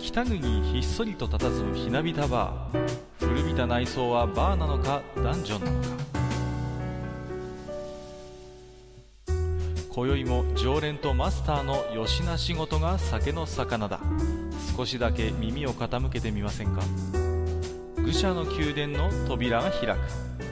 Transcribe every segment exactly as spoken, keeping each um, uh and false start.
北国にひっそりと佇むひなびたバー。古びた内装はバーなのかダンジョンなのか。今宵も常連とマスターのよしな仕事が酒の魚だ。少しだけ耳を傾けてみませんか。愚者の宮殿の扉が開く。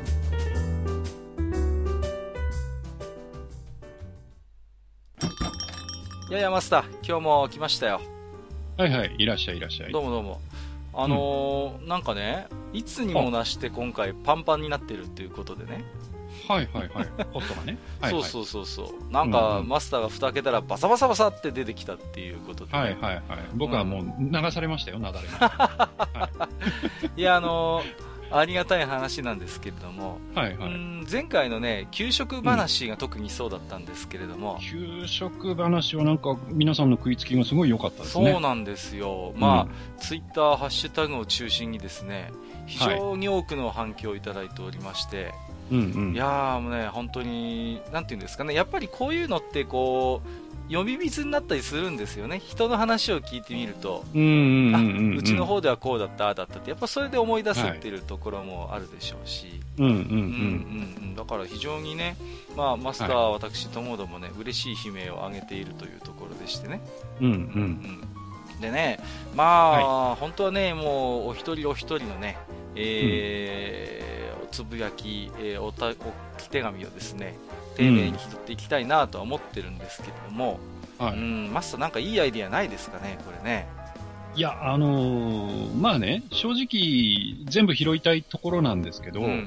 いやいやマスター、今日も来ましたよ。 はいはい、いらっしゃいいらっしゃい。 どうもどうも。あのーうん、なんかね、いつにも増して今回パンパンになってるっていうことでね。 はいはいはい。ポットがね。はいはい、 そうそうそうそう。なんか、うんうん、マスターが蓋開けたらバサバサバサって出てきたっていうことで、ね。 はいはいはい。僕はもう流されましたよ、なだれが。はい、 いや、あのー、ありがたい話なんですけれども、 はいはい、 うん前回のね、給食話が特にそうだったんですけれども、 うん、給食話はなんか皆さんの食いつきがすごい良かったですね。 そうなんですよ。まあ、うん、ツイッターハッシュタグを中心にですね、非常に多くの反響をいただいておりまして、はいうんうん、いやーもうね、本当に、なんていうんですかね、やっぱりこういうのってこう、呼び水になったりするんですよね。人の話を聞いてみると、 うんうんうんうん、 あ、うちの方ではこうだった、ああだったって、やっぱそれで思い出すっていうところもあるでしょうし、 うんうんうん、 だから非常にね、まあ、マスター、はい、私ともどもね、嬉しい悲鳴を上げているというところでしてね。 うんうんうん、でね、まあ、はい、本当はね、もうお一人お一人のね、えーうん、おつぶやき、えー、おたお手紙をですね、丁寧に拾っていきたいなとは思ってるんですけれども、はい、うんマスターなんかいいアイディアないですかね、これね。 いや、あのー、まあね、正直全部拾いたいところなんですけど、うんうんうん、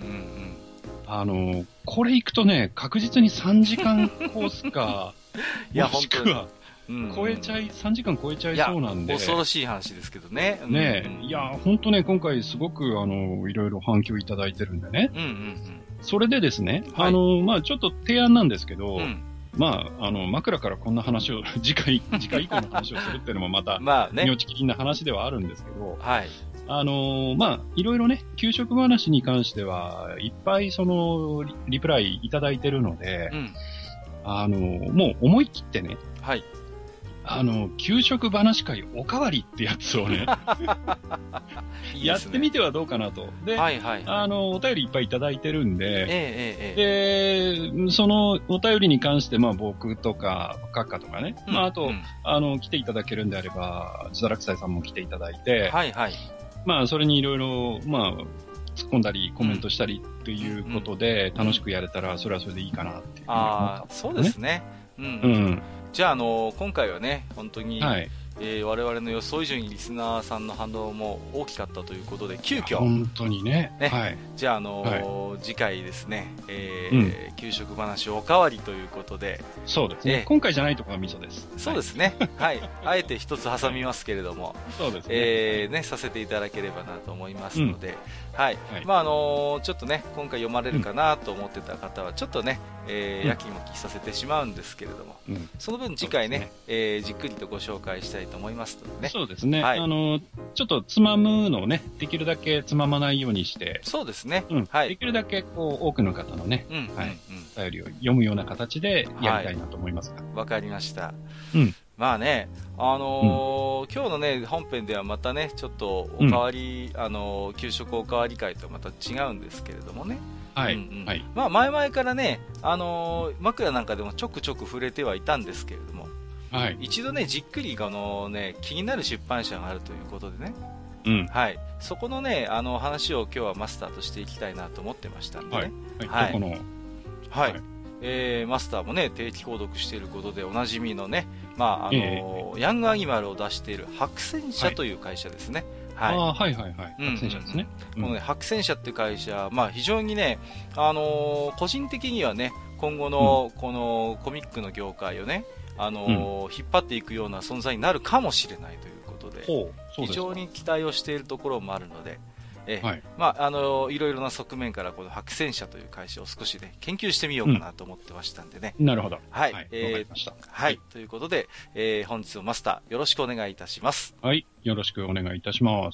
あのー、これ行くとね、確実にさんじかんコースか、いやもしくは、超えちゃい、さんじかん超えちゃいそうなんで。 恐ろしい話ですけどね。 ねえ、うんうん、いや、ほんとね、今回すごく、あの、いろいろ反響いただいてるんでね。うんうんうん、それでですね、はい、あの、まあちょっと提案なんですけど、うん、まあ、あの、枕からこんな話を、次回、次回以降の話をするっていうのもまた、まあね、命切りな話ではあるんですけど、はい。あの、まあ、いろいろね、給食話に関しては、いっぱいそのリ、リプライいただいてるので、うん、あの、もう思い切ってね、はい。あの、給食話会おかわりってやつをね、いいねやってみてはどうかなと。で、はいはいはい、あの、お便りいっぱいいただいてるんで、ええええ、で、そのお便りに関して、まあ僕とか、カッカとかね、うん、まああと、うん、あの、来ていただけるんであれば、ジダラクサイさんも来ていただいて、はいはい。まあそれにいろいろ、まあ、突っ込んだり、コメントしたりっていうことで、楽しくやれたら、それはそれでいいかなっていうふうに思ったんですね。ああ、そうですね。うん。うんじゃあ、あのー、今回はね、本当に、はいえー、我々の予想以上にリスナーさんの反応も大きかったということで、急遽本当にね。 ねはい、 じゃあ、あのーはい、次回ですね、えーうん、給食話おかわりということで、 そうですね。えー、今回じゃないところがミソです。 そうですね。はい。あえて一つ挟みますけれども、 そうですね。 えー、ね、させていただければなと思いますので、うん、はい。はい、まあ、あのー、ちょっとね、今回読まれるかなと思ってた方は、ちょっとね、えー、やきもきさせてしまうんですけれども、うん、その分次回ね、ねえー、じっくりとご紹介したいと思いますのでね。 そうですね。はい、あのー、ちょっとつまむのをね、できるだけつままないようにして、 そうですね。 うん、はい。できるだけ、こう、多くの方のね、うん、はい、お便りを読むような形でやりたいなと思いますが。 わ、はい、かりました。うん。まあね、あのーうん、今日のね、本編ではまたね、ちょっとおかわり、うん、あのー、給食おかわり会とはまた違うんですけれどもね。はい。うんうんはい、まあ、前々からね、あのー、枕なんかでもちょくちょく触れてはいたんですけれども、はい。一度ね、じっくり、あのね、気になる出版社があるということでね、うん。はい。そこのね、あの話を今日はマスターとしていきたいなと思ってましたんでね。はい。はい。はい、どこのはい。はいえー、マスターもね、定期購読していることでおなじみのね、まあ、あのーえー、ヤングアニマルを出している白戦社という会社ですね。 はい。はい、あはいはいはい。白戦社ですね。 うん、このね、白戦社っていう会社、まあ非常にね、あのー、個人的にはね、今後のこのコミックの業界をね、あのーうん、引っ張っていくような存在になるかもしれないということで、非常に期待をしているところもあるので、えはいまあ、あのいろいろな側面からこの白戦社という会社を少しね研究してみようかなと思ってましたんでね、 うん、なるほどはい、はい、えー、わかりました、はい、はい、ということで、えー、本日のマスターよろしくお願いいたします。 はいよろしくお願いいたします。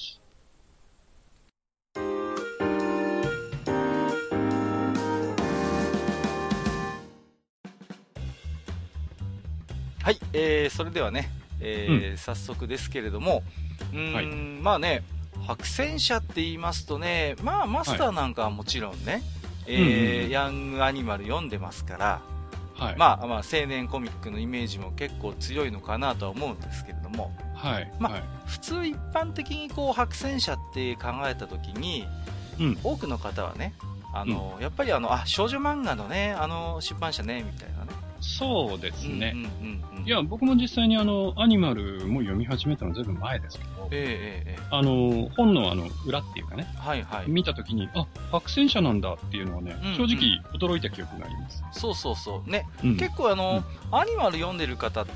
はい、えー、それではね、えーうん、早速ですけれども、 うーん、はい、まあね、白戦車って言いますとね、まあマスターなんかはもちろんね、はい、えーうんうん、ヤングアニマル読んでますから、はい、まあまあ青年コミックのイメージも結構強いのかなとは思うんですけれども、はい、まあ、はい、普通一般的にこう白戦車って考えた時に、うん、多くの方はね、あの、うん、やっぱりあの、あ、少女漫画のね、あの出版社ね、みたいなね。 そうですね。うんうんうんうん、いや、僕も実際にあの、アニマルも読み始めたのずいぶん前ですけど、えーえー、あの、本のあの、裏っていうかね、はいはい、見たときに、あ、白戦車なんだっていうのはね、うんうん、正直驚いた記憶があります。 そうそうそう。ね、うん、結構あの、うん、アニマル読んでる方って、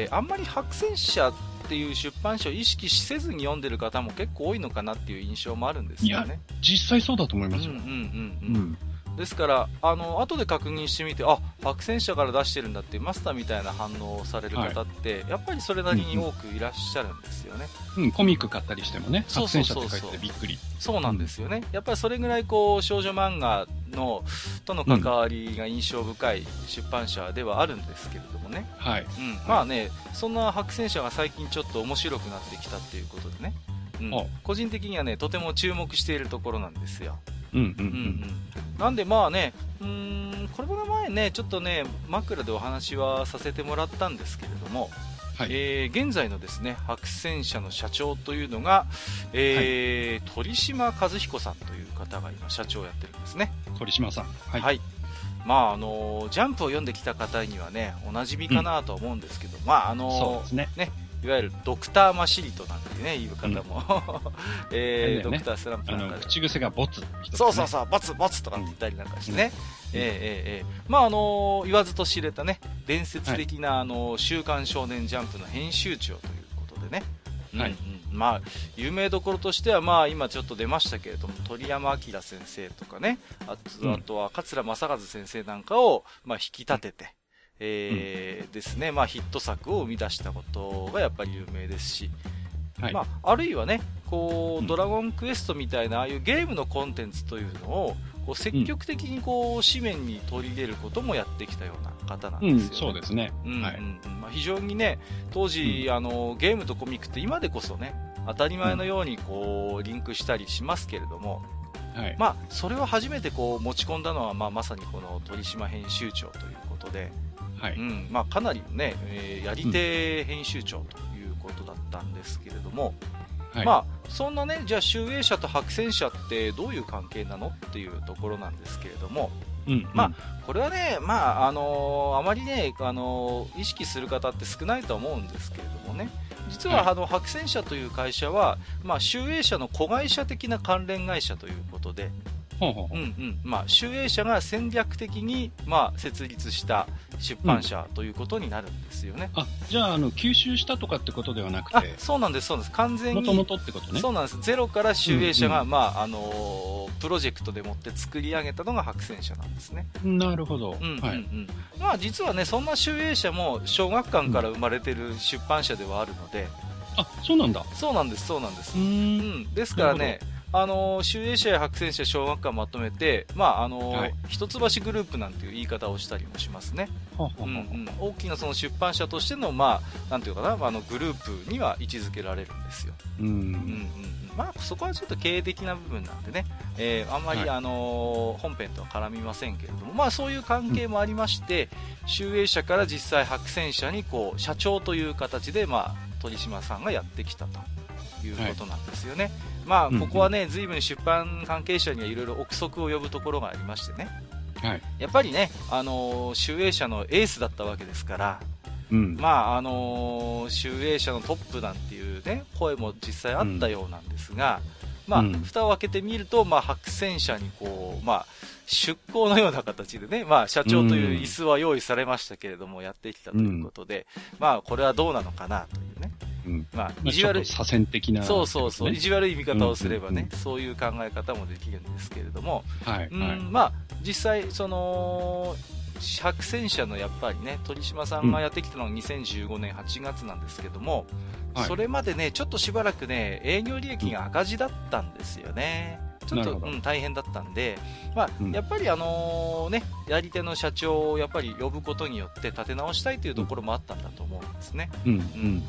あんまり白戦車っていう出版社を意識せずに読んでる方も結構多いのかなっていう印象もあるんですよね。 いや、実際そうだと思いますよ。うんうんうんうん。うんですから、あの、後で確認してみて、あ、白戦車から出してるんだっていうマスターみたいな反応をされる方って、はい、やっぱりそれなりに多くいらっしゃるんですよね。 うん、うん、コミック買ったりしてもね、白戦車って書いててびっくり。 そうなんですよね。やっぱりそれぐらいこう、少女漫画の、との関わりが印象深い出版社ではあるんですけれどもね。はい。うん。まあね、そんな白戦車が最近ちょっと面白くなってきたっていうことでね。うん、個人的にはね、とても注目しているところなんですよ。うんうんうんうん、なんでまあね、うーん、これも前ね、ちょっとね、枕でお話はさせてもらったんですけれども、はい、えー、現在のですね、白戦車の社長というのが、えーはい、鳥島和彦さんという方が今社長をやってるんですね。 鳥島さん。はい。 はい、まああのジャンプを読んできた方にはね、おなじみかなとは思うんですけど、うん、まああのそうですね。 ね、いわゆるドクターマシリトなんてね、いう方も、うんえーね、ドクタースランプなんかで口癖がボツ、ね、 そうそうそう、ボツボツとかって言ったりなんかしてね、うん、えー、えー、えー、まああの言わずと知れたね、伝説的な、はい、あの週刊少年ジャンプの編集長ということでね、はい、うん、まあ有名どころとしては、まあ今ちょっと出ましたけれども、鳥山明先生とかね、あと、あとは桂正和先生なんかをまあ引き立てて、えーうん、ですね、まあヒット作を生み出したことがやっぱり有名ですし、はい、まあ、あるいはね、こう、うん、ドラゴンクエストみたいなああいうゲームのコンテンツというのをこう積極的にこう紙面に取り入れることもやってきたような方なんですよね。うん、 そうですね。 うんうん、はい、まあ、非常にね、当時、うん、あのゲームとコミックって今でこそね、当たり前のようにこうリンクしたりしますけれども、はい、まあそれを初めてこう持ち込んだのは、まあ、まさにこの鳥島編集長ということで、はい、うん、まあ、かなりね、えー、やり手編集長ということだったんですけれども、はい、まあそんなね、じゃあ集英社と白戦社ってどういう関係なのっていうところなんですけれども、うんうん、まあこれはね、まああのー、あまりね、あのー、意識する方って少ないと思うんですけれどもね、実は、はい、あの白戦社という会社は、まあ、集英社の子会社的な関連会社ということで、ほうほうほう、うんうん、まあ、集英社が戦略的に、まあ、設立した出版社ということになるんですよね。 うん、あ、じゃあ、あの吸収したとかってことではなくて、あ、 そうなんです、そうなんです、完全に元々ってことね。 そうなんです、ゼロから集英社が、うんうん、まああのー、プロジェクトでもって作り上げたのが白戦社なんですね。 なるほど、 うんうんうん、はい、まあ、実はね、そんな集英社も小学館から生まれてる出版社ではあるので、 うん、あ、そうなんだ。 そうなんです、そうなんです。うん、うん、ですからね、あの集英社や白戦社小学館まとめて、まああのはい、一橋グループなんていう言い方をしたりもしますね。はははうんうん、大きなその出版社としての、まあ、なんていうかな、あのグループには位置づけられるんですよ。うんうんうん、まあ、そこはちょっと経営的な部分なんでね、えー、あんまり、はい、あの本編とは絡みませんけれども、まあ、そういう関係もありまして、うん、集英社から実際白戦社にこう社長という形で、まあ、鳥島さんがやってきたということなんですよね。はい、まあ、ここはね、随分出版関係者にはいろいろ憶測を呼ぶところがありましてね、はい、やっぱりね、あのー、集英社のエースだったわけですから、うん、まああのー、集英社のトップなんていうね声も実際あったようなんですが、うん、まあ、うん、蓋を開けてみると、まあ、白戦社にこう、まあ、出向のような形でね、まあ、社長という椅子は用意されましたけれども、やってきたということで、うん、まあ、これはどうなのかなというね。 うん、まあ、意地悪い、左遷的な、ね、 そうそうそう、意地悪い見方をすればね、うんうんうん、そういう考え方もできるんですけれども、はい、うん、はい、まあ、実際、その、白戦社のやっぱりね、鳥島さんがやってきたのがにせんじゅうごねんはちがつなんですけども、うん、それまでね、ちょっとしばらくね、営業利益が赤字だったんですよね。ちょっと、うん、大変だったんで、まあ、うん、やっぱりあのね、やり手の社長をやっぱり呼ぶことによって立て直したいというところもあったんだと思うんですね。うんうん、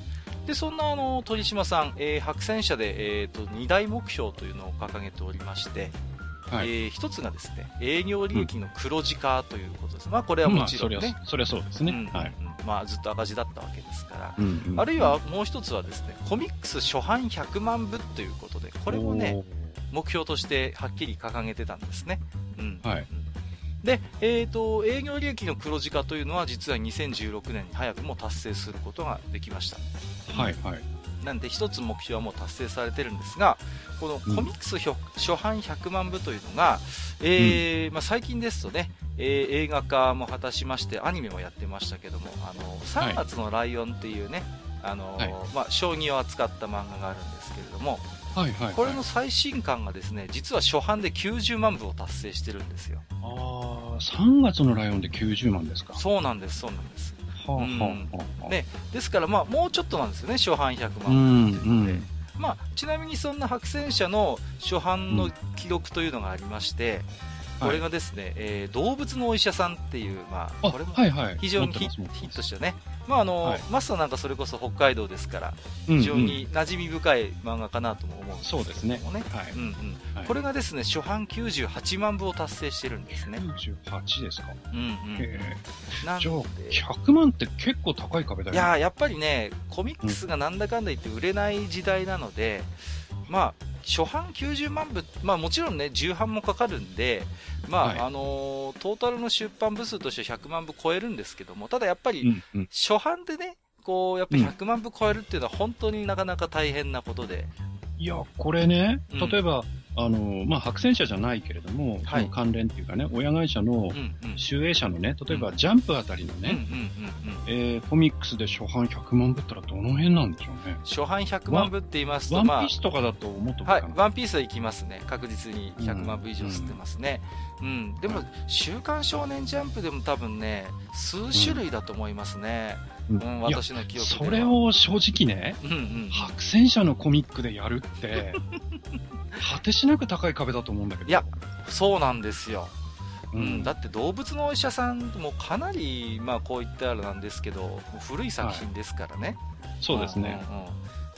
で、そんなあの、鳥島さん、えー、白戦車で、えっ、ー、と、二大目標というのを掲げておりまして、はい、えー、一つがですね、営業利益の黒字化ということです。うん、まあ、これはもちろんね。 まあ、それはそうですね。うん、はい。 まあ、ずっと赤字だったわけですから。うんうん、あるいはもう一つはですね、コミックス初版ひゃくまんぶということで、これもね、目標としてはっきり掲げてたんですね。うん。はい。で、えっ、ー、と、営業利益の黒字化というのは実はにせんじゅうろくねんに早くも達成することができました。 はいはい。 なんで一つ目標はもう達成されてるんですが、このコミックス、うん、初版ひゃくまんぶというのが、えーうんまあ、最近ですとね、えー、映画化も果たしましてアニメもやってましたけども、あのさんがつのライオンっていうね、はい、あのはいまあ、将棋を扱った漫画があるんですけれども、はいはいはい、これの最新刊がですね、実は初版できゅうじゅうまんぶを達成してるんですよ。 ああ、さんがつのライオンできゅうじゅうまんですか。 そうなんです、そうなんです。はあはあはあ、でですから、まあ、もうちょっとなんですよね、初版ひゃくまんというので、うんうんまあ、ちなみにそんな白戦車の初版の記録というのがありまして、うん、これがですね、はいえー、動物のお医者さんっていう、まあ、これも非常にヒ,、はいはい、ヒットしたね、まああのはい、マスターなんかそれこそ北海道ですから非常に馴染み深い漫画かなとも思うんですけどもね、そうですね、はいうんうんはい、これがですね初版きゅうじゅうはちまんぶを達成してるんですね。 きゅうじゅうはちですか。うんうん、 なんでじゃあひゃくまんって結構高い壁だよね。 いややっぱりねコミックスがなんだかんだ言って売れない時代なので、うん、まあ初版きゅうじゅうまんぶ、まあ、もちろんね重版もかかるんで、まあはいあのー、トータルの出版部数としてひゃくまんぶ超えるんですけども、ただやっぱり初版でねこうやっぱりひゃくまんぶ超えるっていうのは本当になかなか大変なことで、 いやこれね例えば、うんあの、まあ、白戦車じゃないけれども、はい、その関連っていうかね、親会社の、集英社のね、例えば、ジャンプあたりのね、えー、コミックスで初版ひゃくまんぶったらどの辺なんでしょうね。 初版ひゃくまんぶって言いますと、 ワンピースとかだともっとはい、ワンピースは行きますね。確実にひゃくまんぶ以上吸ってますね。うん。うん、でも、はい、週刊少年ジャンプでも多分ね、数種類だと思いますね。うんうん、私の記憶では。 それを正直ね、うんうん、白戦車のコミックでやるって、果てしなく高い壁だと思うんだけど。 いや、そうなんですよ。うん、だって動物のお医者さんもかなり、まあこう言ったらなんですけど、古い作品ですからね。 はい、そうですね。うんうんうん、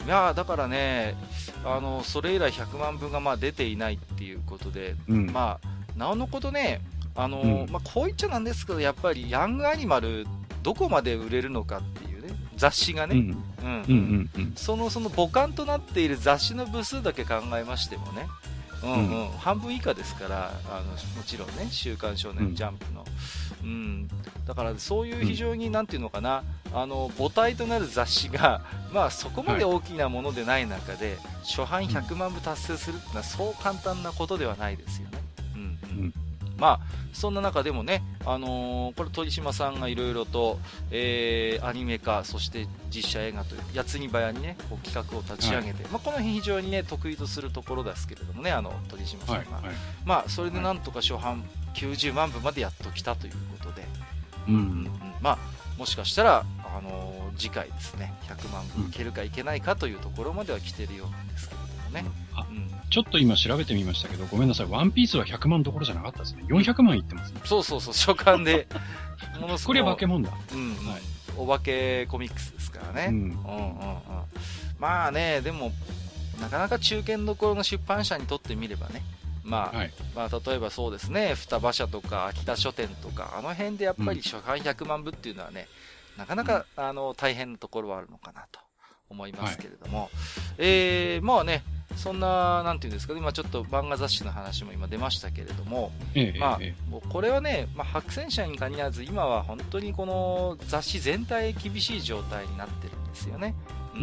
いやだからね、あの、それ以来ひゃくまんぶがまあ出ていないっていうことで、うん、まあ、なおのことね、あの、うん、まあこう言っちゃなんですけど、やっぱりヤングアニマル、どこまで売れるのかっていうね、雑誌がね、そのその母艦となっている雑誌の部数だけ考えましてもね、うんうんうん、半分以下ですからあのもちろんね週刊少年ジャンプの、うん、うん、だからそういう非常になんていうのかな、あの母体となる雑誌がまあそこまで大きなものでない中で、はい、初版ひゃくまんぶ達成するってのはそう簡単なことではないですよね。うんうんうんまあ、そんな中でもね、あのー、これ鳥島さんがいろいろと、えー、アニメ化そして実写映画というやつにばやにねこう企画を立ち上げて、はいまあ、この辺非常にね得意とするところですけれどもね、あの鳥島さんが、はいはい、まあそれでなんとか初版きゅうじゅうまんぶまでやっときたということで、うんうんうん、まあもしかしたら、あのー、次回ですねひゃくまんぶいけるかいけないかというところまでは来てるようなんですけれどもね、うんうんちょっと今調べてみましたけど、ごめんなさい、ワンピースはひゃくまんどころじゃなかったですね。よんひゃくまんいってますね。 そうそうそう、初巻で。 ものすごい。これは化け物だ。 うん、はい。お化けコミックスですからね。うん。うんうんうん。まあね、でも、なかなか中堅どころの出版社にとってみればね、まあ、はい、まあ、例えばそうですね、双葉社とか秋田書店とか、あの辺でやっぱり初版ひゃくまんぶっていうのはね、なかなか、うん、あの、大変なところはあるのかなと思いますけれども、はい、えー、まあね、そんな、なんていうんですか、今ちょっと漫画雑誌の話も今出ましたけれども、ええ、まあ、ええ、もうこれはね、まあ、白戦車に限らず、今は本当にこの雑誌全体厳しい状態になってるんですよね。うん、うん、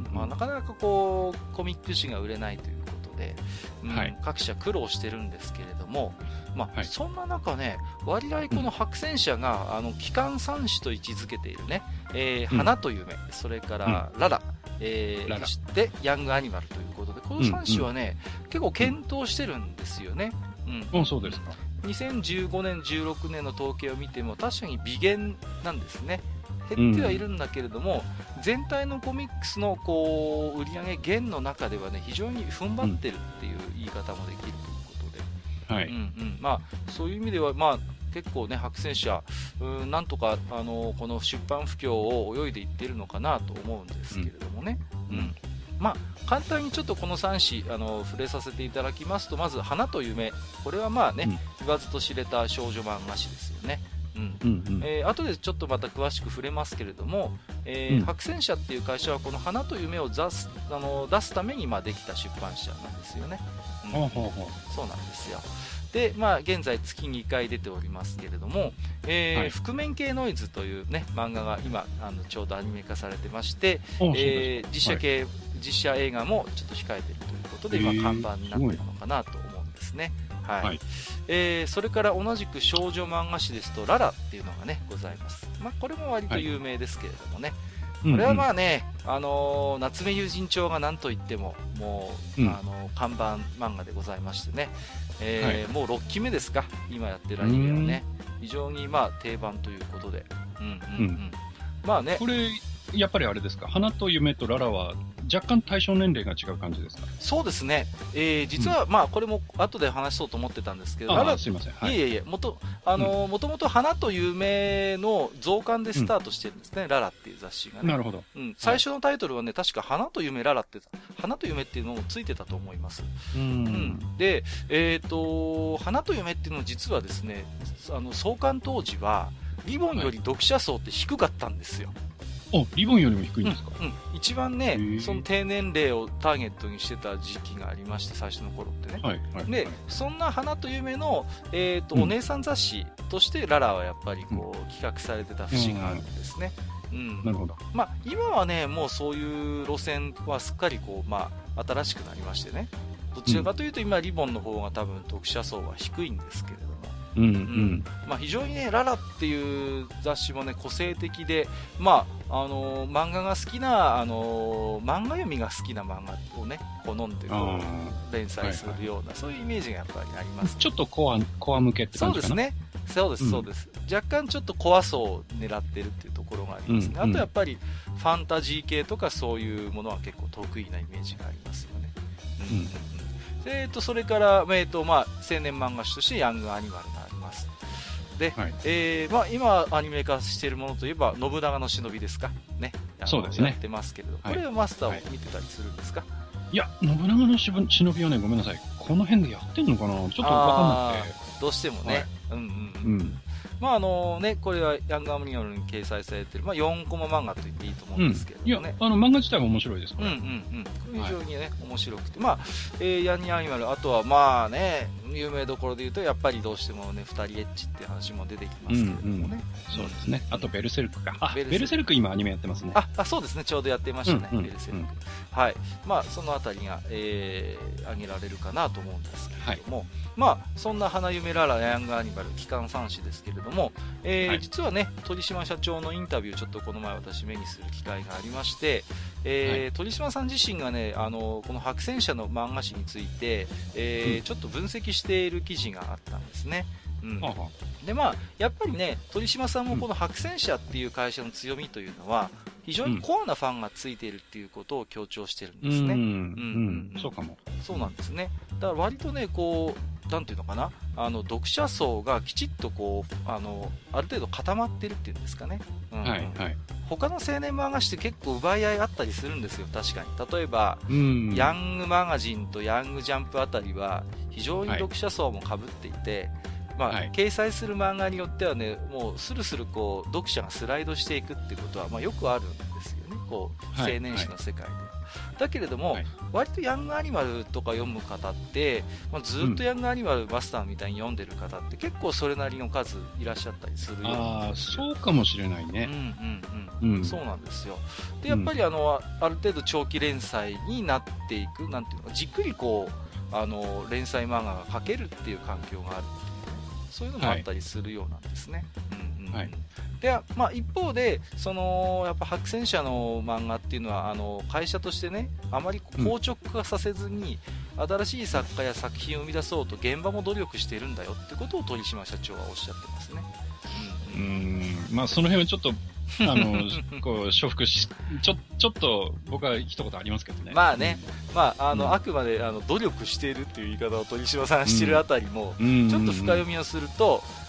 まあ、なかなかこう、コミック誌が売れないということで、うんはい、各社苦労してるんですけれども、まあ、はい、そんな中ね、割合この白戦車が、うん、あの、基幹三種と位置づけているね、えー、花と夢、それから、ララ、えー、そしてヤングアニマルということで、このさん種はね、うんうん、結構検討してるんですよね。 うん、うん、そうですか。 にせんじゅうごねん、じゅうろくねんの統計を見ても確かに微減なんですね。減ってはいるんだけれども、うん、全体のコミックスのこう売上減の中ではね非常に踏ん張ってるっていう言い方もできるということで、はい、うんうん、まあそういう意味ではまあ結構ね、白戦車、うん、なんとか、あのー、この出版不況を泳いでいってるのかなと思うんですけれどもね。うん。うん、まあ、簡単にちょっとこのさんしあの触れさせていただきますと、まず花と夢、これはまあね、うん、言わずと知れた少女漫画誌ですよね。うんうんうん、えー、後でちょっとまた詳しく触れますけれども、えーうん、白戦社っていう会社はこの花と夢を出す、あの出すためにまあできた出版社なんですよね。うん、ほうほうほう、そうなんですよ。で、まあ、現在月にかい出ておりますけれども、えーはい、覆面系ノイズという、ね、漫画が今あのちょうどアニメ化されてまして、えー、実写系、はい、実写映画もちょっと控えているということで、今看板になっているのかなと思うんですね。はいはい、えー、それから同じく少女漫画誌ですとララっていうのがねございます、まあ、これも割と有名ですけれどもね、はい、これはまあね、うんうん、あのー、夏目友人帳が何と言ってももう、うん、あのー、看板漫画でございましてね、えーはい、もうろっきめですか今やってるアニメはね、非常にまあ定番ということで、うんうんうんうん、まあね、 これやっぱりあれですか、花と夢とララは若干対象年齢が違う感じですか？ そうですね、えー、実は、うん、まあこれも後で話そうと思ってたんですけど、ララ、 すいません、はい、 いえいえ、もとあの、うん、もともと花と夢の増刊でスタートしてるんですね、うん、ララっていう雑誌がね。 なるほど、 うん、最初のタイトルはね、確か花と夢ララって花と夢っていうのもついてたと思います。うん、うん、で、えっ、ー、と花と夢っていうのは実はですね、あの創刊当時はリボンより読者層って低かったんですよ。 はい、あ、リボンよりも低いんですか？ うんうん、一番ね、その低年齢をターゲットにしてた時期がありまして、最初の頃ってね。はいはい、で、そんな花と夢の、えーとうん、お姉さん雑誌としてララはやっぱりこう、うん、企画されてた節があるんですね。うん、 なるほど。 まあ、今はね、もうそういう路線はすっかりこう、まあ、新しくなりましてね。どちらかというと今、リボンの方が多分読者層は低いんですけれども。うんうん、まあ、非常にねララっていう雑誌もね個性的で、まああのー、漫画が好きな、あのー、漫画読みが好きな漫画をね好んでこう連載するような、はいはい、そういうイメージがやっぱりあります、ね、 ちょっとコア、コア向けって感じかな。 そうですね、そうですそうです、うん、若干ちょっとコア層を狙ってるっていうところがありますね、うんうん、あとやっぱりファンタジー系とかそういうものは結構得意なイメージがありますよね。うん、うん、えー、とそれから、えーとまあ、青年漫画誌としてヤングアニマルがあります。で、はい、えーまあ、今アニメ化しているものといえば信長の忍びですかね、 そうですね、 やってますけれど、はい、これはマスターを見てたりするんですか？はい、 いや、信長の忍びはね、ごめんなさい、この辺でやってんのかな、ちょっと分かんなくて、 どうしてもね、はい、うんうんうん、うんまああのね、これはヤングアニマルに掲載されている、まあ、よんコマ漫画と言っていいと思うんですけどね、うん、いやあの漫画自体も面白いですから、 うんうんうん、これ非常にね、はい、面白くて、まあえー、ヤングアニマル、あとはまあね有名どころで言うとやっぱりどうしてもねふたりエッチっていう話も出てきますけれどもね、うんうん、 そうですね、あとベルセルクか、あベルセルク、ベルセルク今アニメやってますね、 ああそうですね、ちょうどやってましたね、うんうん、ベルセルク、うん、はい、まあそのあたりが、えー、挙げられるかなと思うんですけれども、はい、まあそんな花夢ララヤングアニマル機関さん誌ですけれども、えーはい、実はね鳥島社長のインタビューちょっとこの前私目にする機会がありまして、えーはい、鳥島さん自身がねあのこの白戦車の漫画誌について、えーうん、ちょっと分析している記事があったんですね。うん、でまあやっぱりね鳥島さんもこの白戦車っていう会社の強みというのは非常にコアなファンがついているっていうことを強調してるんですね。うん、うん、 うん、そうかも。 そうなんですね。だから割とねこうなんていうのかな、あの読者層がきちっとこうあのある程度固まってるっていうんですかね、うん、はいはい、他の青年漫画誌って結構奪い合いあったりするんですよ、確かに。例えば、うん、ヤングマガジンとヤングジャンプあたりは非常に読者層も被っていて、はいまあはい、掲載する漫画によってはねもうスルスルこう読者がスライドしていくっていうことは、まあ、よくあるんですよね、こう青年誌の世界で、はいはい、だけれども、はい、割とヤングアニマルとか読む方って、まあ、ずっとヤングアニマルマスターみたいに読んでる方って結構それなりの数いらっしゃったりするようなんですよ。ああ、そうかもしれないね。 うんうんうん、うん、そうなんですよ。でやっぱりあの、うん、ある程度長期連載になっていく、なんていうのか、じっくりこうあの連載漫画が描けるっていう環境があるっていう、そういうのもあったりするようなんですね。はい、うんうん、はい、でまあ、一方でそのやっぱ白戦車の漫画っていうのはあの会社としてねあまり硬直化させずに、うん、新しい作家や作品を生み出そうと現場も努力しているんだよってことを鳥島社長はおっしゃってますね。 うん、うん、まあその辺はちょっとあのこう承服しちょちょっと僕は一言ありますけどね。 まあね、まああの、うん、あくまであの努力しているっていう言い方を鳥島さんしてるあたりも、うん、ちょっと深読みをすると、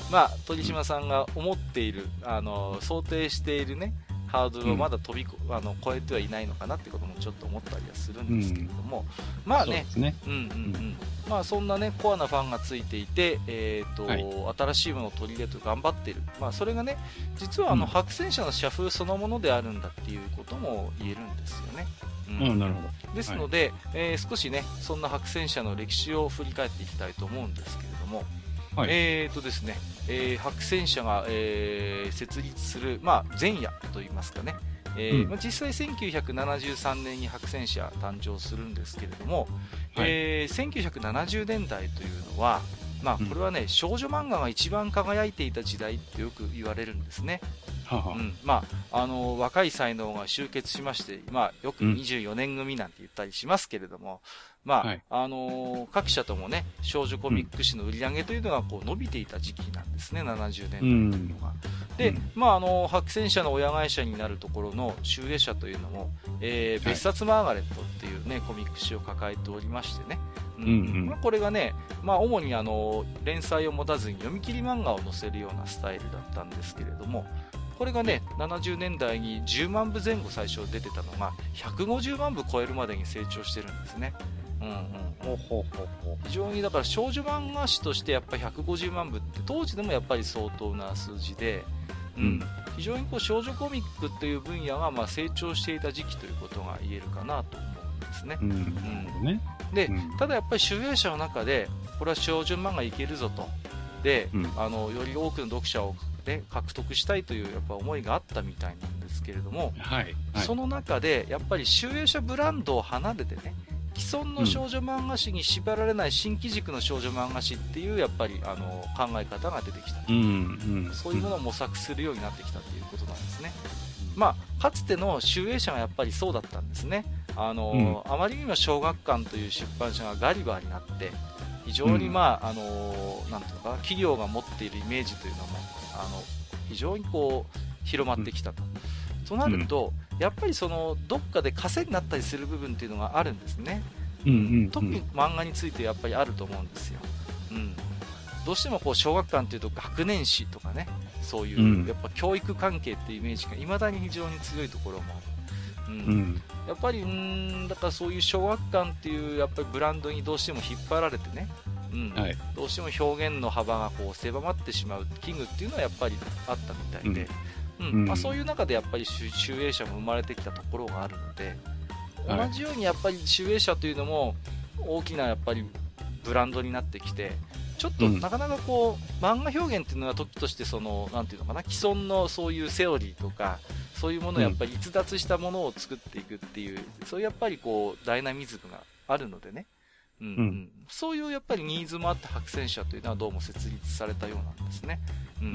まあ、鳥島さんが思っている、あの、想定しているね、ハードルをまだ飛び、うん、あの超えてはいないのかなってこともちょっと思ったりはするんですけれども、うん、まあね、 ねうんうんうん、まあそんなねコアなファンがついていて、えーとはい、新しいものを取り入れて頑張っている、まあそれがね実はあの、うん、白戦車の社風そのものであるんだっていうことも言えるんですよね。 うん、うん、なるほど。 ですので、はい、えー、少しねそんな白戦車の歴史を振り返っていきたいと思うんですけれども。はい、えーとですね、えー、白戦車が、えー、設立する、まあ、前夜といいますかね、えーうんまあ、実際せんきゅうひゃくななじゅうさんねんに白戦車誕生するんですけれども、はい、えー、せんきゅうひゃくななじゅうねんだいというのは、まあ、これはね、うん、少女漫画が一番輝いていた時代ってよく言われるんですね。ははうんまあ、あの若い才能が集結しまして、まあ、よくにじゅうよねん組なんて言ったりしますけれども、うんまあはいあのー、各社ともね少女コミック誌の売り上げというのがこう伸びていた時期なんですね、ななじゅうねんだいというのが。うん、で、うんまああのー、白戦車の親会社になるところの集英社というのも、えー、別冊マーガレットっていう、ね、コミック誌を抱えておりましてね、うんうんうんまあ、これがね、まあ、主にあの連載を持たずに読み切り漫画を載せるようなスタイルだったんですけれども、これがねななじゅうねんだいにじゅうまんぶぜん後最初出てたのがひゃくごじゅうまんぶ超えるまでに成長してるんですね。うんうん、ほうほうほうほう非常にだから少女漫画誌としてやっぱりひゃくごじゅうまんぶって当時でもやっぱり相当な数字で、うん、非常にこう少女コミックという分野がまあ成長していた時期ということが言えるかなと思うんですね。うんうんねで、うん、ただやっぱり集英社の中でこれは少女漫画いけるぞとで、うん、あのより多くの読者をで獲得したいというやっぱ思いがあったみたいなんですけれども、はいはい、その中でやっぱり集英社ブランドを離れてね既存の少女漫画誌に縛られない新機軸の少女漫画誌っていうやっぱりあの考え方が出てきた、うんうん、そういうものを模索するようになってきたということなんですね。まあ、かつての集英社がやっぱりそうだったんですね。あの、うん、あまりにも小学館という出版社がガリバーになって非常に、まあ、うん、あのなんていうか企業が持っているイメージというのもあの非常にこう広まってきたと、うん、となると、うん、やっぱりそのどっかで稼になったりする部分っていうのがあるんですね、うんうんうん、特に漫画についてやっぱりあると思うんですよ、うん、どうしてもこう小学館っていうと学年誌とかねそういう、うん、やっぱ教育関係っていうイメージが未だに非常に強いところもある、うんうん、やっぱりうーんだからそういう小学館っていうやっぱりブランドにどうしても引っ張られてね、うんはい、どうしても表現の幅がこう狭まってしまう危惧っていうのはやっぱりあったみたいで、うんうんまあ、そういう中でやっぱり集英社も生まれてきたところがあるので、はい、同じようにやっぱり集英社というのも大きなやっぱりブランドになってきてちょっとなかなかこう、うん、漫画表現っていうのは時としてそのなんていうのかな既存のそういうセオリーとかそういうものをやっぱり逸脱したものを作っていくっていう、うん、そういうやっぱりこうダイナミズムがあるのでね、うんうん、そういうやっぱりニーズもあって白戦車というのはどうも設立されたようなんですね、うんうん、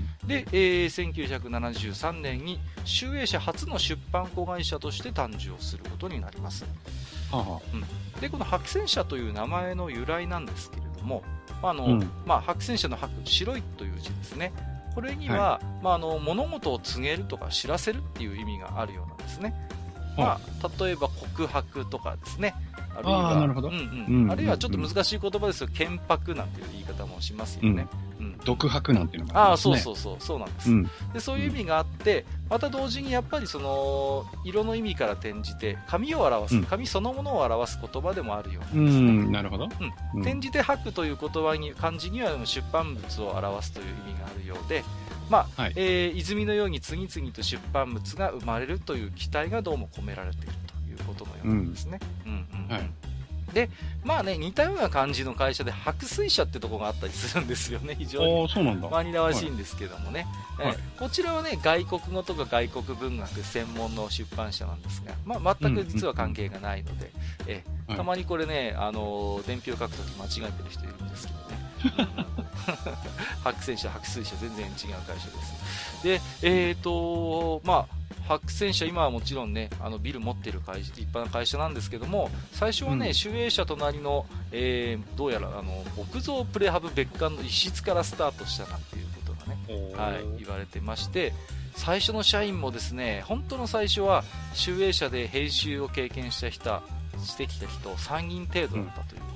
で、えー、せんきゅうひゃくななじゅうさんねんに集英社初の出版子会社として誕生することになります、ははうん、でこの白戦車という名前の由来なんですけれどもあの、うんまあ、白戦車の白白いという字ですね。これには、はいまあ、あの物事を告げるとか知らせるっていう意味があるようなんですね、まあ、例えば告白とかですねあるいは、うんうんうん、あるいはちょっと難しい言葉ですけど、剣白なんていう言い方もしますよね。うん、 独白なんていうのがありますね。 ああ、そうそうそう、そうなんです、うん、で。そういう意味があって、また同時にやっぱりその色の意味から転じて紙を表す、紙そのものを表す言葉でもあるようなんですね。うん、 なるほど。 うん、転じて白という言葉に漢字には出版物を表すという意味があるようで。まあはいえー、泉のように次々と出版物が生まれるという期待がどうも込められているということのようなんですね。うんうんうんはい、でまあね似たような感じの会社で白水社ってとこがあったりするんですよね。非常に紛らわしいんですけどもね、はいえー、こちらはね外国語とか外国文学専門の出版社なんですが、まあ、全く実は関係がないので、うんうんえー、たまにこれね、あのー、伝票書くとき間違えてる人いるんですけどね白戦車、白水車全然違う会社です。で、えーとまあ、白戦車今はもちろんねあのビル持っている会社立派な会社なんですけども最初はね、うん、集英社隣の、えー、どうやらあの木造プレハブ別館の一室からスタートしたなっていうことがね、はい、言われてまして最初の社員もですね本当の最初は集英社で編集を経験した人してきた人さんにん程度だったということでね、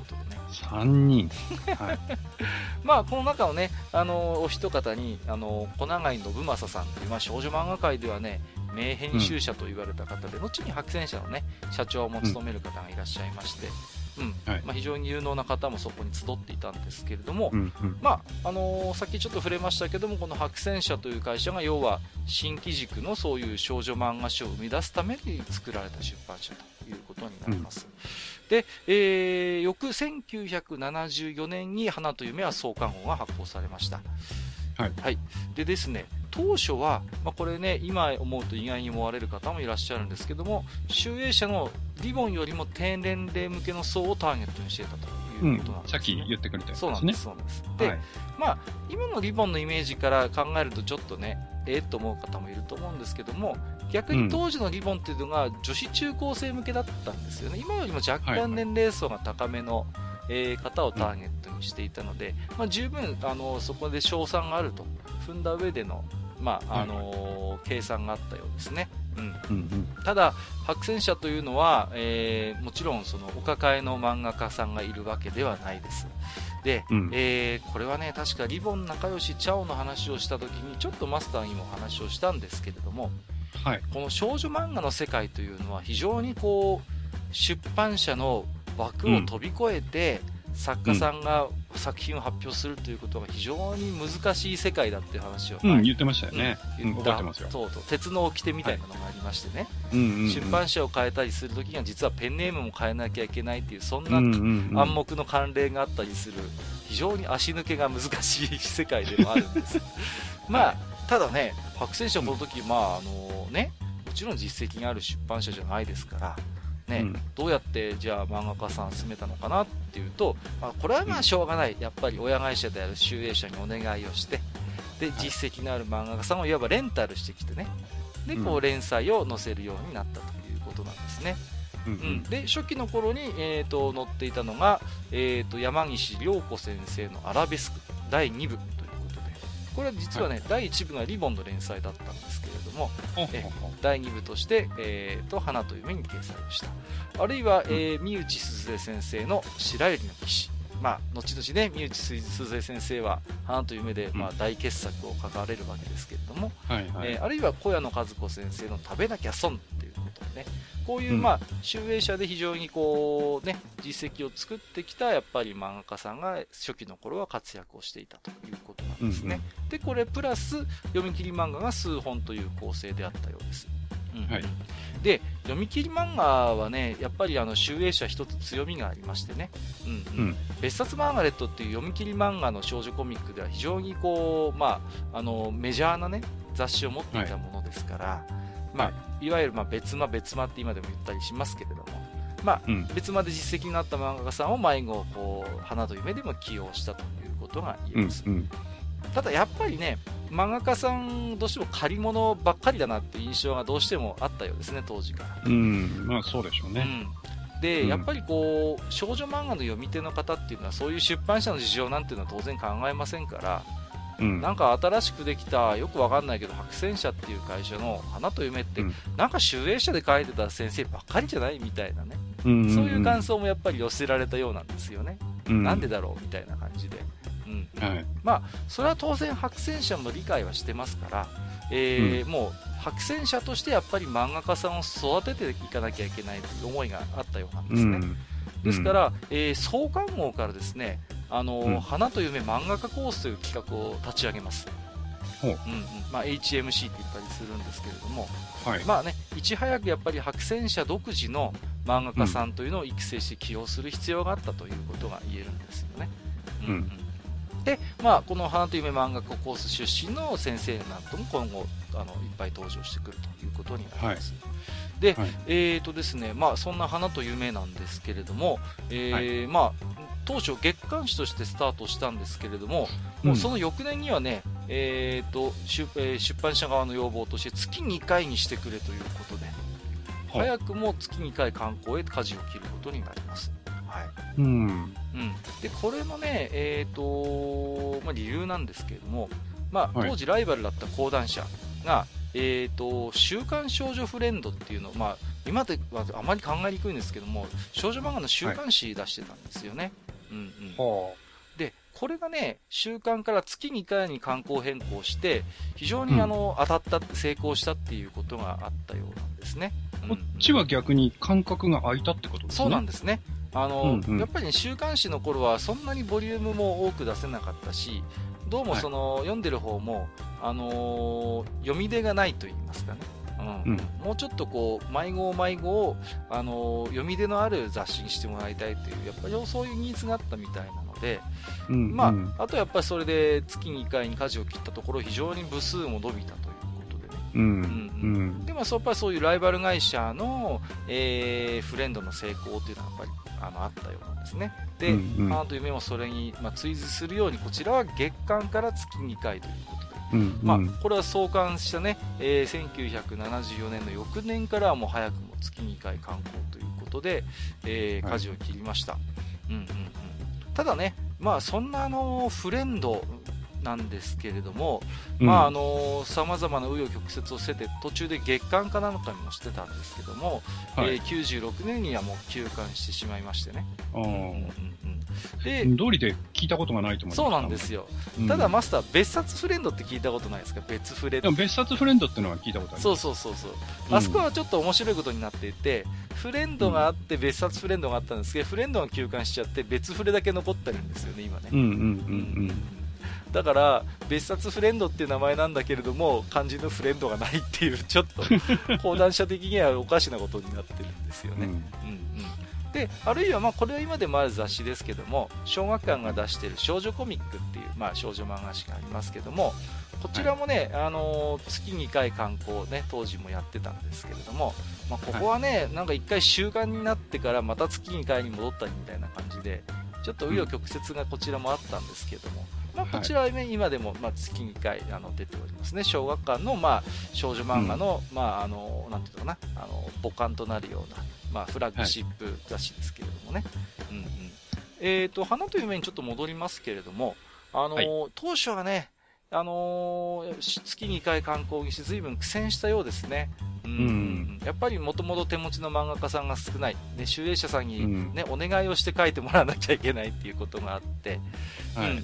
さんにん。はい。 まあ、この中のね、あの、お一方に、あの、小永井信正さんという、まあ、少女漫画界ではね、名編集者と言われた方で、うん、後に白戦車のね、社長も務める方がいらっしゃいまして、うん、はい、まあ、非常に有能な方もそこに集っていたんですけれども、うんうん、まあ、あのー、さっきちょっと触れましたけども、この白戦車という会社が、要は、新機軸のそういう少女漫画誌を生み出すために作られた出版社ということになります。うん、で、えー、翌せんきゅうひゃくななじゅうよねんに花と夢は創刊号が発行されました。はい。はい。でですね、当初は、まあ、これね、今思うと意外に思われる方もいらっしゃるんですけども、集英社のリボンよりも低年齢向けの層をターゲットにしていたということなんですね。うん、 さっき言ってくれたやつですね。 そうなんです、そうなんです。で、はい、まあ、今のリボンのイメージから考えるとちょっとね、ええー、と思う方もいると思うんですけども、逆に当時のリボンっていうのが女子中高生向けだったんですよね。今よりも若干年齢層が高めの、はいはいえー、方をターゲットにしていたので、うんまあ、十分あのそこで賞賛があると踏んだ上での、まああのー、計算があったようですね。うんうんうん、ただ白戦車というのは、えー、もちろんそのお抱えの漫画家さんがいるわけではないです。で、うんえー、これはね確かリボン仲良しチャオの話をした時にちょっとマスターにも話をしたんですけれども、はい、この少女漫画の世界というのは非常にこう出版社の枠を飛び越えて、うん、作家さんが作品を発表するということが非常に難しい世界だっていう話を、 うん、言ってましたよね、うん、覚えてますよ。 そうそう鉄の掟みたいなのがありましてね、はいうんうんうん、出版社を変えたりするときには実はペンネームも変えなきゃいけないっていうそんな暗黙の慣例があったりする非常に足抜けが難しい世界でもあるんですまあただね白戦車この時、うん、まああのねもちろん実績がある出版社じゃないですからねうん、どうやってじゃあ漫画家さん進めたのかなっていうと、まあ、これはまあしょうがない、やっぱり親会社である集英社にお願いをしてで実績のある漫画家さんをいわばレンタルしてきてねでこう連載を載せるようになったということなんですね、うんうん、で初期の頃に、えー、と載っていたのが、えー、と山岸涼子先生のアラベスクだいにぶということでこれは実はね、はい、だいいちぶがリボンの連載だったんですけれどもえだいにぶとして、えー、と花と夢に掲載をしたあるいは、えー、三内鈴江先生の白百合の騎士まあ後々ね三内鈴江先生は花と夢で、まあ、大傑作を書かれるわけですけれども、はいはいえー、あるいは小谷野和子先生の食べなきゃ損ということでねこういう、まあ、集英社で非常にこうね実績を作ってきたやっぱり漫画家さんが初期の頃は活躍をしていたということなんですね、うんうん、でこれプラス読み切り漫画が数本という構成であったようです、うんはい、で読み切り漫画はねやっぱりあの集英社一つ強みがありましてね、うんうんうん、別冊マーガレットっていう読み切り漫画の少女コミックでは非常にこう、まあ、あのメジャーなね雑誌を持っていたものですから、はいまあ、いわゆるまあ別間別間って今でも言ったりしますけれども、まあうん、別間で実績になった漫画家さんを迷子こう花と夢でも起用したということが言えます、うんうん、ただやっぱりね漫画家さんどうしても借り物ばっかりだなっていう印象がどうしてもあったようですね当時からうんまあそうでしょうね、 うんで、うん、やっぱりこう少女漫画の読み手の方っていうのはそういう出版社の事情なんていうのは当然考えませんからうん、なんか新しくできたよくわかんないけど白戦社っていう会社の花と夢って、うん、なんか集英社で書いてた先生ばっかりじゃないみたいなね、うんうんうん、そういう感想もやっぱり寄せられたようなんですよね、うん、なんでだろうみたいな感じで、うんはい、まあそれは当然白戦社も理解はしてますから、えーうん、もう白戦社としてやっぱり漫画家さんを育てていかなきゃいけないという思いがあったようなんですね、うん、ですから、えー、創刊号からですねあの、うん、花と夢漫画家コースという企画を立ち上げます、うんうんまあ、エイチエムシー って言ったりするんですけれども、はいまあね、いち早くやっぱり白戦社独自の漫画家さんというのを育成して起用する必要があったということが言えるんですよね、うんうんでまあ、この花と夢漫画家コース出身の先生なんとも今後あのいっぱい登場してくるということになります、はいではいえーとですねまあ、そんな花と夢なんですけれども、えーはいまあ当初月刊誌としてスタートしたんですけれども、うん、もうその翌年にはね、えーと 出, えー、出版社側の要望として月にかいにしてくれということで、はい、早くも月にかい刊行へ舵を切ることになります、はいうんうん、でこれのね、えーとまあ、理由なんですけれども、まあ、当時ライバルだった講談社が、えーと週刊少女フレンドっていうのを、まあ、今ではあまり考えにくいんですけども少女漫画の週刊誌出してたんですよね、はいうんうん。はあ。で、これがね、週刊から月にかいに刊行変更して、非常にあの、うん、当たった、成功したっていうことがあったようなんですね。 こっちは逆に間隔が空いたってことですね。 そうなんですね。あの、うんうん、やっぱりね、週刊誌の頃はそんなにボリュームも多く出せなかったし、どうもその、はい、読んでる方も、あのー、読み出がないと言いますかね。うんうん、もうちょっとこう、毎号毎号、あのー、読み出のある雑誌にしてもらいたいという、やっぱりそういうニーズがあったみたいなので、うんうん、まあ、あとやっぱりそれで月にいっかいに舵を切ったところ、非常に部数も伸びたということでね。うんうんうん、で、まあ、やっぱりそういうライバル会社の、えー、フレンドの成功というのはやっぱりあのあったようなんですね。で、うんうん、花と夢もそれに、まあ、追随するように、こちらは月間から月にかいということで、うんうん、まあ、これは創刊したね、えー、せんきゅうひゃくななじゅうよねんの翌年からはもう早くも月にかい刊行ということで、えー、舵を切りました。はい、うんうんうん、ただね、まあ、そんなあのフレンドなんですけれども、うん、まああのさまざまな紆余曲折を経て途中で月刊かなんかにもしてたんですけども、はい、えー、きゅうじゅうろくねんにはもう休刊してしまいましてね。うんうんうん、 で通りで聞いたことがないと思います。 そうなんですよ、うん、ただマスター別冊フレンドって聞いたことないですか？別フレ。 でも別冊フレンドってのは聞いたことある。 そうそうそうそう、うん、あそこはちょっと面白いことになっていて、フレンドがあって別冊フレンドがあったんですけど、フレンドが休刊しちゃって別フレだけ残ってるんですよね今ね。うんうんうんうん、だから別冊フレンドっていう名前なんだけれども肝心のフレンドがないっていう、ちょっと講談社的にはおかしなことになってるんですよね。うんうんうん、であるいはまあこれは今でもある雑誌ですけども、小学館が出している少女コミックっていう、まあ、少女漫画誌がありますけども、こちらもね、はい、あのー、月にかい刊行ね当時もやってたんですけれども、まあ、ここはね、はい、なんかいっかい週刊になってからまた月にかいに戻ったりみたいな感じで、ちょっと紆余曲折がこちらもあったんですけれども、まあ、こちらは、ね、はい、今でもまあ月にかいあの出ておりますね。小学館のまあ少女漫画の、うん、まああのなんていうのかな、あの母艦となるような、まあ、フラッグシップ雑誌ですけれどもね。はい、うんうん、えーと花という夢にちょっと戻りますけれども、あの、はい、当初はね、あのー、月にかい刊行にして随分苦戦したようですね。うん、うん、やっぱりもともと手持ちの漫画家さんが少ない、ね、集英社さんに、ね、うん、お願いをして書いてもらわなきゃいけないっていうことがあって、はい、うんうんうん、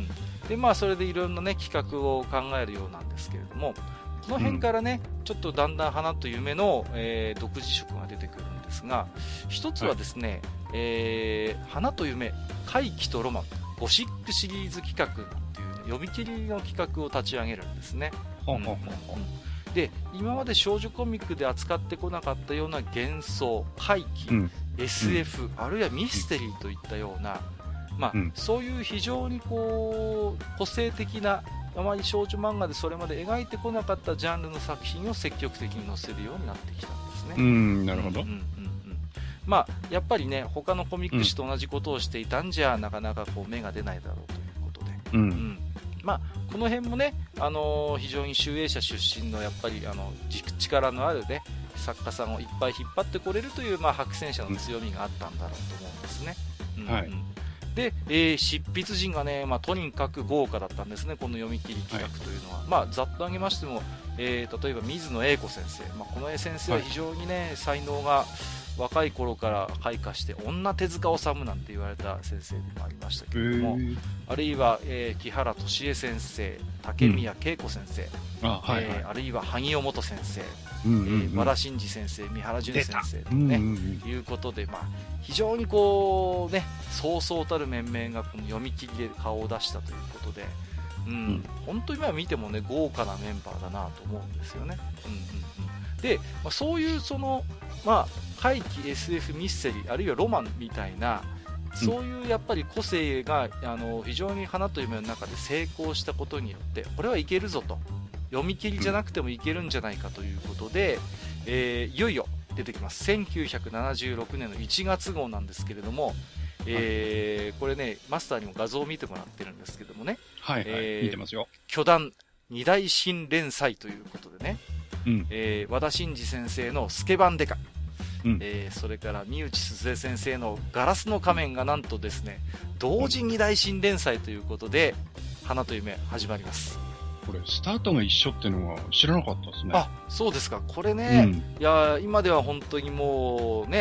でまあそれでいろんなね企画を考えるようなんですけれども、この辺からね、うん、ちょっとだんだん花と夢の、えー、独自色が出てくるんですが、一つはですね、はい、えー、花と夢怪奇とロマンゴシックシリーズ企画っていう、ね、読み切りの企画を立ち上げるんですね。うんうんうん、で今まで少女コミックで扱ってこなかったような幻想、怪奇、うん、エスエフ、うん、あるいはミステリーといったような、まあうん、そういう非常にこう個性的な、あまり少女漫画でそれまで描いてこなかったジャンルの作品を積極的に載せるようになってきたんですね。 うん、なるほど。うんうんうん、 まあ、やっぱりね他のコミック誌と同じことをしていたんじゃ、うん、なかなかこう芽が出ないだろうということで、うんうん、まあ、この辺もね、あのー、非常に集英社出身のやっぱりあの力のある、ね、作家さんをいっぱい引っ張ってこれるという、まあ、白戦車の強みがあったんだろうと思うんですね。うんうん、はい、で、えー、執筆陣がね、まあ、とにかく豪華だったんですね、この読み切り企画というのは。はい、まあ、ざっと挙げましても、えー、例えば水野英子先生、まあ、この先生は非常にね、はい、才能が若い頃から開花して女手塚治虫なんて言われた先生でもありましたけれども、あるいは、えー、木原俊恵先生、竹宮恵子先生、うん、あ, はいはい、えー、あるいは萩尾元先生、うんうんうん、えー、和田真二先生、三原淳先生とね、うんうんうん、いうことで、まあ、非常にこうねそうそうたる面々がこの読み切りで顔を出したということで、うんうん、本当に今見てもね豪華なメンバーだなと思うんですよね。うんうんうん、で、まあ、そういうそのまあ怪奇 エスエフ ミステリーあるいはロマンみたいなそういうやっぱり個性があの非常に花と夢の中で成功したことによってこれはいけるぞと読み切りじゃなくてもいけるんじゃないかということで、えー、いよいよ出てきます。せんきゅうひゃくななじゅうろくねんのいちがつ号なんですけれども、えー、これねマスターにも画像を見てもらってるんですけどもね、 はいはい、えー、見てますよ。 巨弾二大新連載ということでね、うん、えー、和田真二先生のスケバンデカ、うん、えー、それから三内鈴江先生のガラスの仮面がなんとですね同時二大新連載ということで花と夢始まります。 これスタートが一緒っていうのは知らなかったですね。 あ、そうですか。これね、うん、いや今では本当にもうね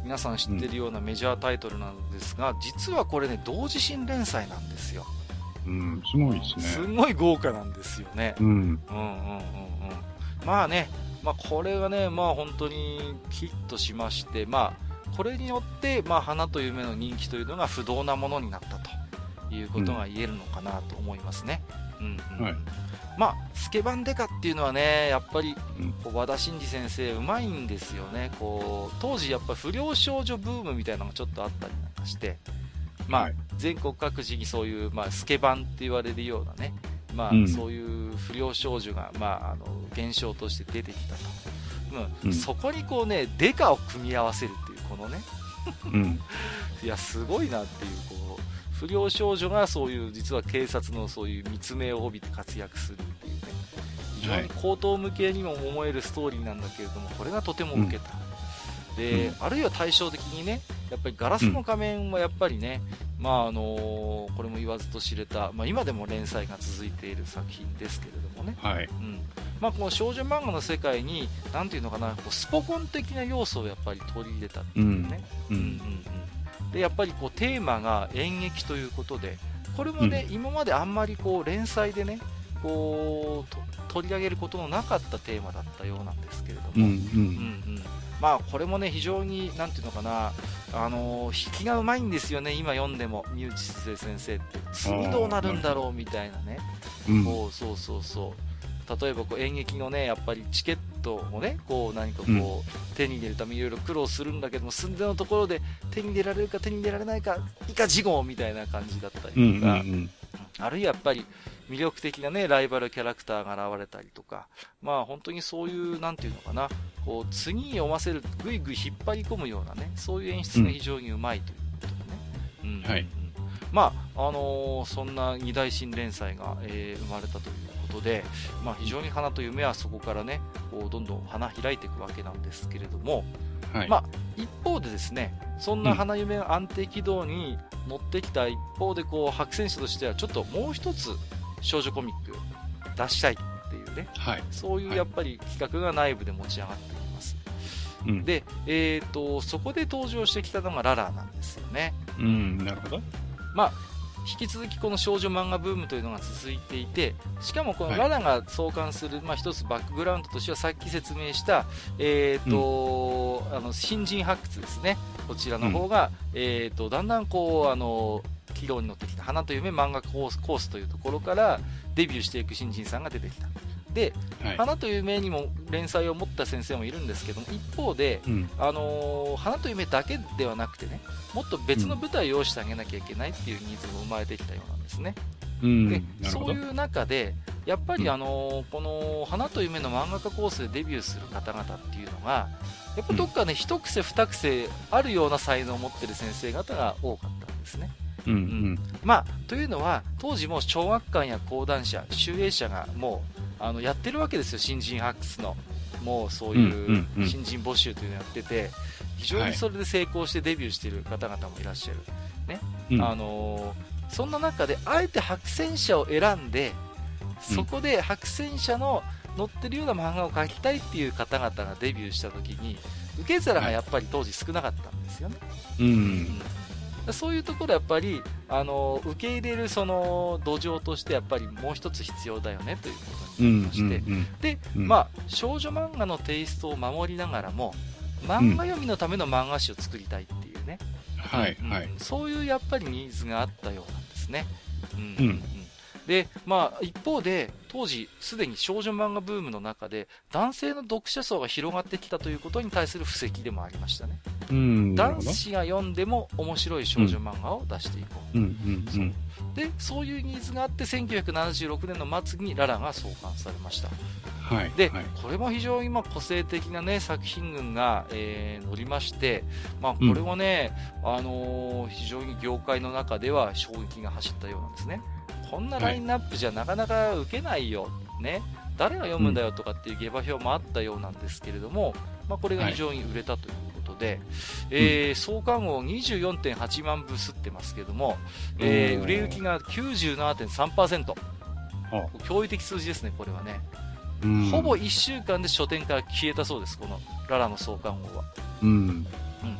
皆さん知ってるようなメジャータイトルなんですが、実はこれね、同時進連載なんですよ。 うん、すごいですね。 すごい豪華なんですよね。うん。うんうんうんうん。まあね、まあこれがね、まあ本当にヒットしまして、まあこれによって、まあ花と夢の人気というのが不動なものになったということが言えるのかなと思いますね。うん、うん、はい。まあスケバンデカっていうのはね、やっぱり、こう和田真二先生うまいんですよね。こう当時やっぱ不良少女ブームみたいなのがちょっとあったりなんかして、まあ、全国各地にそういう、まあ、スケバンって言われるようなね、まあ、うん、そういう不良少女が、まあ、あの現象として出てきたと、うんうん、そこにこうねデカを組み合わせるっていうこのね、うん、いやすごいなっていう、こう不良少女がそういう実は警察のそういう密命を帯びて活躍するっていうね、非常に高等向けにも思えるストーリーなんだけれども、これがとても受けた、うん、で、うん、あるいは対照的にね、やっぱりガラスの仮面はやっぱりね、うん、まああのー、これも言わずと知れた、まあ、今でも連載が続いている作品ですけれどもね、はい、うん、まあ、この少女漫画の世界になんていうのかな、こうスポコン的な要素をやっぱり取り入れたっていうね、うんうんうんうん、でやっぱりこうテーマが演劇ということで、これもね、うん、今まであんまりこう連載でねこう取り上げることのなかったテーマだったようなんですけれども、うんうんうんうん、まあこれもね非常になんていうのかな、あのー、引きがうまいんですよね。今読んでも三内静先生って次どうなるんだろうみたいなね、うん、こうそうそうそう例えばこう演劇のねやっぱりチケットをねこう何かこう、うん、手に入れるためにいろいろ苦労するんだけども、寸前のところで手に入れられるか手に入れられないか以下事後みたいな感じだったりとか、うんうんうん、あるいはやっぱり魅力的なねライバルキャラクターが現れたりとか、まあ本当にそういうなんていうのかな、こう次に読ませるぐいぐい引っ張り込むようなねそういう演出が非常にうまいということでね、うんうんうん、はい、まああのー、そんな二大新連載が、えー、生まれたということで、まあ、非常に花と夢はそこからねこうどんどん花開いていくわけなんですけれども、はい、まあ一方でですね、そんな花夢が安定軌道に乗ってきた一方でこう白戦士としてはちょっともう一つ少女コミック出したいっていうね、はい、そういうやっぱり企画が内部で持ち上がっています、うん、で、えーと、そこで登場してきたのがララなんですよね。 うん、なるほど。 まあ引き続きこの少女漫画ブームというのが続いていて、しかもこのララが創刊する、はい、まあ、一つバックグラウンドとしてはさっき説明した、えーとうん、あの新人発掘ですね、こちらの方が、うん、えーとだんだんこうあの軌道に乗ってきた花と夢漫画コース、コースというところからデビューしていく新人さんが出てきた。で、はい、花と夢にも連載を持った先生もいるんですけども、一方で、うん、あのー、花と夢だけではなくてね、もっと別の舞台を用意してあげなきゃいけないっていうニーズも生まれてきたようなんですね、うん、でそういう中でやっぱり、あのー、この花と夢の漫画家コースでデビューする方々っていうのがやっぱどっかね、うん、一癖二癖あるような才能を持ってる先生方が多かったんですね。うんうん、まあというのは当時も小学館や講談社、集英社がもうあのやってるわけですよ。新人発掘のもうそういう新人募集というのをやってて、非常にそれで成功してデビューしている方々もいらっしゃる、ね、うん、あのー、そんな中であえて白戦車を選んで、そこで白戦車の載ってるような漫画を描きたいっていう方々がデビューした時に受け皿がやっぱり当時少なかったんですよね、うんうんうん、そういうところやっぱり、あのー、受け入れるその土壌としてやっぱりもう一つ必要だよねということになりまして、うんうんうん、で、まあ少女漫画のテイストを守りながらも漫画読みのための漫画誌を作りたいっていうね、うん、はいはい、そういうやっぱりニーズがあったようなんですね、うんうんうん、で、まあ、一方で当時すでに少女漫画ブームの中で男性の読者層が広がってきたということに対する布石でもありましたね。うん、男子が読んでも面白い少女漫画を出していこう、うんうんうんうん、でそういうニーズがあってせんきゅうひゃくななじゅうろくねんの末にララが創刊されました。はい、で、はい、これも非常にまあ個性的な、ね、作品群が、えー、乗りまして、まあ、これもね、うん、あのー、非常に業界の中では衝撃が走ったようなんですね。こんなラインナップじゃなかなか受けないよ、ね、誰が読むんだよとかっていう下馬評もあったようなんですけれども、まあ、これが非常に売れたということで、はい、えー、創刊号 にじゅうよんてんはちまんぶ刷ってますけども、えー、売れ行きが きゅうじゅうななてんさんパーセント、 驚異的数字ですね。これはね、ほぼいっしゅうかんで書店から消えたそうです、このララの創刊号は、うんうん、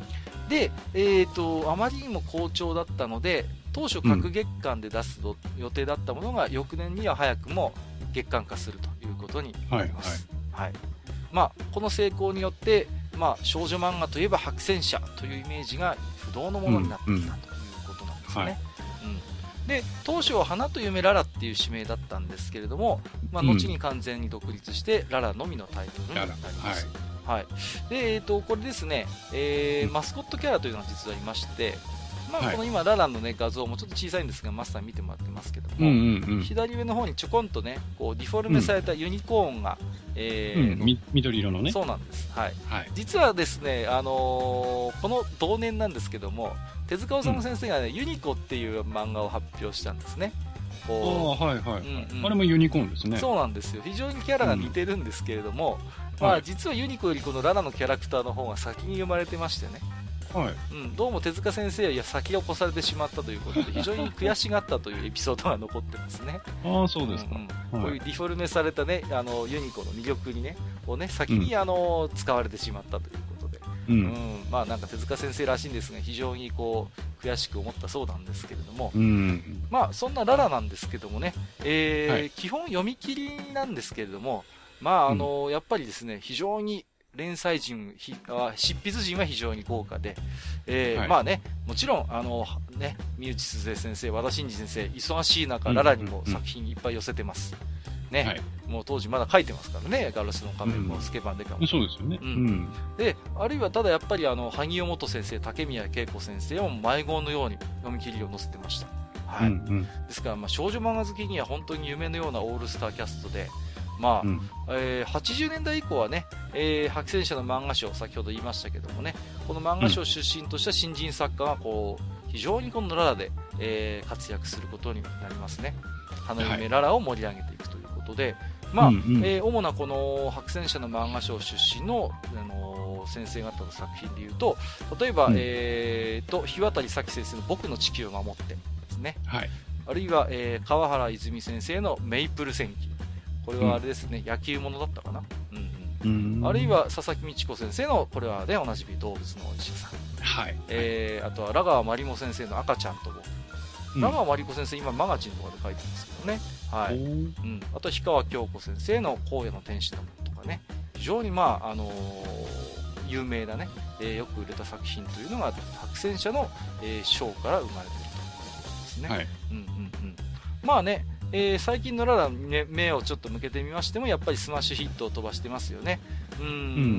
で、えーと、あまりにも好調だったので、当初各月間で出す予定だったものが、翌年には早くも月間化するということになります。はい、はい。まあ、この成功によって、まあ、少女漫画といえば白戦車というイメージが不動のものになってきたということなんですね。うんうんはいうん、で当初は花と夢ララっていう指名だったんですけれども、まあ、後に完全に独立してララのみのタイトルになります。はい、でえー、とこれですね、えー、マスコットキャラというのが実はありまして、まあ、この今ララの、ね、画像もちょっと小さいんですがマスター見てもらってますけども、うんうんうん、左上の方にちょこんとねこうディフォルメされたユニコーンが、うんえーうん、緑色のねそうなんです、はいはい、実はですね、あのー、この同年なんですけども手塚治虫先生が、ねうん、ユニコっていう漫画を発表したんですね。 こうあ,、はいはいはいうんうん、あれもユニコーンですね。 そうなんですよ。非常にキャラが似てるんですけれども、うんまあ、実はユニコよりこのララのキャラクターの方が先に生まれてましてね、はいうん、どうも手塚先生はいや先を越されてしまったということで非常に悔しがったというエピソードが残ってますね。 ああそうですか、 うんうんはい、こういうディフォルメされた、ね、あのユニコの魅力にねをね先に、うん、あの使われてしまったということで、うんうんまあ、なんか手塚先生らしいんですが非常にこう悔しく思ったそうなんですけれども、うんまあ、そんなララなんですけどもね、えーはい、基本読み切りなんですけれども、まああのうん、やっぱりですね非常に連載陣、執筆陣は非常に豪華で、えーはい、まあね、もちろん、あの、ね、三内鈴江先生、和田真二先生、忙しい中、うん、ララにも作品いっぱい寄せてます。ね、はい、もう当時まだ書いてますからね、ガラスの仮面もスケバンデカも、 うん。そうですよね。うん。 で、あるいはただやっぱり、あの、萩尾元先生、竹宮恵子先生も迷子のように読み切りを載せてました。はい。うんうん、ですから、まあ、少女漫画好きには本当に夢のようなオールスターキャストで、まあうんえー、はちじゅうねんだい以降はね、えー、白戦車の漫画賞先ほど言いましたけどもねこの漫画賞出身とした新人作家がこう非常にこのララで、えー、活躍することになりますね。花嫁ララを盛り上げていくということで、はいまあうんうんえー、主なこの白戦車の漫画賞出身の、あのー、先生方の作品でいうと例えば、うんえー、と日渡咲先生の僕の地球を守ってですね、はい、あるいは、えー、川原泉先生のメイプル戦記これはあれですね、うん、野球ものだったかな、うんうん、あるいは佐々木美智子先生のこれはねおなじみ動物のお医者さん、はいえー、あとは良川まりも先生の赤ちゃんと僕、うん、良川まりこ先生今マガジンとかで書いてますけどね、はいうん、あとは氷川京子先生の荒野の天使のとかね非常にまあ、あのー、有名なね、えー、よく売れた作品というのが白戦車の、えー、賞から生まれているということですね、はいうんうんうん、まあねえー、最近のララに、ね、目をちょっと向けてみましてもやっぱりスマッシュヒットを飛ばしてますよね。うん、うん、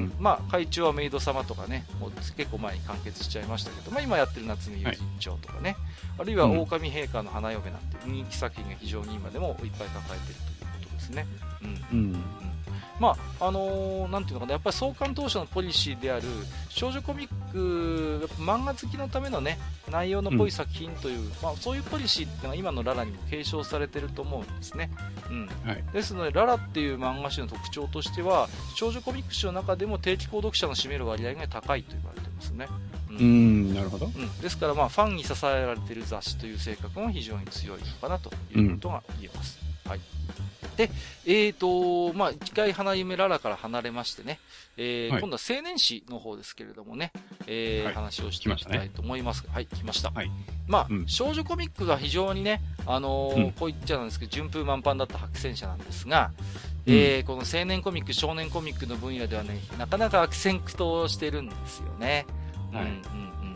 まあ会長はメイド様とかねもう結構前に完結しちゃいましたけど、まあ、今やってる夏目友人帳とかね、はい、あるいは狼陛下の花嫁なんて人気作品が非常に今でもいっぱい抱えているということですね。うん、うんうんまああのー、なんていうのかなやっぱり創刊当初のポリシーである少女コミック漫画好きのためのね内容の濃い作品という、うんまあ、そういうポリシーっていうのは今のララにも継承されていると思うんですね、うんはい、ですのでララっていう漫画誌の特徴としては少女コミック誌の中でも定期購読者の占める割合が高いと言われていますね。 うん、うんなるほど、 うん、ですからまあファンに支えられている雑誌という性格も非常に強いのかなということが言えます、うん、はいで、えーと、まあ、一回花夢ララから離れましてね、えーはい、今度は青年誌の方ですけれどもね、えーはい、話をしていきたいと思いますが、はい、来ました。はい、まあ、うん、少女コミックが非常にね、あのーうん、こう言っちゃなんですけど、順風満帆だった白戦車なんですが、うん、えー、この青年コミック、少年コミックの分野ではね、なかなか悪戦苦闘してるんですよね。はい、うんうんうん。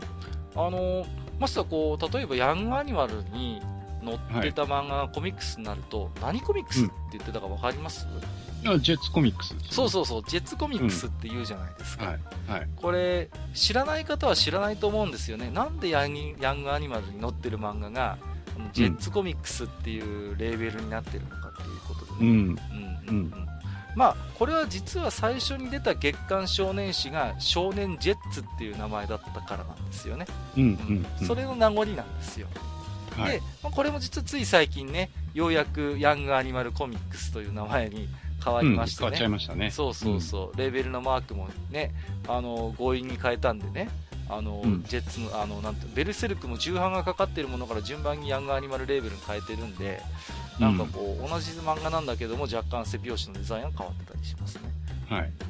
あのー、まさかこう、例えばヤングアニマルに、載ってた漫画がコミックスになると、はい、何コミックスって言ってたか分かります？ うん、ジェッツコミックスです、ね、 そうそうそうジェッツコミックスって言うじゃないですか、うんはいはい、これ知らない方は知らないと思うんですよね。なんでヤング、ヤングアニマルに載ってる漫画がジェッツコミックスっていうレーベルになってるのかっていうことでね、うんうんうんうん、まあこれは実は最初に出た月刊少年誌が少年ジェッツっていう名前だったからなんですよね、うんうんうん、それの名残なんですよ。はい、でこれも実はつい最近ねようやくヤングアニマルコミックスという名前に変わりましてね、うん、変わっちゃいましたね。そうそうそう、うん、レーベルのマークもねあの強引に変えたんでねあの、うん、ジェッツのあのなんてベルセルクも重版がかかっているものから順番にヤングアニマルレーベルに変えてるんでなんかこう、うん、同じ漫画なんだけども若干背表紙のデザインが変わってたりしますね。はい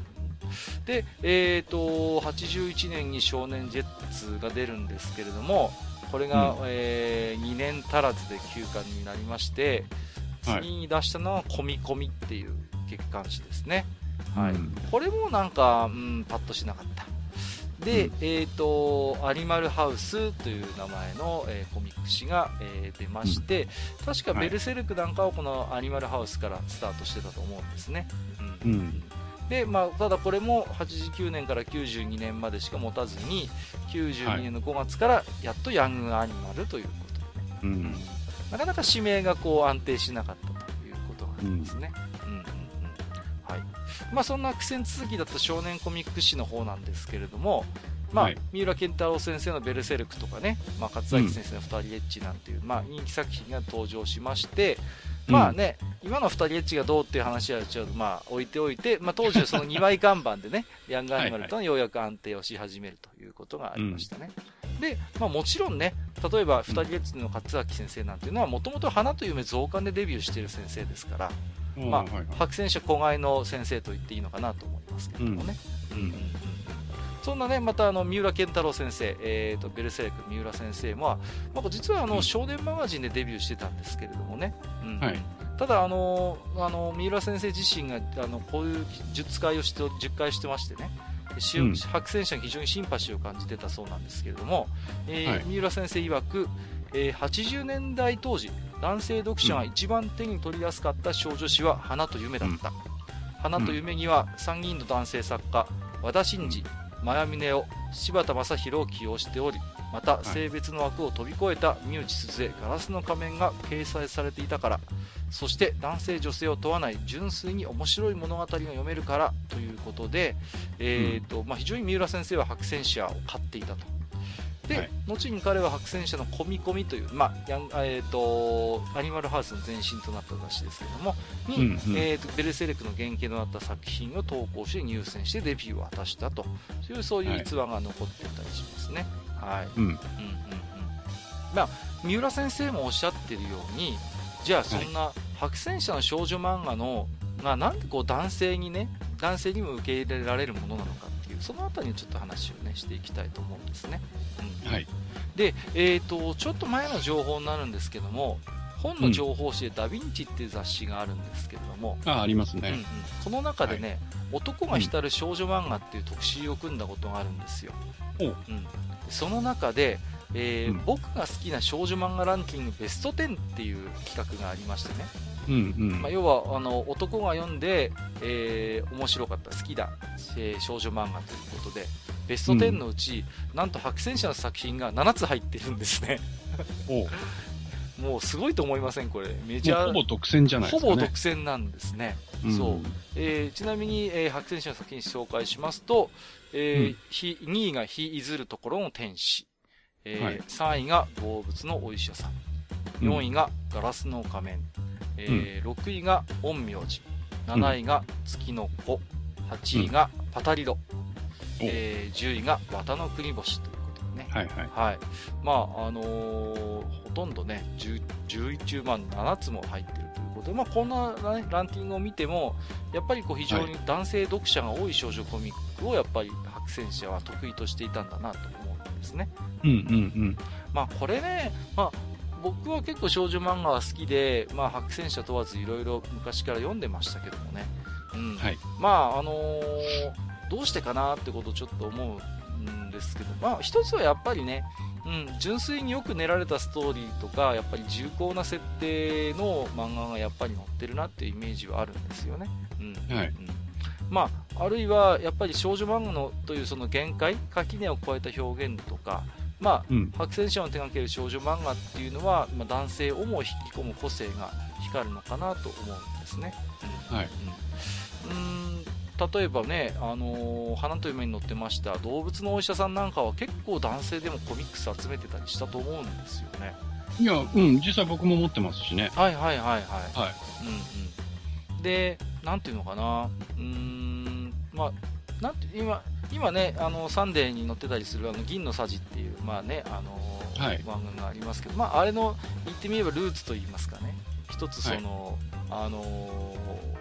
で、えっと、はちじゅういちねんに少年ジェッツが出るんですけれども、これが、うん、えー、にねん足らずできゅうかんになりまして、次に出したのはコミコミっていう月刊誌ですね。はい。うん、これもなんか、うん、パッとしなかった。で、うん、えっと、アニマルハウスという名前の、えー、コミック誌が、えー、出まして、うん、確かベルセルクなんかはこのアニマルハウスからスタートしてたと思うんですね。うん。うん、で、まあ、ただこれもはちじゅうきゅうねんからきゅうじゅうにねんまでしか持たずに、きゅうじゅうにねんのごがつからやっとヤングアニマルということでね。うん、なかなか指名がこう安定しなかったということがありますね。うん、うん、うん。はい。まあ、そんな苦戦続きだった少年コミック誌の方なんですけれども、まあ、はい、三浦健太郎先生のベルセルクとかね、まあ、勝明先生のふたりエッチなんていう、うん、まあ、人気作品が登場しまして、まあね、うん、今のふたりエッチがどうっていう話はちょっとまあ置いておいて、まあ、当時はそのにまい看板でね、ヤングアニマルとはようやく安定をし始めるということがありましたね。うん、で、まあ、もちろんね、例えばふたりエッチの勝明先生なんていうのは、もともと花と夢増刊でデビューしている先生ですから、まあ、はいはい、白戦車子飼いの先生と言っていいのかなと思いますけどもね。うんうんうん、そんなね、またあの三浦健太郎先生、えーと、ベルセルク三浦先生も、まあ、実はあの、うん、少年マガジンでデビューしてたんですけれどもね。うんはい、ただあのあの三浦先生自身があのこういう術会をしてじゅっかいしてましてね、うん、白戦車に非常にシンパシーを感じてたそうなんですけれども、えーはい、三浦先生曰く、えー、はちじゅうねんだい当時男性読者が一番手に取りやすかった少女誌は花と夢だった、うん、花と夢には参議院の男性作家和田真二、真矢峰夫、柴田正宏を起用しており、また性別の枠を飛び越えた三内鈴江ガラスの仮面が掲載されていたから、そして男性女性を問わない純粋に面白い物語が読めるからということで、えーとまあ、非常に三浦先生は白戦車を買っていたと。で、はい、後に彼は白戦車のコミコミという、まあやんえー、とアニマルハウスの前身となった雑誌ですけれどもに、うんうんえー、とベルセルクの原型となった作品を投稿して入選してデビューを果たしたというそういう逸話が残っていたりしますね。はい、うんうんうんうんまあ、三浦先生もおっしゃってるように、じゃあそんな白戦車の少女漫画のがなんでこう男性にね男性にも受け入れられるものなのかっていうそのあたりにちょっと話をねしていきたいと思うんですね。うん、はい。で、えーと、ちょっと前の情報になるんですけども、本の情報誌でダヴィンチっていう雑誌があるんですけれども、 あ、ありますね。 うんうん、この中でね、はい、男が浸る少女漫画っていう特集を組んだことがあるんですよ。うん、その中で、えーうん、僕が好きな少女漫画ランキングベストじゅうっていう企画がありましてね、うんうんまあ、要はあの男が読んで、えー、面白かった好きだ、えー、少女漫画ということでベストじゅうのうち、うん、なんと白戦車の作品がななつ入ってるんですねおもうすごいと思いませんこれメジャーほぼ独占じゃないですかね。 ほぼ独占なんですね、うん、そう、えー、ちなみに、えー、白戦車の作品紹介しますと、えーうん、にいが日いずるところの天使、えーはい、さんいが動物のお医者さん、よんいがガラスの仮面、えーうん、ろくいが陰陽師、なないが月の子、はちいがパタリロ、うんえー、じゅういが綿の国星ということでね、はいはいはい、まああのー、ほとんどねじゅういちまんななつも入っているということで、まあ、こんな、ね、ランキングを見てもやっぱりこう非常に男性読者が多い少女コミックをやっぱり白戦車は得意としていたんだなと思うんですね。うんうんうんまあこれね、まあ僕は結構少女漫画は好きで、まあ、白戦車問わずいろいろ昔から読んでましたけどもね、うんはい、まああのー、どうしてかなってことをちょっと思うんですけど、まあ一つはやっぱりね、うん、純粋によく練られたストーリーとかやっぱり重厚な設定の漫画がやっぱり載ってるなっていうイメージはあるんですよね、うんはいうん、まああるいはやっぱり少女漫画のというその限界垣根を越えた表現とかまあうん、白戦車を手掛ける少女漫画っていうのは、まあ、男性をも引き込む個性が光るのかなと思うんですね、うんはいうん、うん例えばね、あのー、花と夢に載ってました動物のお医者さんなんかは結構男性でもコミックス集めてたりしたと思うんですよね。 いや、うん、実際僕も持ってますしね。 はいはいはいはい、はいうんうん、で、なんていうのかなうーんまあなんて今今ねあのサンデーに載ってたりするあの銀のさじっていうまあねあのーはい、漫画がありますけど、まああれの言ってみればルーツと言いますかね一つその、はい、あのー、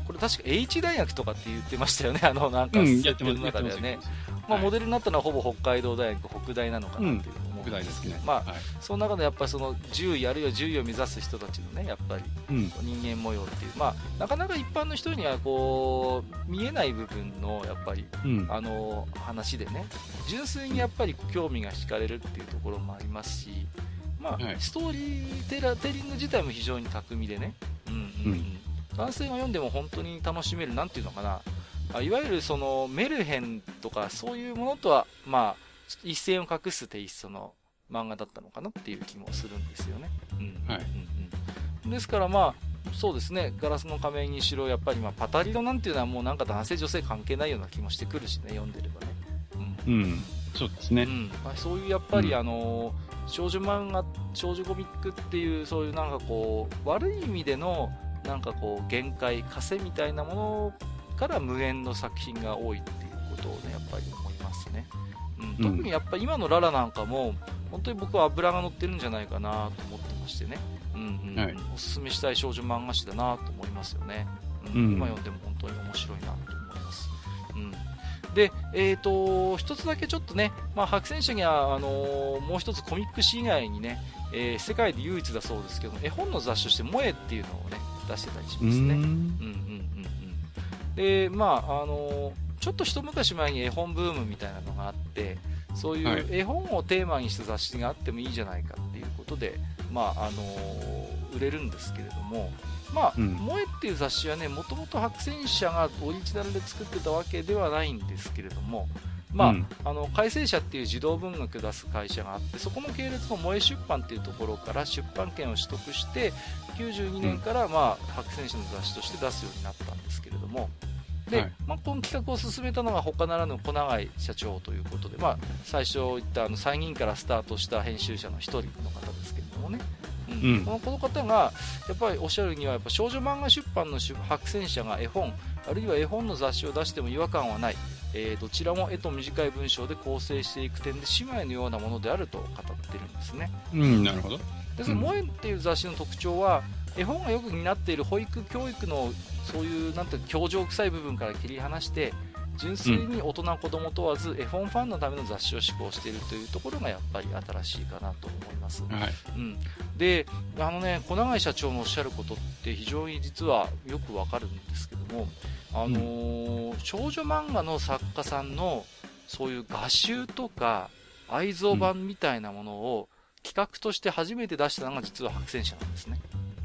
これ確か H 大学とかって言ってましたよね、あの、なんか、設定の中ではね。まあ、モデルになったのはほぼ北海道大学、北大なのかなっていう思うんですけど、まあ、その中でやっぱりその獣医あるいは獣医を目指す人たちのね、やっぱり人間模様っていう、まあ、なかなか一般の人にはこう見えない部分のやっぱり、あの話でね、純粋にやっぱり興味が惹かれるっていうところもありますし、まあ、ストーリーテラテリング自体も非常に巧みでね、うんうんうん、男性が読んでも本当に楽しめる、なんていうのかな、いわゆるそのメルヘンとかそういうものとは、まあ、一線を画すテイストの漫画だったのかなっていう気もするんですよね。うんはいうんうん、ですからまあそうですね、ガラスの仮面にしろやっぱりまあパタリロなんていうのはもうなんか男性女性関係ないような気もしてくるしね、読んでればね。 うん、うん、そうですね。 うんまあ、そういうやっぱり、うん、あの少女漫画、少女コミックっていうそういうなんかこう悪い意味でのなんかこう限界、枷みたいなものから無縁の作品が多いっていうことをね、やっぱり思いますね。うん、特にやっぱり今のララなんかも本当に僕は脂が乗ってるんじゃないかなと思ってましてね、うんうんはい、おすすめしたい少女漫画誌だなと思いますよね、うんうん、今読んでも本当に面白いなと思います、うん、で、えーと一つだけちょっとね、まあ、白戦車にはあのー、もう一つコミック誌以外にね、えー、世界で唯一だそうですけど絵本の雑誌として萌えっていうのをね出してたりしますね。うんうんうんうんでまああのー、ちょっと一昔前に絵本ブームみたいなのがあってそういう絵本をテーマにした雑誌があってもいいじゃないかっていうことで、まああのー、売れるんですけれども、まあ、うん、萌えっていう雑誌はね、もともと白戦車がオリジナルで作ってたわけではないんですけれども、まあ、うん、あの改正社っていう児童文学を出す会社があってそこの系列の萌え出版っていうところから出版権を取得してきゅうじゅうにねんから、まあ、白戦車の雑誌として出すようになったんですけれどもで、はいまあ、この企画を進めたのが他ならぬ小永井社長ということで、まあ、最初言ったあの参議院からスタートした編集者の一人の方ですけれどもね、うんうん、このこの方がやっぱりおっしゃるにはやっぱ少女漫画出版の白戦車が絵本あるいは絵本の雑誌を出しても違和感はない、えー、どちらも絵と短い文章で構成していく点で姉妹のようなものであると語ってるんですね、 うん、なるほど。 でその萌えっていう雑誌の特徴は絵本がよく担っている保育教育のそういうなんていう教条臭い部分から切り離して純粋に大人子供問わず絵本ファンのための雑誌を施行しているというところがやっぱり新しいかなと思います、はいうん、であのね小永井社長のおっしゃることって非常に実はよくわかるんですけども、あのーうん、少女漫画の作家さんのそういう画集とか愛蔵版みたいなものを企画として初めて出したのが実は白戦車なんですね、うん、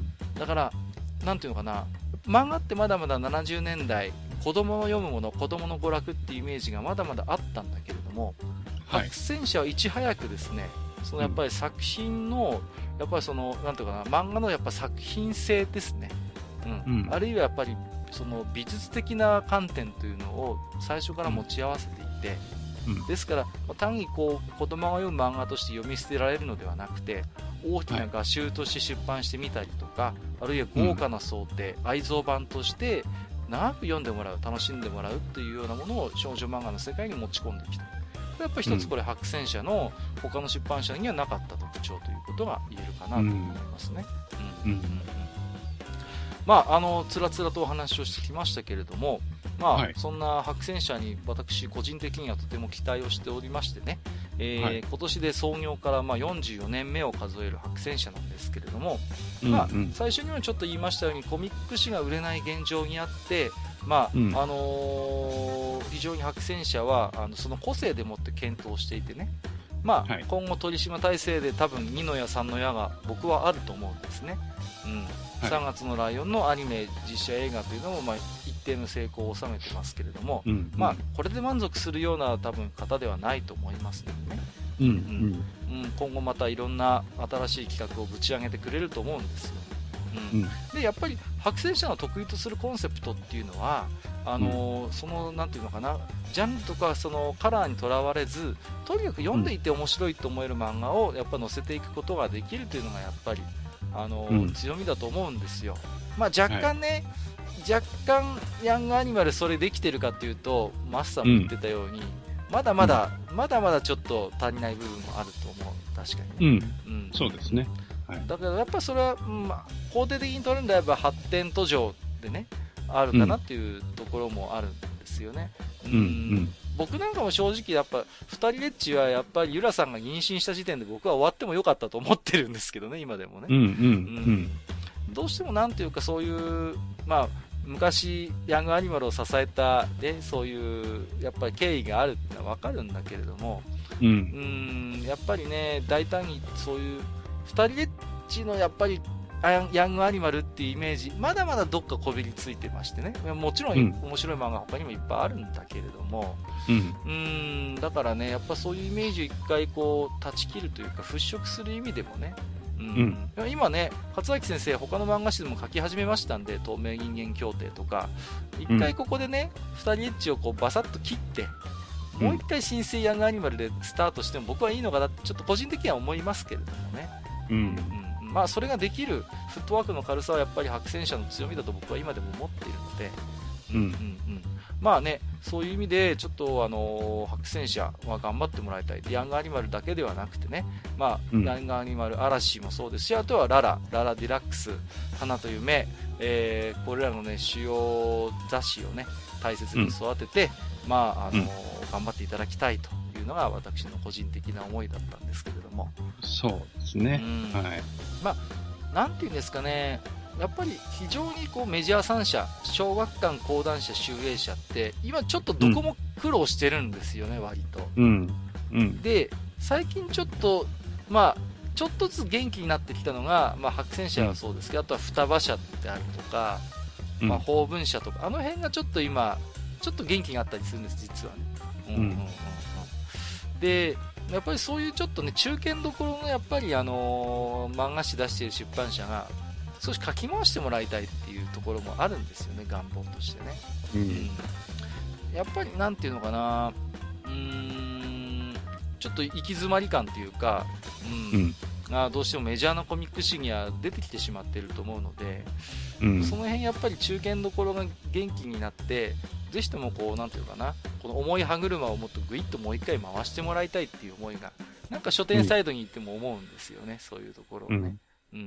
だからなんていうのかな漫画ってまだまだななじゅうねんだい子供の読むもの子供の娯楽っていうイメージがまだまだあったんだけれども、はい、白戦車はいち早くですねそのやっぱり作品の、うん、やっぱりそのなんていうかな漫画のやっぱ作品性ですね、うんうん、あるいはやっぱりその美術的な観点というのを最初から持ち合わせていて、うん、ですから単にこう子供が読む漫画として読み捨てられるのではなくて大きな画集として出版してみたりとか、はい、あるいは豪華な想定、うん、愛蔵版として長く読んでもらう楽しんでもらうというようなものを少女漫画の世界に持ち込んできた。これやっぱり一つこれ白戦車の他の出版社にはなかった特徴ということが言えるかなと思いますね、うんうんうんうん、まああのつらつらとお話をしてきましたけれどもまあはい、そんな白戦車に私個人的にはとても期待をしておりましてね、えーはい、今年で創業からまあよんじゅうよねんめを数える白戦車なんですけれども、うんうんまあ、最初にはちょっと言いましたようにコミック誌が売れない現状にあって、まあうんあのー、非常に白戦車はあのその個性でもって検討していてね、まあはい、今後取締体制で多分にの矢さんの矢が僕はあると思うんですね、うんはい、さんがつのライオンのアニメ実写映画というのもまあ一定の成功を収めてますけれども、うんうん、まあこれで満足するような多分方ではないと思いますのでね、うんうんうん、今後またいろんな新しい企画をぶち上げてくれると思うんですよ、うんうん、でやっぱり白戦車の得意とするコンセプトっていうのはあのーうん、そのなんていうのかなジャンルとかそのカラーにとらわれずとにかく読んでいて面白いと思える漫画をやっぱ載せていくことができるというのがやっぱりあのーうん、強みだと思うんですよ、まあ、若干ね、はい、若干ヤングアニマルそれできてるかっていうとマスターも言ってたように、うん、まだまだ、うん、まだまだちょっと足りない部分もあると思う確かに、ねうんうん、そうですね、 はい、だからやっぱそれは、まあ、肯定的に取るんであれば発展途上でねあるかなっていうところもあるんですよね。うん。うんうん、僕なんかも正直やっぱ、二人レッチはやっぱりユラさんが妊娠した時点で僕は終わってもよかったと思ってるんですけどね、今でもね。 うんうんうん、 どうしてもなんていうかそういう、まあ、昔ヤングアニマルを支えた、ね、そういうやっぱり経緯があるってのは分かるんだけれども、 うん、 うんやっぱりね大胆にそういう二人レッチのやっぱりヤングアニマルっていうイメージまだまだどっかこびりついてましてね、もちろん面白い漫画他にもいっぱいあるんだけれども、 うん、 うんだからねやっぱそういうイメージを一回こう断ち切るというか払拭する意味でもね、うんうん、今ね勝脇先生他の漫画誌でも書き始めましたんで、透明人間協定とか一回ここでね、うん、ふたりエッジをこうバサッと切ってもう一回新生ヤングアニマルでスタートしても僕はいいのかなってちょっと個人的には思いますけれどもね、 うんうん、まあそれができるフットワークの軽さはやっぱり白戦車の強みだと僕は今でも思っているので、うんうんうん、まあねそういう意味でちょっとあの白戦車は頑張ってもらいたい。ヤングアニマルだけではなくてね、まあ、うん、ヤングアニマル嵐もそうですし、あとはララララディラックス花と夢、えー、これらのね主要雑誌をね大切に育てて、うん、まああの、うん、頑張っていただきたいというのが私の個人的な思いだったんですけれども。 そうですね、うん、はい。 まあなんていうんですかね、やっぱり非常にこうメジャーさん社、小学館講談社、集英社って今ちょっとどこも苦労してるんですよね、うん、割と、 うんうん、 で最近ちょっとまあちょっとずつ元気になってきたのが、まあ、白戦車はそうですけど、うん、あとは双葉社であるとか、うんまあ、法文社とかあの辺がちょっと今ちょっと元気があったりするんです実はね、うんうんうんうん、でやっぱりそういうちょっとね中堅どころのやっぱりあのー、漫画誌出している出版社が少し書き回してもらいたいっていうところもあるんですよね、願望としてね、 うん、 やっぱりなんていうのかな、うーんちょっと行き詰まり感というか、うんうんあどうしてもメジャーなコミック誌には出てきてしまっていると思うので、うん、その辺やっぱり中堅どころが元気になってぜひともこうなんていうかなこの重い歯車をもっとグイッともう一回回してもらいたいっていう思いがなんか書店サイドに行っても思うんですよね、うん、そういうところをね、うんうんうんうん、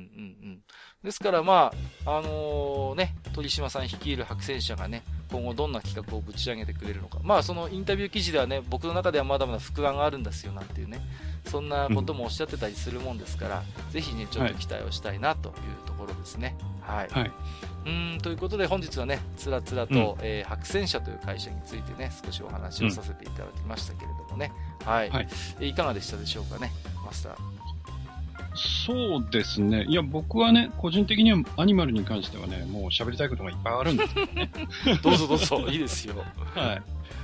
ですからまああのー、ね鳥島さん率いる白戦社がね今後どんな企画をぶち上げてくれるのか、まあそのインタビュー記事ではね僕の中ではまだまだ副案があるんですよなんていうねそんなこともおっしゃってたりするもんですから、うん、ぜひねちょっと期待をしたいなというところですね。はい。はい、うーんということで本日はねつらつらと、うんえー、白戦社という会社についてね少しお話をさせていただきましたけれどもね、うん、はい、はい、いかがでしたでしょうかねマスター。 そうですね。いや、僕はね、個人的にはアニマルに関してはね、もう喋りたいことがいっぱいあるんですけどね。 どうぞどうぞ、いいですよ。 はい。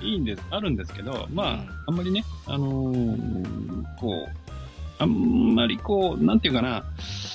いいんです、あるんですけど、まあ、うん、あんまりね、あのー、こう、あんまりこう、なんていうかな、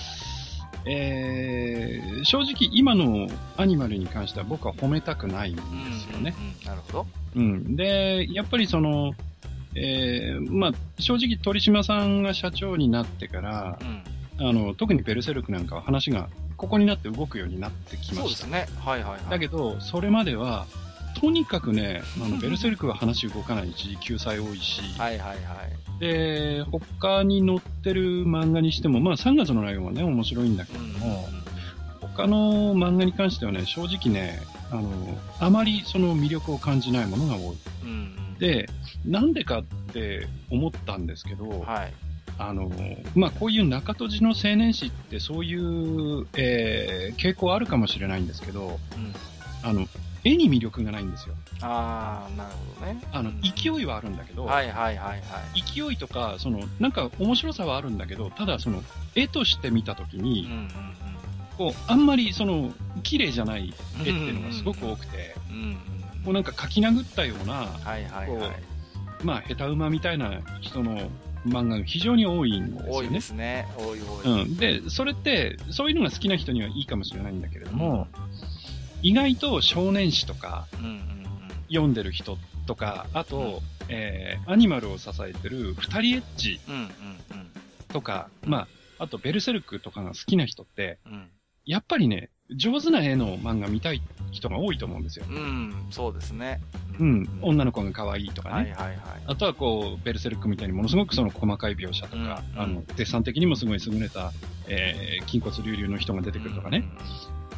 えー、正直今のアニマルに関しては僕は褒めたくないんですよね。 うんうんうん、なるほど。 うん。で、やっぱりその、えー、まあ、正直鳥島さんが社長になってから、うん、あの、特にベルセルクなんかは話がここになって動くようになってきました。そうですね。はいはいはい。 だけど、それまでは、とにかくね、あの、ベルセルクは話動かないし、救済多いし、 はいはいはい。 で、他に載ってる漫画にしても、まあさんがつのライオンはね、面白いんだけども、うんうんうん、他の漫画に関してはね、正直ね、あの、あまりその魅力を感じないものが多い。うんうんで、なんでかって思ったんですけど、はい、あの、まあ、こういう中閉じの青年誌ってそういう、えー、傾向あるかもしれないんですけど、うん、あの、絵に魅力がないんですよ。 ああ、なるほどね。 あの、勢いはあるんだけど、 はいはいはいはい。 勢いとか、その、なんか面白さはあるんだけど、ただその、絵として見たときに、うんうんうん、こう、あんまりその、綺麗じゃない絵っていうのがすごく多くて、うんうんうんもうなんか書き殴ったような、はいはいはい、こうまあ、下手馬みたいな人の漫画が非常に多いんですよね。 多いですね。多い多い。 うん。で、それって、そういうのが好きな人にはいいかもしれないんだけれども、うん、意外と少年誌とか、うんうんうん、読んでる人とか、あと、うん、えー、アニマルを支えてる二人エッジとか、うんうんうん、まあ、あとベルセルクとかが好きな人って、うん、やっぱりね、上手な絵の漫画見たい人が多いと思うんですよ。 うん、そうですね。 うん、うん、女の子が可愛いとかね。 はいはいはい。 あとはこう、ベルセルクみたいにものすごくその細かい描写とか、うん、あの、デッサン的にもすごい優れた、えー、筋骨隆々の人が出てくるとかね。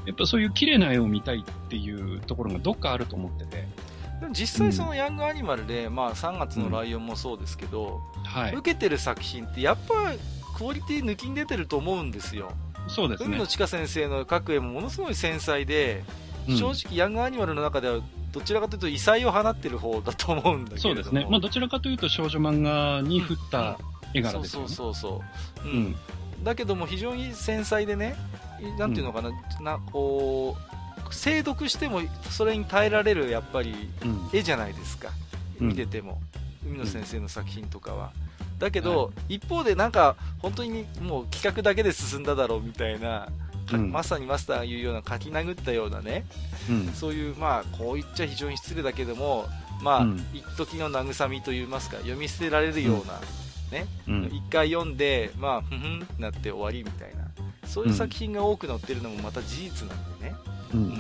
やっぱそういう綺麗な絵を見たいっていうところがどっかあると思ってて。 でも実際そのヤングアニマルで、うん、まあさんがつのライオンもそうですけど、うん、はい、受けてる作品ってやっぱクオリティ抜きに出てると思うんですよ。 そうですね。 海野千佳先生の描く絵もものすごい繊細で、うん、正直ヤングアニマルの中ではどちらかというと異彩を放ってる方だと思うんだけど。 そうですね。まあどちらかというと少女漫画に振った絵柄ですよね。 そうそうそうそう。うん。うん、だけども非常に繊細でね、なんていうのかな、うん、なこう精読してもそれに耐えられるやっぱり絵じゃないですか。うん、見てても、海野先生の作品とかは。だけど、はい、一方でなんか本当にもう企画だけで進んだだろうみたいな、うん、まさにマスターが言うような書き殴ったようなね、うん、そういうまあこう言っちゃ非常に失礼だけども、まあ、うん、一時の慰みといいますか読み捨てられるような、ね、うん、一回読んでまあふふんってなって終わりみたいな、そういう作品が多く載ってるのもまた事実なんでね。うんうんうん、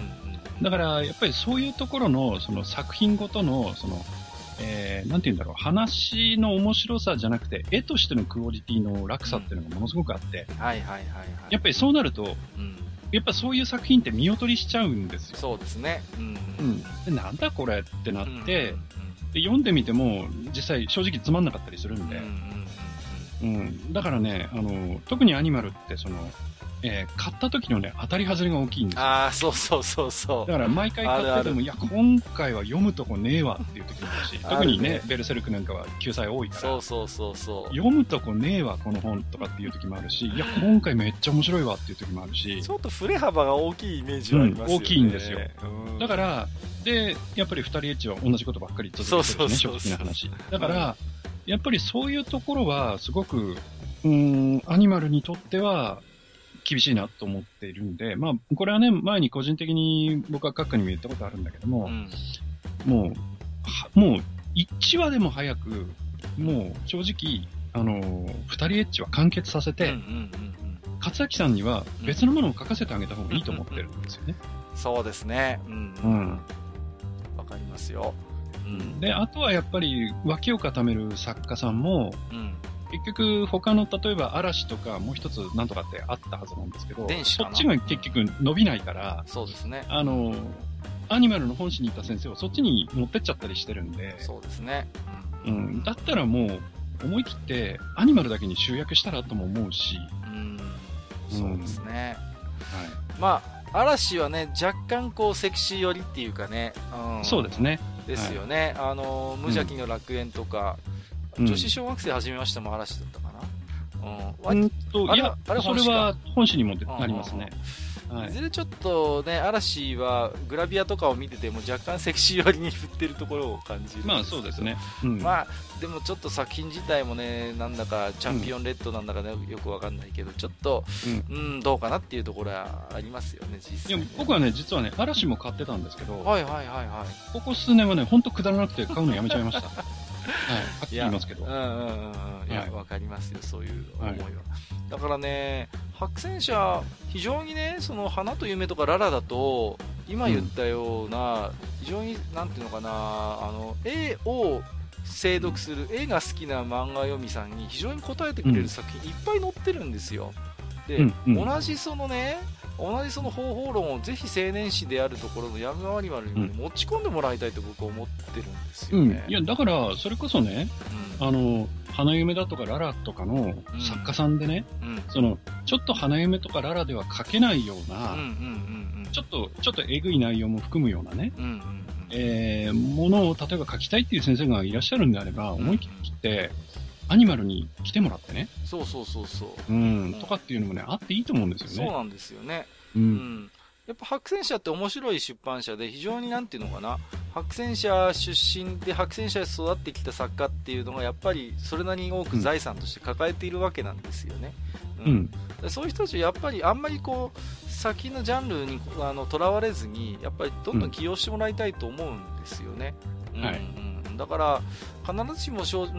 だからやっぱりそういうところのその作品ごとのそのえー、なんて言うんだろう、話の面白さじゃなくて、絵としてのクオリティの落差っていうのがものすごくあって、 うん、はいはいはいはい。 やっぱりそうなると、うん、やっぱそういう作品って見劣りしちゃうんですよ。 そうですね。うん。 うん。で、なんだこれってなって、うんうんうん、で、読んでみても、実際正直つまんなかったりするんで、うん、うんうん、だからね、あの、特にアニマルって、その、えー、買った時のね、当たり外れが大きいんですよ。 ああ、そうそうそうそう。 だから毎回買ってても、あるあるいや、今回は読むとこねえわっていう時もあるし、特にね、ねベルセルクなんかは救済多いから、 そうそうそうそう。 読むとこねえわ、この本とかっていう時もあるし、いや、今回めっちゃ面白いわっていう時もあるし、 ちょっと振れ幅が大きいイメージはありますよね。 うん、大きいんですよ。だから、で、やっぱり二人エッチは同じことばっかり続けてるしね、正直な話。だから、やっぱりそういうところは、すごく、うーん、アニマルにとっては、厳しいなと思っているんで、まあ、これはね、前に個人的に僕は閣下にも言ったことあるんだけども、うん、もう、もう、一話でも早く、もう、正直、あの、二人エッチは完結させて、うんうんうんうん、勝崎さんには別のものを書かせてあげた方がいいと思ってるんですよね。 そうですね。うん。うん。わかりますよ。 うん。で、あとはやっぱり、脇を固める作家さんも、うん、結局、他の、例えば、嵐とか、もう一つ、なんとかってあったはずなんですけど、そっちが結局伸びないから、 そうですね。 あの、アニマルの本誌にいた先生をそっちに持ってっちゃったりしてるんで、 そうですね。 うん。だったらもう、思い切って、アニマルだけに集約したらとも思うし、 うん。そうですね。はい。まあ、嵐はね、若干こう、セクシー寄りっていうかね、 うん、そうですね。 ですよね。はい、あの、無邪気の楽園とか、うん、女子小学生始めましたも嵐だったかな。うん。うんと、いや、あれそれは本誌にもなりますね。 はい、いずれちょっとね、嵐はグラビアとかを見てても若干セクシー寄りに振ってるところを感じる。 まあそうですね。 うん、まあ、でもちょっと作品自体もね、なんだかチャンピオンレッドなんだかね、よくわかんないけど、ちょっと、うん、うん、どうかなっていうところはありますよね、実際、ね。 いや、僕はね、実はね、嵐も買ってたんですけど、 はいはいはいはい。 ここ数年はね、ほんとくだらなくて買うのやめちゃいました。はい、はっきり言いますけど。 うんうんうん。いや、わ、はい、かりますよ、そういう思いは。はい、だからね、白戦車、非常にね、その、花と夢とかララだと、今言ったような、うん、非常に、なんていうのかな、あの、絵を精読する、絵が好きな漫画読みさんに非常に応えてくれる作品、いっぱい載ってるんですよ。で、うんうん、同じそのね、同じその方法論をぜひ青年誌であるところのヤングアニマルにも、ね、持ち込んでもらいたいと僕は思ってるんですよね。 うん、いや、だから、それこそね、うん、あの、花嫁だとかララとかの作家さんでね、うん、その、ちょっと花嫁とかララでは書けないような、うんうんうんうん、ちょっと、ちょっとえぐい内容も含むようなね、うんうんうん、えー、ものを例えば書きたいっていう先生がいらっしゃるんであれば、思い切って、アニマルに来てもらってね。 そうそうそうそう。 うん、とかっていうのもね、あっていいと思うんですよね。 そうなんですよね。うん。うん、やっぱ白戦車って面白い出版社で非常になんていうのかな、白戦車出身で白戦車で育ってきた作家っていうのがやっぱりそれなりに多く財産として抱えているわけなんですよね。うん。うん、そういう人たちはやっぱりあんまりこう、先のジャンルにあの囚われずに、やっぱりどんどん起用してもらいたいと思うんですよね。うん、はい。うんだから必ずしも少、うん、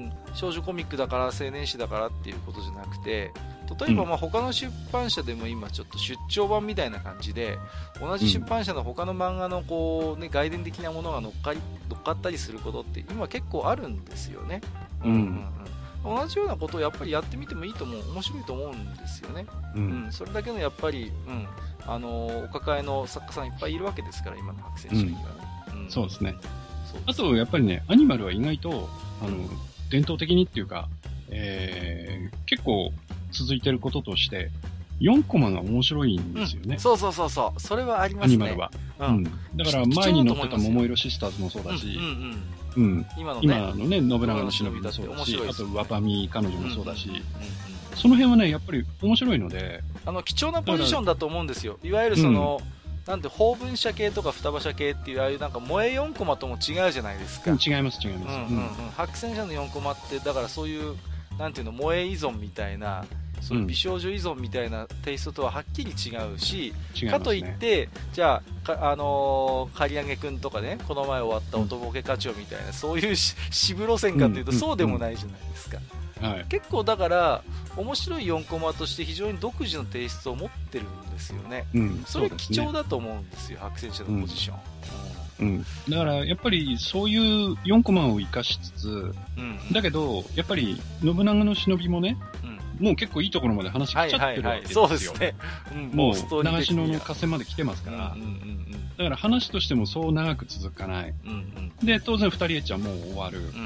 少女コミックだから青年誌だからっていうことじゃなくて、例えばまあ他の出版社でも今ちょっと出張版みたいな感じで同じ出版社の他の漫画のこう、ね、外伝的なものが乗っかり乗っかったりすることって今結構あるんですよね。うんうんうん、 同じようなことをやっぱりやってみてもいいと思う、面白いと思うんですよね。うん。うん、それだけのやっぱり、うん、あのー、お抱えの作家さんいっぱいいるわけですから、今の白戦車にはね。 うんうん、そうですね。あと、やっぱりね、アニマルは意外と、あの、伝統的にっていうか、えー、結構続いてることとして、よんコマが面白いんですよね、うん。 そうそうそうそう。それはありますね。 アニマルは。うん。うん、だから前に乗ってた桃色シスターズもそうだし、うんうんうん、うん。今のね、今のね、信長の忍びもそうだし、ね、あと、ワパミ彼女もそうだし、うんうんうんうん、その辺はね、やっぱり面白いので。 あの、貴重なポジションだと思うんですよ。いわゆるその、うん、なんで、法文社系とか双葉社系っていう、ああいうなんか、萌えよんコマとも違うじゃないですか。 うん、違います、違います。 うんうんうん。白戦車のよんコマって、だからそういう、なんていうの、萌え依存みたいな、そういう美少女依存みたいなテイストとははっきり違うし、うん、かといって、じゃあ、かあのー、刈り上げくんとかね、この前終わった音ボケ課長みたいな、うん、そういう渋路線かというと、そうでもないじゃないですか。うんうんうん、結構だから、面白いよんコマとして非常に独自のテイストを持ってるんですよね。うん、それ貴重だと思うんですよ、白戦車のポジション。 うん、だからやっぱりそういうよんコマを生かしつつ、うん、だけどやっぱり信長の忍びもね、うん、もう結構いいところまで話来ちゃってるわけですよ。はいはいはい、そうですね。うん、もう長篠の合戦まで来てますから、うんうんうんうん、だから話としてもそう長く続かない。うんうん、で当然二人エッチはもう終わる、うんうんうん。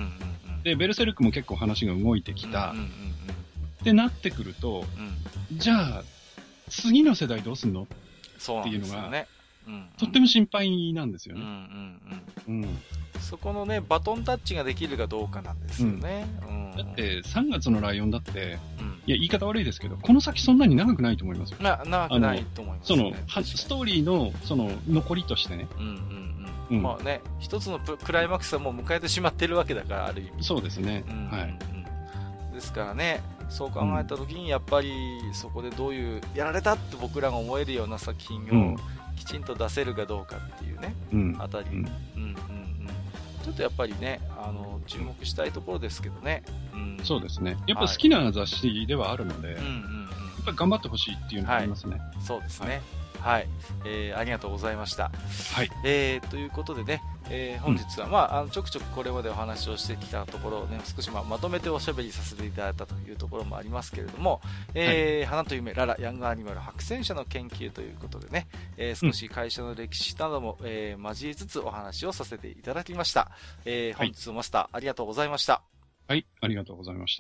でベルセルクも結構話が動いてきた。うんうんうんうん、ってなってくると、うん、じゃあ次の世代どうすんのっていうのが。ね、うんうん、とっても心配なんですよね。うんうんうんうん、 そこのね、バトンタッチができるかどうかなんですよね。 うんうん、だって、さんがつのライオンだって、うん、いや、言い方悪いですけど、この先そんなに長くないと思いますよ。 な、長くないと思います、ね。 その、ストーリーの、その、残りとしてね。うんうんうん。うん、まあね、一つのクライマックスはもう迎えてしまってるわけだから、ある意味。 そうですね。 うん、 はい。 ですからね、そう考えたときに、やっぱり、そこでどういう、やられたって僕らが思えるような作品を、うんきちんと出せるかどうかっていうね、うん、あたり、うんうんうん、ちょっとやっぱりね、あの注目したいところですけどね、 うん、そうですね、やっぱ好きな雑誌ではあるので、はい、やっぱり頑張ってほしいっていうのがありますね。はい、 そうですね、はい、えー、ありがとうございました。はい、えー、ということでね、えー、本日は、うん、まあ、あのちょくちょくこれまでお話をしてきたところをね、少しまあまとめておしゃべりさせていただいたというところもありますけれども、えーはい、花と夢、ララ、ヤングアニマル、白戦車の研究ということでね、えー、少し会社の歴史なども、うん、えー、交えつつお話をさせていただきました。えー、本日のマスター、はい、ありがとうございました。 はい、ありがとうございました。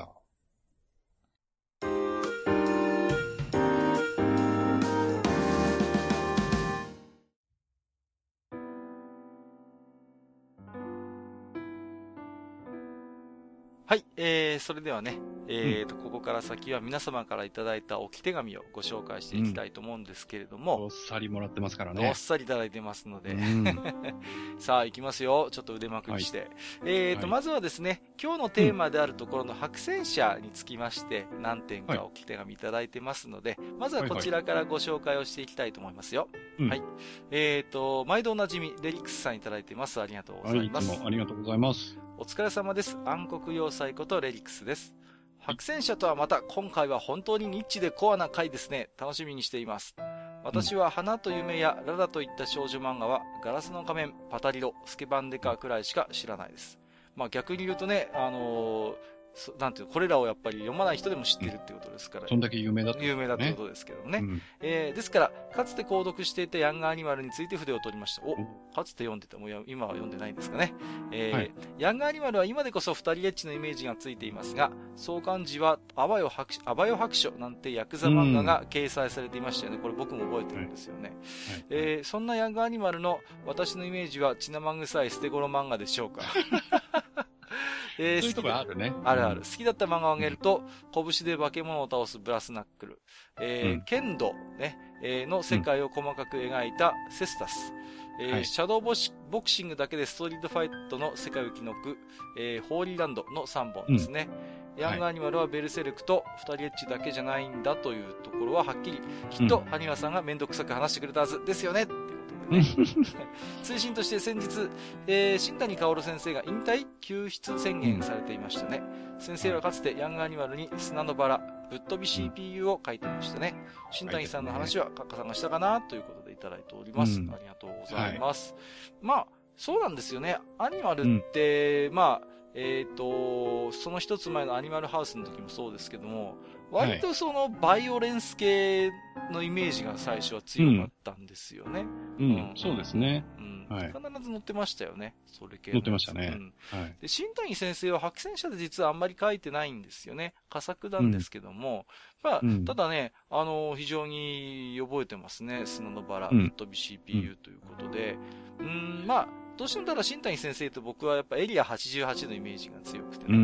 はい、えー、それではね、えーと、うん、ここから先は皆様からいただいた置き手紙をご紹介していきたいと思うんですけれども。 ど、うん、っさりもらってますからね。 どっさりいただいてますので。うん、さあ、行きますよ。ちょっと腕まくりして。はい、えーと、はい、まずはですね、今日のテーマであるところの白戦車につきまして、何点か置き手紙いただいてますので、はい、まずはこちらからご紹介をしていきたいと思いますよ。はい、はい。えーと、毎度おなじみ、レリックスさんいただいてます。ありがとうございます。 はい、いつもありがとうございます。 お疲れ様です。暗黒要塞ことレリクスです。白戦車とはまた今回は本当にニッチでコアな回ですね。楽しみにしています。私は花と夢やララといった少女漫画はガラスの仮面、パタリロ、スケバンデカくらいしか知らないです。まあ逆に言うとね、あのーなんていうの、これらをやっぱり読まない人でも知ってるってことですから、 うん、そんだけ有名だった、ね、 有名だってことですけどね、うん、えー、ですからかつて購読していたヤングアニマルについて筆を取りました。お、かつて読んでても今は読んでないんですかね、えーはい、ヤングアニマルは今でこそ二人エッチのイメージがついていますが、創刊時はあばよ白あばよ白書なんてヤクザ漫画が掲載されていましたよね。これ僕も覚えてるんですよね、はいはい、えー、そんなヤングアニマルの私のイメージは血生臭い捨て頃漫画でしょうかえー、そういうとこあるね。 あるある。好きだった漫画を挙げると、うん、拳で化け物を倒すブラスナックル、えーうん、剣道、ね、えー、の世界を細かく描いたセスタス、うん、えーはい、シャドーボシボクシングだけでストリートファイトの世界を生き抜く、えー、ホーリーランドのさんぼんですね。うん、ヤングアニマルはベルセルクと二人エッチだけじゃないんだというところははっきり、きっと、ハニワさんがめんどくさく話してくれたはずですよね。ね、通信として先日、えー、新谷薫先生が引退救出宣言されていましたね。先生はかつてヤングアニマルに砂のバラ、ぶっ飛び シーピーユー を書いてましたね。新谷さんの話はカッカさんがしたかなということでいただいております。うん、ありがとうございます。はい、まあ、そうなんですよね。アニマルって、うん、まあ、 えっと、その一つ前のアニマルハウスの時もそうですけども、割とそのバイオレンス系のイメージが最初は強かったんですよね。 うん、うんうん、そうですね。 うん。はい、必ず載ってましたよね。それ系。 載ってましたね。 うん、はい。で、新谷先生は白戦車で実はあんまり書いてないんですよね。佳作なんですけども。うん、まあ、うん、ただね、あの、非常に覚えてますね。砂のバラ、ぶっ飛び シーピーユー ということで。うん、うんまあ、どうしてもただ新谷先生と僕はやっぱエリアはちじゅうはちのイメージが強くてね。 うん。うん、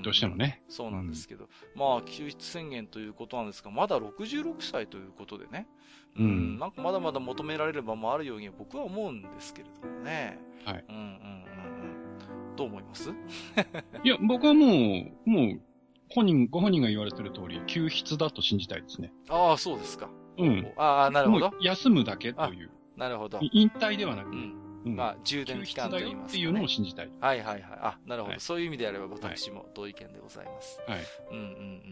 どうしてもね。 そうなんですけど。うん、まあ、救出宣言ということなんですが、まだろくじゅうろくさいということでね。うん。うん、なんかまだまだ求められる場もあるように僕は思うんですけれどもね。 はい。 うんうんうんうん。どう思いますいや、僕はもう、もう、本人、ご本人が言われてる通り、救出だと信じたいですね。 ああ、そうですか。 うん。 ああ、なるほど。 休むだけという。 なるほど。 引退ではなく、 うんうん、まあ、充電期間と言いますか、ね。 っていうのを信じたい。 はいはいはい。あ、なるほど。はい、そういう意味であれば私も同意見でございます。 はい。 うんうんうん。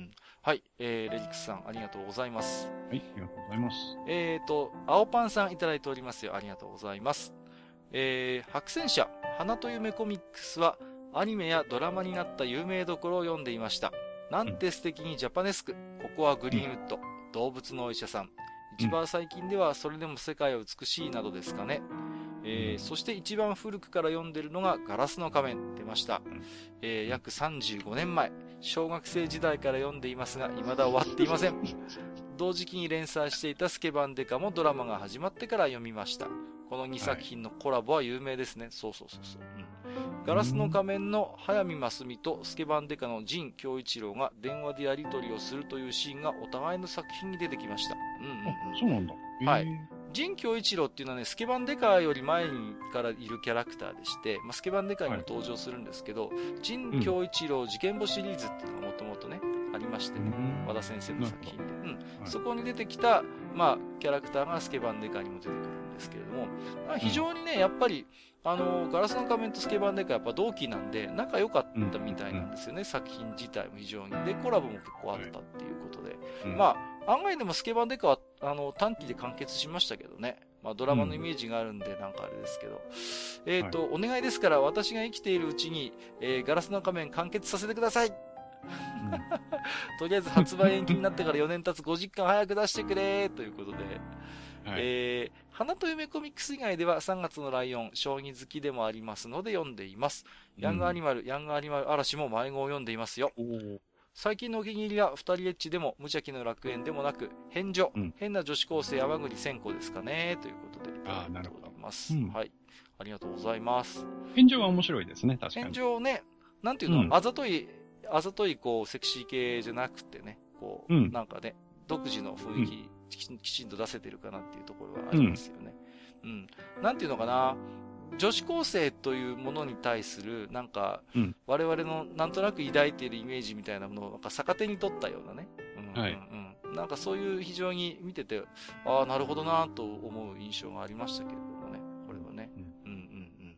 はい。えー、レリックスさん、ありがとうございます。 はい、ありがとうございます。 えーと、青パンさんいただいておりますよ。ありがとうございます。えー、白戦車、花と夢コミックスは、アニメやドラマになった有名どころを読んでいました。なんて素敵にジャパネスク。ここはグリーンウッド。うん、動物のお医者さん。一番最近では、それでも世界は美しいなどですかね。えー、そして一番古くから読んでるのがガラスの仮面出ました、えー、約さんじゅうごねんまえ小学生時代から読んでいますが未だ終わっていません同時期に連載していたスケバンデカもドラマが始まってから読みましたこのにさく品のコラボは有名ですね、はい、そうそうそうそう、うん、ガラスの仮面の早見真澄とスケバンデカの陣京一郎が電話でやり取りをするというシーンがお互いの作品に出てきました、うんうんうん、 あ、そうなんだ、 はい陣京一郎っていうのはね、スケバンデカより前からいるキャラクターでして、まあ、スケバンデカにも登場するんですけど、陣京一郎事件簿シリーズっていうのがもともとね、ありましてね、和田先生の作品で。うん。はい、そこに出てきた、まあ、キャラクターがスケバンデカにも出てくるんですけれども、まあ、非常にね、やっぱり、あの、ガラスの仮面とスケバンデカやっぱ同期なんで、仲良かったみたいなんですよね、作品自体も非常に。で、コラボも結構あったっていうことで。まあ、案外でもスケバンデカは、あの、短期で完結しましたけどね。まあ、ドラマのイメージがあるんで、なんかあれですけど。うん、えっ、ー、と、はい、お願いですから、私が生きているうちに、えー、ガラスの仮面完結させてください、うん、とりあえず発売延期になってからよねん経つごじゅっかん早く出してくれということで。はい、えー、花と夢コミックス以外ではさんがつのライオン、将棋好きでもありますので読んでいます。うん、ヤングアニマル、ヤングアニマル嵐も迷子を読んでいますよ。最近のお気に入りは二人エッチでも無邪気の楽園でもなく変女、うん、変な女子高生山栗千子ですかねということでいただいております、うん、はい、ありがとうございます。 変女は面白いですね、確かに。 変女ね、なんていうの、うん、あざといあざといこうセクシー系じゃなくてね、こう、うん、なんかね独自の雰囲気、うん、きちんと出せてるかなっていうところはありますよね。うん、うん、なんていうのかな。女子高生というものに対する、なんか、うん、我々のなんとなく抱いているイメージみたいなものをなんか逆手に取ったようなね。うんうんうん、はい。なんかそういう非常に見てて、ああ、なるほどなと思う印象がありましたけれどもね。これはね。うん、うん、うんうん。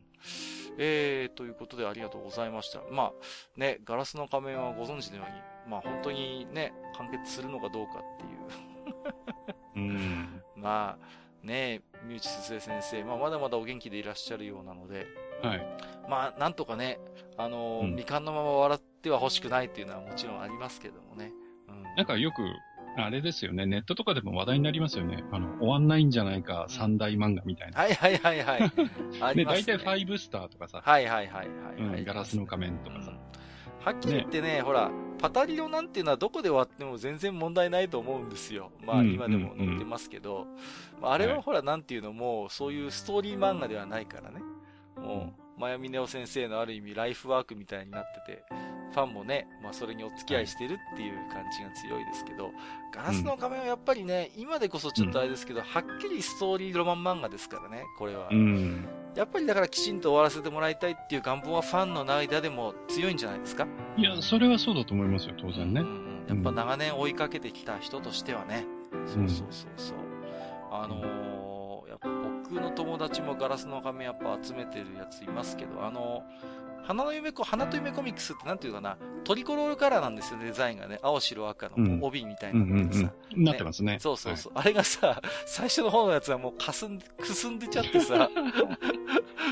えー、ということでありがとうございました。まあ、ね、ガラスの仮面はご存知のように、まあ本当にね、完結するのかどうかっていう。うん。まあ、ねえ、三内すずえ先生、まあ、まだまだお元気でいらっしゃるようなので、はい。まあ、なんとかね、あのー、うん、未完のまま笑っては欲しくないっていうのはもちろんありますけどもね。 うん、なんかよく、あれですよね、ネットとかでも話題になりますよね。あの、終わんないんじゃないか、三大漫画みたいな。 はいはいはいはい。ありますね。 大体ファイブスターとかさ。 はいはいはいはい、はいうん。ガラスの仮面とかさ。うん、 はっきり言ってね、ねほら、パタリロなんていうのはどこで終わっても全然問題ないと思うんですよ。まあ今でも載ってますけど、うんうんうん、あれはほらなんていうのも、そういうストーリー漫画ではないからね。もう、マヤミネオ先生のある意味ライフワークみたいになってて、ファンもね、まあそれにお付き合いしてるっていう感じが強いですけど、ガラスの仮面はやっぱりね、今でこそちょっとあれですけど、はっきりストーリーロマン漫画ですからね、これは。うんやっぱりだからきちんと終わらせてもらいたいっていう願望はファンの間でも強いんじゃないですか？ いや、それはそうだと思いますよ、当然ね。うんうん、 やっぱ長年追いかけてきた人としてはね。うん、そうそうそうそう。あのー、やっぱ僕の友達もガラスの仮面やっぱ集めてるやついますけど、あのー、花の夢コ、花と夢コミックスってなんていうかな、トリコロールカラーなんですよ、デザインがね。青白赤の帯みたいなのがさ、うんうんうん。なってますね。 そうそうそう。はい、あれがさ、最初の方のやつはもうかすんで、くすんでちゃってさ、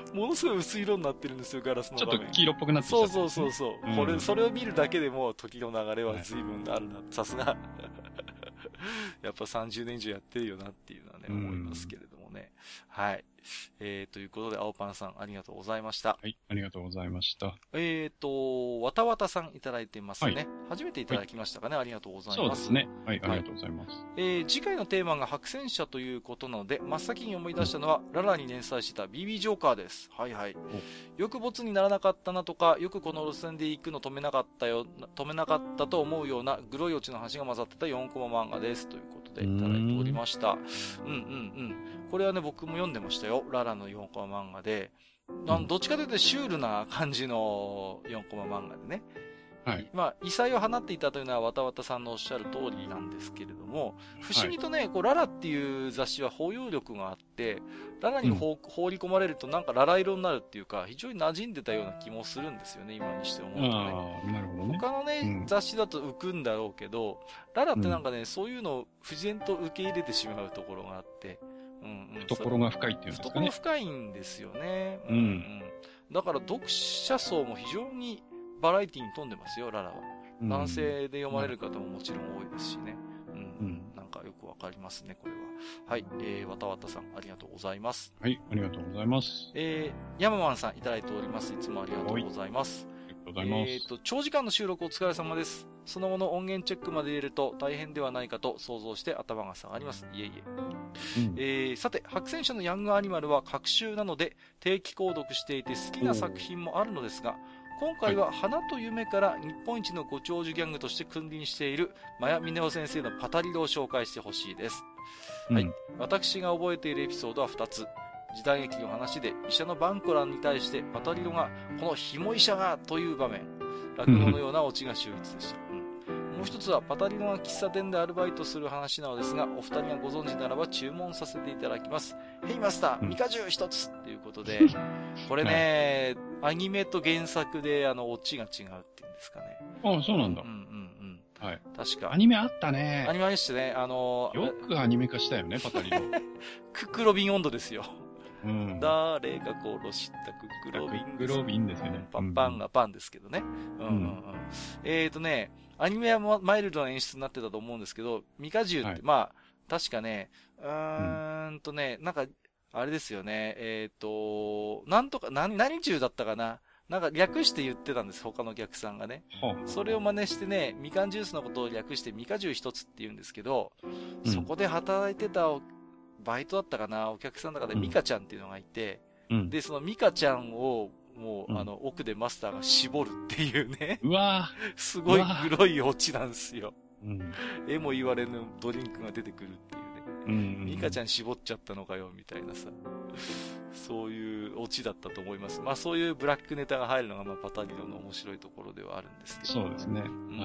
ものすごい薄い色になってるんですよ、ガラスの場面。 ちょっと黄色っぽくなってきそうた、 そうそうそう、うん。これ、それを見るだけでも時の流れは随分あるな。さすが。やっぱさんじゅうねん以上やってるよなっていうのはね、思いますけれどもね。はい。えー、ということで、青パンさん、ありがとうございました。 はい、ありがとうございました。 えーと、わたわたさんいただいてますね。はい、初めていただきましたかね、はい、ありがとうございます。 そうですね。はい、ありがとうございます。はい、 えー、次回のテーマが白戦車ということなので、真っ先に思い出したのは、うん、ララに連載してた ビービー ジョーカーです。はいはい。よくボツにならなかったなとか、よくこの路線で行くの止めなかったよ、止めなかったと思うような、グロいオチの話が混ざってたよんコマ漫画です。ということでいただいておりました。うんうんうん。これはね、僕も読んでましたよ。ララのよんコマ漫画で。どっちかというとシュールな感じのよんコマ漫画でね。はい。まあ、異彩を放っていたというのは、わたわたさんのおっしゃる通りなんですけれども、不思議とね、はい、こう、ララっていう雑誌は包容力があって、ララに、うん、放り込まれるとなんかララ色になるっていうか、非常に馴染んでたような気もするんですよね、今にして思うとね。 ああ、なるほどね。 他のね、うん、雑誌だと浮くんだろうけど、ララってなんかね、うん、そういうのを不自然と受け入れてしまうところがあって、 うんうん、懐が深いっていうんですかね。 懐深いんですよね。うん、うん。だから読者層も非常にバラエティに富んでますよ、ララは。うん、男性で読まれる方ももちろん多いですしね。うん。うん、なんかよくわかりますね、これは。はい。えー、わたわたさん、ありがとうございます。 はい、ありがとうございます。 えー、ヤママンさんいただいております。いつもありがとうございます。 はい、ありがとうございます。 えっと、長時間の収録お疲れ様です。その後の音源チェックまで入れると大変ではないかと想像して頭が下がります。いえいえ。うん、えー、さて、白戦車のヤングアニマルは各週なので定期購読していて好きな作品もあるのですが、今回は花と夢から日本一のご長寿ギャングとして君臨しているマヤミネオ先生のパタリロを紹介してほしいです。うん、はい。私が覚えているエピソードはふたつ。時代劇の話で医者のバンコランに対してパタリロがこのひも医者がという場面。落語のようなオチが秀逸でした。うん、もう一つはパタリロが喫茶店でアルバイトする話なのですが、お二人がご存知ならば注文させていただきます。ヘイマスター、ミカジュ一つということで、これね、アニメと原作であのオチが違うっていうんですかね。 ああ、そうなんだ。 うんうんうん。 はい。 確か。 アニメあったね。 アニメでしたね。あのー、よくアニメ化したよね、パタリロ。 クックロビン温度ですよ。 うん、 誰が殺したクックロビンクックロビンですよね。 パンパンがパンですけどね。うんうんうん。えーとね、アニメはマイルドな演出になってたと思うんですけど、ミカジュって、はい、まあ、確かね、うーんとね、なんか、あれですよね、えーと、なんとか、何、何銃だったかな。なんか略して言ってたんです、他のお客さんがね。はあ、それを真似してね、みかんジュースのことを略してミカジュ一つって言うんですけど、うん、そこで働いてたバイトだったかな、お客さんの中でミカちゃんっていうのがいて、うん、で、そのミカちゃんを、もう、うん、あの、奥でマスターが絞るっていうね。 うわぁ。すごい黒いオチなんですよ。うん、絵も言われぬドリンクが出てくるっていうね。うんうん、ミカちゃん絞っちゃったのかよ、みたいなさ。そういうオチだったと思います。まあそういうブラックネタが入るのが、まあパタリロの面白いところではあるんですけど。 そうですね。はい。うんうんうん。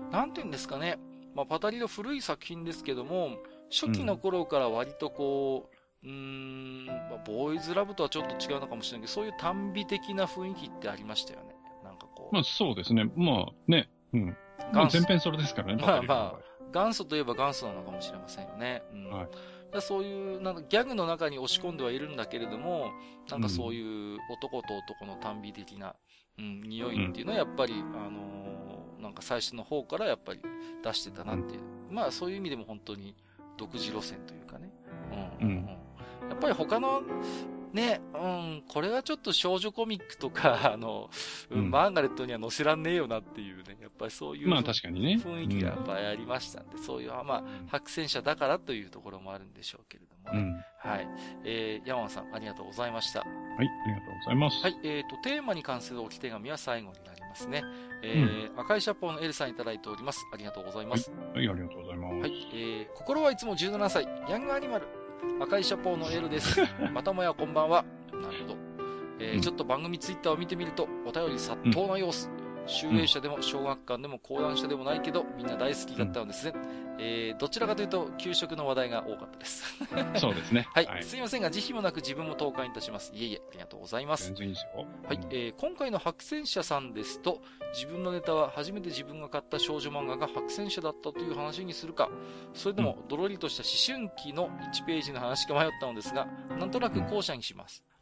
なんて言うんですかね。まあパタリロ古い作品ですけども、初期の頃から割とこう、うーん、まあ、ボーイズラブとはちょっと違うのかもしれないけど、そういう短美的な雰囲気ってありましたよね。なんかこう。 まあそうですね。まあね。うん。まあ全編それですからね。 まあまあ、元祖といえば元祖なのかもしれませんよね。うん。はい。そういう、なんかギャグの中に押し込んではいるんだけれども、なんかそういう男と男の短美的な、うん、匂いっていうのはやっぱり、うん、あのー、なんか最初の方からやっぱり出してたなっていう。まあそういう意味でも本当に、独自路線というかね。うんうんうん。やっぱり他の、ね、うん、これはちょっと少女コミックとか、あの、うん、マーガレットには載せらんねえよなっていうね、やっぱりそういう。 まあ確かにね。 雰囲気がやっぱりありましたんで、うん、そういう、まあ、白戦車だからというところもあるんでしょうけれどもね。うん、はい。えー、ヤマンさん、ありがとうございました。 はい、ありがとうございます。 はい、えーと、テーマに関する置き手紙は最後になりますね。えー、うん、赤いシャポーのエルさんいただいております。ありがとうございます。 はい、はい、ありがとうございます。 はい、えー、心はいつもじゅうななさい、ヤングアニマル、赤いシャポーのエルです。またもやこんばんは。なるほど。えーうん、ちょっと番組ツイッターを見てみると、お便り殺到な様子。うん集英社でも小学館でも講談社でもないけど、みんな大好きだったのですね。うん、えー、どちらかというと、給食の話題が多かったです。 そうですね。 はい、はい。すいませんが、慈悲もなく自分も投函いたします。いえいえ、ありがとうございます。 全然いいですよ。 はい、えー、今回の白戦車さんですと、自分のネタは初めて自分が買った少女漫画が白戦車だったという話にするか、それとも、どろりとした思春期のいちページの話か迷ったのですが、なんとなく後者にします。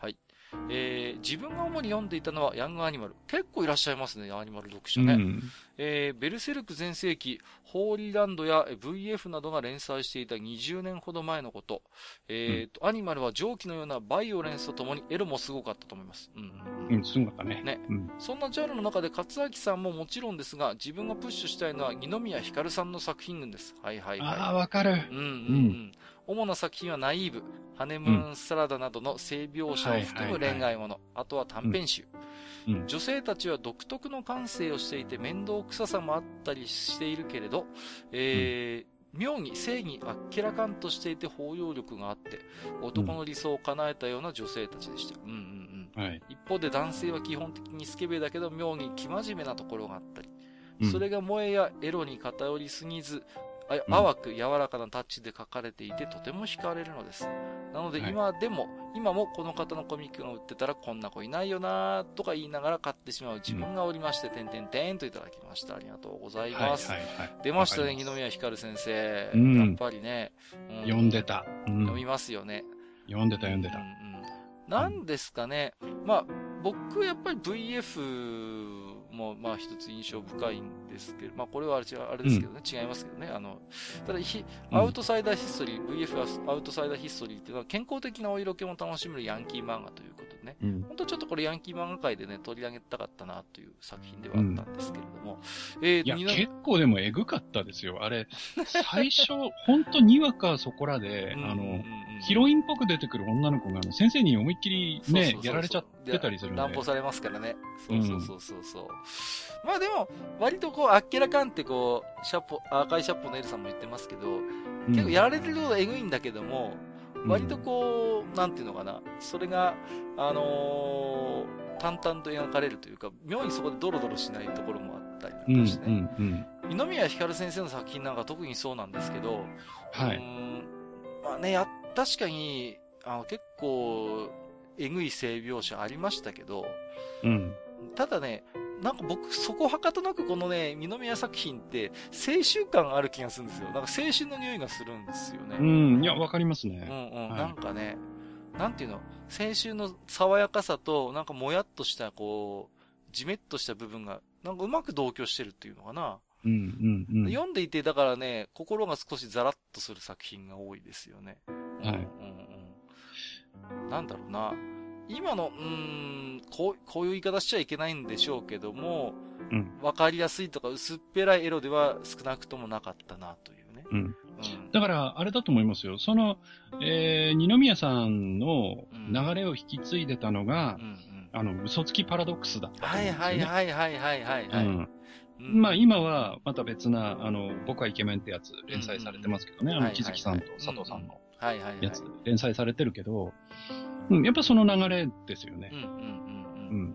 はい。えー、自分が主に読んでいたのはヤングアニマル。結構いらっしゃいますね、アニマル読者ね。うん、えー、ベルセルク全盛期、ホーリーランドや ブイエフ などが連載していたにじゅうねんほど前のこと。えーと、うん、アニマルは蒸気のようなバイオレンスとともにエロもすごかったと思います。 うん。うん、すごかったね。 ね。うん、そんなジャンルの中で勝明さんももちろんですが、自分がプッシュしたいのは二宮ひかるさんの作品なんです。はいはいはい。 ああ、わかる。 うんうんうん。うん主な作品はナイーブ、ハネムーンサラダなどの性描写を含む恋愛もの、あとは短編集、うん。女性たちは独特の感性をしていて面倒くささもあったりしているけれど、えー、妙に正義あっけらかんとしていて包容力があって、男の理想を叶えたような女性たちでした。うんうんうん。はい、一方で男性は基本的にスケベだけど妙に生真面目なところがあったり、うん、それが萌えやエロに偏りすぎず、淡く柔らかなタッチで書かれていてとても惹かれるのです。なので今でも、はい、今もこの方のコミックが売ってたらこんな子いないよなとか言いながら買ってしまう自分がおりまして、てんてんてんといただきました。ありがとうございます。はいはいはい、出ましたね、二宮ひかる先生、うん。やっぱりね。 うん、読んでた、 うん。読みますよね。 読んでた読んでた。うんうん、 なんですかね。まあ、僕やっぱり ブイエフ も、まあ一つ印象深いんですけど、まあこれはあれあれですけどね、うん、違いますけどね。あの、ただ、アウトサイダーヒストリー、うん、ブイエフ はアウトサイダーヒストリーっていうのは健康的なお色気も楽しめるヤンキー漫画ということでね。うん、本当ちょっとこれヤンキー漫画界でね、取り上げたかったなという作品ではあったんですけれども。 うん、えー、いや、結構でもエグかったですよ。あれ、最初、本当にわかそこらで、あの、ヒロインっぽく出てくる女の子が、あの、先生に思いっきりね、やられちゃってたりするんで。 乱暴されますからね。そうそうそうそうそう。うん、まあでも、割とこう、あっけらかんってこう、シャッポ、赤いシャッポのエルさんも言ってますけど、結構やられてることはエグいんだけども、うん、割とこう、なんていうのかな、それが、あのー、淡々と描かれるというか、妙にそこでドロドロしないところもあったりなんかしてね。うんうんうん、二宮ひかる先生の作品なんか特にそうなんですけど、はい。うん、まあね、や、確かに、あの、結構、えぐい性描写ありましたけど、うん。ただね、なんか僕、そこはかとなくこのね、二宮作品って、青春感ある気がするんですよ。なんか青春の匂いがするんですよね。 うん、いや、わかりますね。 うんうん、はい、なんかね、なんていうの、青春の爽やかさと、なんかもやっとした、こう、じめっとした部分が、なんかうまく同居してるっていうのかな。うんうんうん、読んでいて、だからね、心が少しザラッとする作品が多いですよね。はい。うんうん、なんだろうな。今の、うーん、こう、こういう言い方しちゃいけないんでしょうけども、うん、わかりやすいとか薄っぺらいエロでは少なくともなかったなというね。うん。うん、 だから、あれだと思いますよ。その、えー、二宮さんの流れを引き継いでたのが、うんうんうん、あの、嘘つきパラドックスだったと思うんですよね。はいはいはいはいはいはい、はい。うん、まあ今はまた別な、あの、僕はイケメンってやつ連載されてますけどね。うんうん、あの、木月さんと佐藤さんのやつ連載されてるけど、うん、やっぱその流れですよね。うんうんうんうん、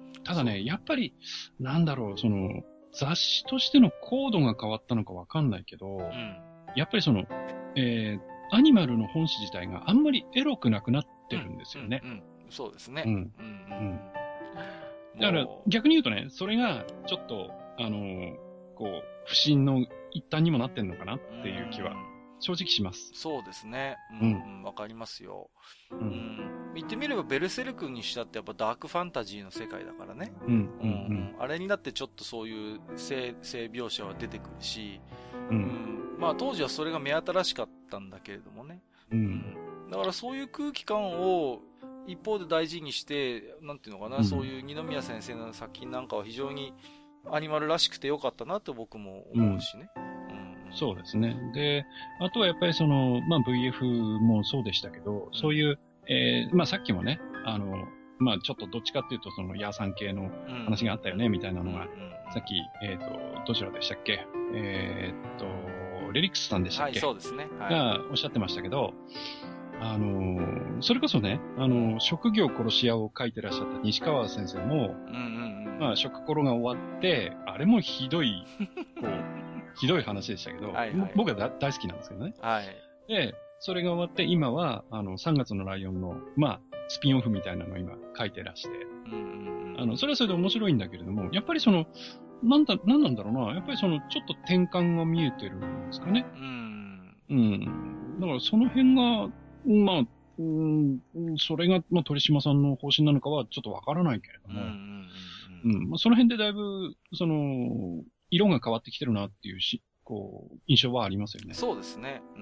ただね、やっぱり、なんだろう、その、雑誌としてのコードが変わったのかわかんないけど、うん、やっぱりその、えー、アニマルの本誌自体があんまりエロくなくなってるんですよね。 うんうんうん、そうですね。うんうんうんだから逆に言うとね、それがちょっと、あのー、こう、不審の一端にもなってんのかなっていう気は正直します。 そうですね。うん、わ、うん、かりますよ。うん。うん、言ってみればベルセルクにしたってやっぱダークファンタジーの世界だからね。うん。うん、うん、あれになってちょっとそういう性、性描写は出てくるし、うん、うん。まあ当時はそれが目新しかったんだけれどもね。うん。うん、だからそういう空気感を一方で大事にして、なんていうのかな、うん、そういう二宮先生の作品なんかは非常にアニマルらしくてよかったなと僕も思うしね。 うん、そうですね。で、あとはやっぱりその、まあ ブイエフ もそうでしたけど、うん、そういう、えー、まあさっきもね、あの、まあちょっとどっちかっていうとそのヤーさん系の話があったよね、みたいなのが、さっき、えっ、ー、と、どちらでしたっけえっ、ー、と、レリックスさんでしたっけ、はい、そうですね。はい、がおっしゃってましたけど、あのー、それこそね、あのー、職業殺し屋を書いてらっしゃった西川先生も、うんうんうん、まあ、職コロが終わって、あれもひどい、こう、ひどい話でしたけど、はいはい、僕は大好きなんですけどね。はい。で、それが終わって、今は、あの、さんがつのライオンの、まあ、スピンオフみたいなのを今書いてらして、うんうんうん、あの、それはそれで面白いんだけれども、やっぱりその、なんだ、なんなんだろうな、やっぱりその、ちょっと転換が見えてるんですかね。うん。うん。だからその辺が、まあ、 うん、それが、まあ、鳥島さんの方針なのかはちょっとわからないけれども、うん、うんうん、まあ、その辺でだいぶ、その、色が変わってきてるなっていうし、こう、印象はありますよね。 そうですね。うん。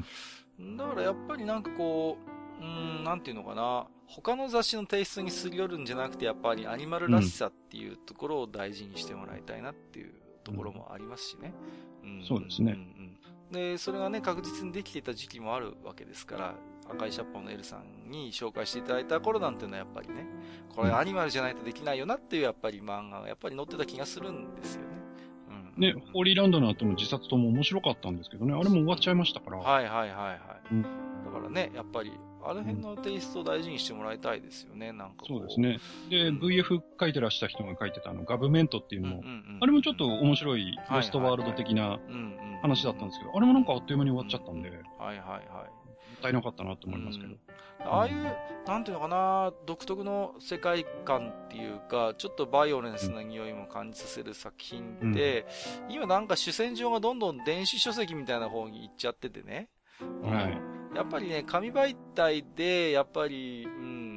うん、だからやっぱりなんかこう、うん、なんていうのかな、他の雑誌のテイストにすり寄るんじゃなくて、やっぱりアニマルらしさっていうところを大事にしてもらいたいなっていうところもありますしね。 うん、そうですね。うんうんで、それがね、確実にできていた時期もあるわけですから、赤いシャッポのエルさんに紹介していただいた頃なんていうのはやっぱりね、これアニマルじゃないとできないよなっていうやっぱり漫画がやっぱり載ってた気がするんですよね。 うん、ね、ホーリーランドの後の自殺とも面白かったんですけどね、あれも終わっちゃいましたから。 はいはいはいはい。うん、だからね、やっぱり、あの辺のテイストを大事にしてもらいたいですよね、なんかそうですね。で、うん、ブイエフ 書いてらした人が書いてたあの、ガブメントっていうのも、うんうんうんうん、あれもちょっと面白いロストワールド的な話だったんですけど、あれもなんかあっという間に終わっちゃったんで、はいはいはい。もったいなかったなと思いますけど。うん、 ああいう、なんていうのかな、独特の世界観っていうか、ちょっとバイオレンスな匂いも感じさせる作品で、うん、今なんか主戦場がどんどん電子書籍みたいな方に行っちゃっててね。はい。やっぱりね、紙媒体で、やっぱり、うん、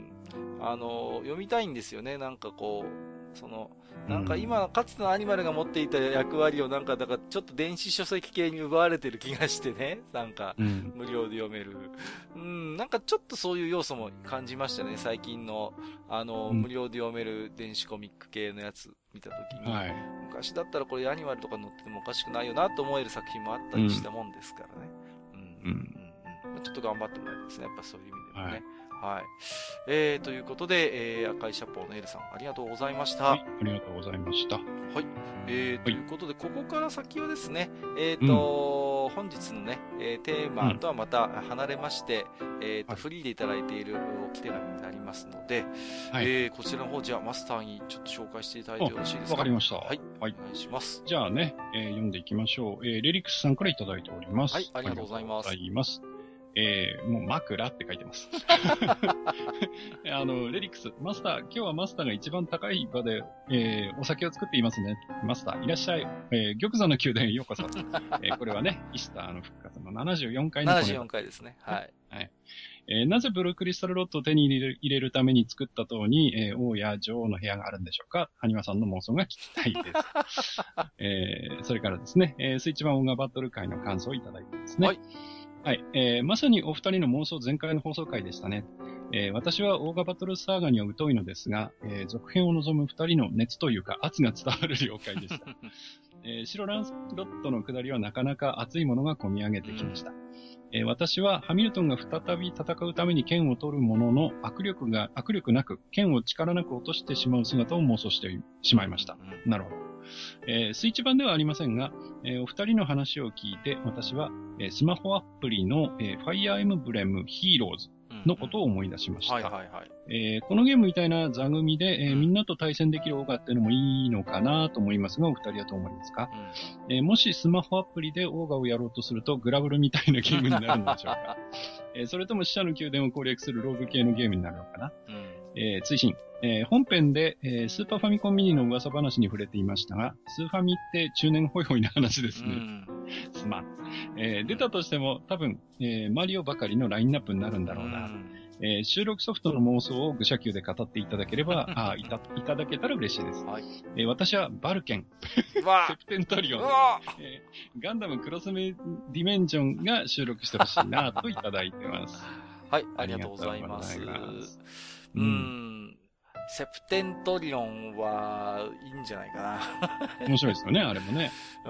あの、読みたいんですよね。なんかこう、その、なんか今、かつてのアニマルが持っていた役割をなんか、だからちょっと電子書籍系に奪われてる気がしてね。なんか、無料で読める。うん、なんかちょっとそういう要素も感じましたね。最近の、あの、無料で読める電子コミック系のやつ見たときに、はい。昔だったらこれアニマルとか載っててもおかしくないよなと思える作品もあったりしたもんですからね。うん。うんうん、ちょっと頑張ってもらいたいですね。やっぱそういう意味でもね。はいはい。えー、ということで、えー、赤いシャッポーのエルさん、ありがとうございました。 はい、ありがとうございました。はい。 えー、ということで、ここから先はですね、えーと、うん、本日のね、えー、テーマとはまた離れまして、うん、えーと、はい、フリーでいただいている置き手紙になりますので、はい、えー、こちらの方、じゃあ、マスターにちょっと紹介していただいてよろしいですか？ わかりました。 はい。はい。お願いします。 じゃあね、えー、読んでいきましょう。えー、レリクスさんからいただいております。 はい、ありがとうございます。 ありがとうございます。えー、もう枕って書いてます。あの、レリックス、マスター、今日はマスターが一番高い場で、えー、お酒を作っていますね。マスター、いらっしゃい。えー、玉座の宮殿へようこそ。えー、これはね、イスターの復活のななじゅうよんかいのななじゅうよんかいですね。はい。 はい。えー、なぜブルークリスタルロッドを手に入れる入れるために作った塔に、えー、王や女王の部屋があるんでしょうか？ハニワさんの妄想が聞きたいです。えー、それからですね、えー、スイッチ版オーガバトル会の感想をいただいてますね。はい。はい、えー。まさにお二人の妄想全開の放送回でしたね。えー、私はオーガバトルサーガには疎いのですが、えー、続編を望む二人の熱というか圧が伝わる了解でした。えー、白ランスロットの下りはなかなか熱いものが込み上げてきました。うんえー、私はハミルトンが再び戦うために剣を取るものの握力が、握力なく剣を力なく落としてしまう姿を妄想してしまいました。うん、なるほど。えー、スイッチ版ではありませんが、えー、お二人の話を聞いて私は、えー、スマホアプリの、えー、ファイアーエムブレムヒーローズのことを思い出しました。はいはいはいえー、このゲームみたいな座組で、えー、みんなと対戦できるオーガっていうのもいいのかなと思いますが、お二人はどう思いますか、うんえー、もしスマホアプリでオーガをやろうとするとグラブルみたいなゲームになるのでしょうか、えー、それとも死者の宮殿を攻略するローグ系のゲームになるのかな、うんえー、追伸、えー、本編で、えー、スーパーファミコンミニの噂話に触れていましたが、スーファミって中年ホイホイな話ですね。うん、すまん。えー、出たとしても多分、えー、マリオばかりのラインナップになるんだろうな。うんえー、収録ソフトの妄想を愚者級で語っていただければ、あいた、いただけたら嬉しいです。はいえー、私はバルケン、セプテントリオン、えー、ガンダムクロスメディメンジョンが収録してほしいなといただいてます。 はい、ありがとうございます。ますうーん。セプテントリオンはいいんじゃないかな。 面白いですよね、あれもね。 うん。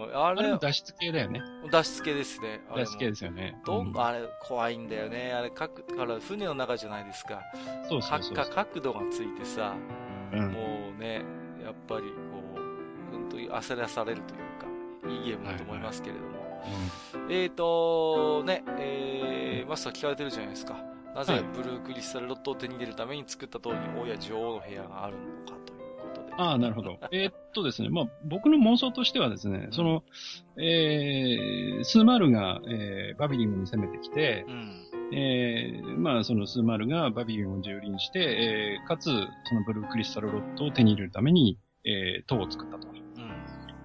あれ、 あれも脱出系だよね。 脱出系ですね。 脱出系ですよね。 どん、あれ、怖いんだよね。あれ、かく、から船の中じゃないですか。 そうそうそうそう。 角度がついてさ、うん、もうね、やっぱりこう、本当に焦らされるというか、いいゲームだと思いますけれども。はいはいうん、えーと、ね、えー、マスター聞かれてるじゃないですか。なぜブルークリスタルロットを手に入れるために作った塔に王や女王の部屋があるのかということで。 ああ、なるほど。えー、っとですね、まあ僕の妄想としてはですね、うん、その、えー、スーマルが、えー、バビリングに攻めてきて、うんえー、まあそのスーマルがバビリンを蹂躙して、えー、かつそのブルークリスタルロットを手に入れるために、えー、塔を作ったと。うん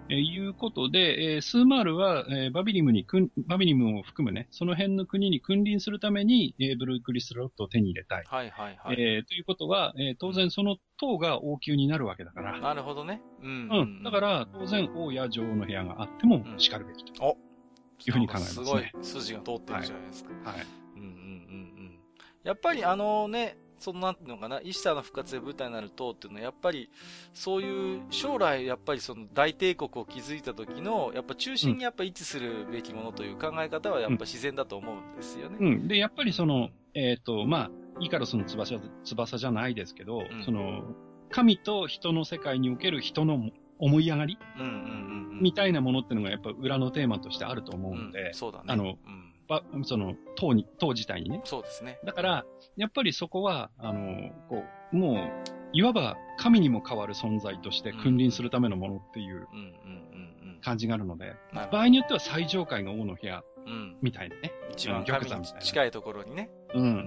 えー、いうことで、えー、スーマールは、えー、バビリムにくん、バビリムを含むね、その辺の国に君臨するために、えー、ブルークリスロットを手に入れたい。 はいはいはい。 えー、ということは、えー、当然その塔が王宮になるわけだから。 なるほどね。うん、うん。 うん。だから、当然王や女王の部屋があっても叱るべきと。 うん、おいうふうに考えますね。すごい筋が通ってるじゃないですか。 はい。はい、 うんうんうんうん。やっぱりあのね、そのなんていうのかな、イシターの復活で舞台になる塔っていうのは、やっぱり、そういう、将来、やっぱりその大帝国を築いた時の、やっぱ中心にやっぱ位置するべきものという考え方は、やっぱ自然だと思うんですよね。 うん。うん、で、やっぱりその、えっ、ー、と、まあ、イカロスの翼、翼じゃないですけど、うん、その、神と人の世界における人の思い上がり、うんうんうんうん、みたいなものっていうのがやっぱ裏のテーマとしてあると思うので、うん、 そうだね。 あの、うんば、その、塔に、塔自体にね。 そうですね。 だから、やっぱりそこは、あの、こう、もう、いわば神にも変わる存在として君臨するためのものっていう感じがあるので、場合によっては最上階が王の部屋、みたいなね。 一番神に近いところにね。 うんうんうん。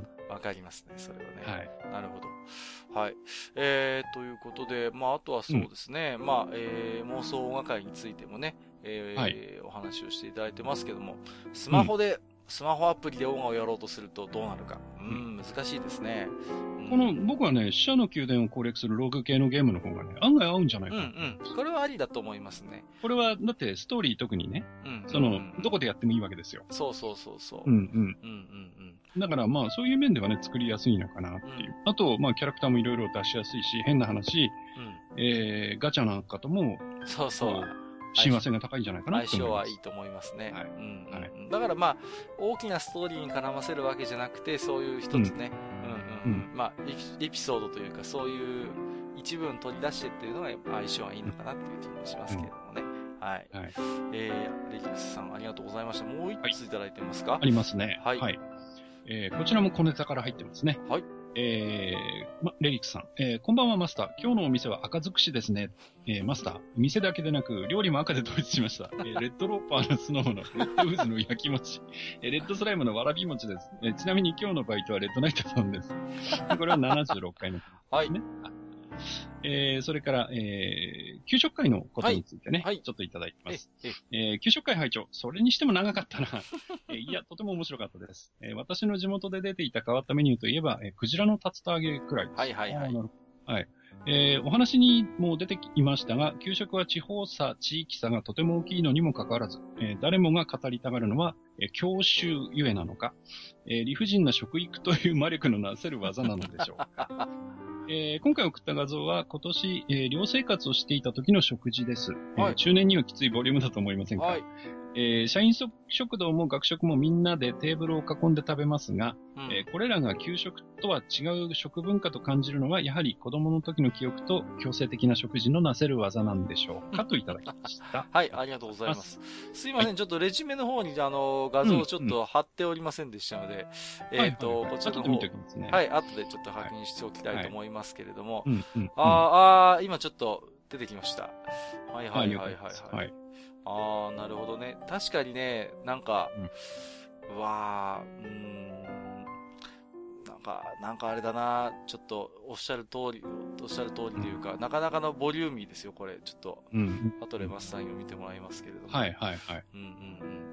わかりますね、それはね。 はい。 なるほど。はい。えー、ということで、まあ、あとはそうですね。うん、まあ、えー、妄想音楽会についてもね、えー、はい、お話をしていただいてますけども、スマホで、うん、スマホアプリで音楽をやろうとするとどうなるか。うん、難しいですね。 うん、この、僕はね、死者の宮殿を攻略するログ系のゲームの方がね、案外合うんじゃないかな。 うんうん。これはありだと思いますね。 これは、だってストーリー特にね、うん、その、どこでやってもいいわけですよ。 そうそうそうそう。 うんうん。うんうんうんだからまあそういう面ではね、作りやすいのかなっていう。うん、あと、まあキャラクターもいろいろ出しやすいし、変な話、うん、えー、ガチャなんかとも、 そうそう。 親和性が高いんじゃないかなって思います。相性はいいと思いますね。はい。うんはい、だからまあ、大きなストーリーに絡ませるわけじゃなくて、そういう一つね、うん、うんうん、まあエピソードというか、そういう一部を取り出してっていうのが相性はいいのかなっていう気もしますけれどもね。うんはい。はい、えー、レジックスさんありがとうございました。もう一ついただいてますか、 はい、ありますね。はい。はいえー、こちらも小ネタから入ってますね。 はい。 えー、ま、レリックさん、えー、こんばんはマスター。今日のお店は赤尽くしですね。えー、マスター、店だけでなく、料理も赤で統一しました。えー、レッドローパーのスノーのレッドウーズの焼き餅、えー、レッドスライムのわらび餅です。えー、ちなみに今日のバイトはレッドナイトさんです。これはななじゅうろっかいの、ね。 はい。 えー、それから、えー、給食会のことについてね、はい、ちょっといただいてます。ええー、給食会会長、それにしても長かったな。えー、いや、とても面白かったです。えー、私の地元で出ていた変わったメニューといえば、えー、クジラの竜田揚げくらいです。 はいはいはい。 はい。えー、お話にも出てきましたが、給食は地方差、地域差がとても大きいのにもかかわらず、えー、誰もが語りたがるのは、えー、教習ゆえなのか、えー、理不尽な食育という魔力のなせる技なのでしょうか。えー、今回送った画像は今年、えー、寮生活をしていた時の食事です、はいえー。中年にはきついボリュームだと思いませんか、はいえー、社員食堂も学食もみんなでテーブルを囲んで食べますが、うんえー、これらが給食とは違う食文化と感じるのは、やはり子供の時の記憶と強制的な食事のなせる技なんでしょうかといただきました。 はい、ありがとうございます。すいません、はい、ちょっとレジュメの方にあの画像をちょっと貼っておりませんでしたので、うんうん、えっ、ー、と、はいはいはい、こちらの方、ね、はい、後でちょっと確認しておきたいと思いますけれども、はいはいうんうん、ああ、今ちょっと出てきました。はいはいはいはい、はい。はいああ、なるほどね。確かにね、なんか、うん、うわー、うーん、なんか、なんかあれだな、ちょっと、おっしゃる通り、おっしゃる通りというか、なかなかのボリューミーですよ、これ。ちょっと、うん、後でマスターに見てもらいますけれども。 はいはいはい。うんうんうん。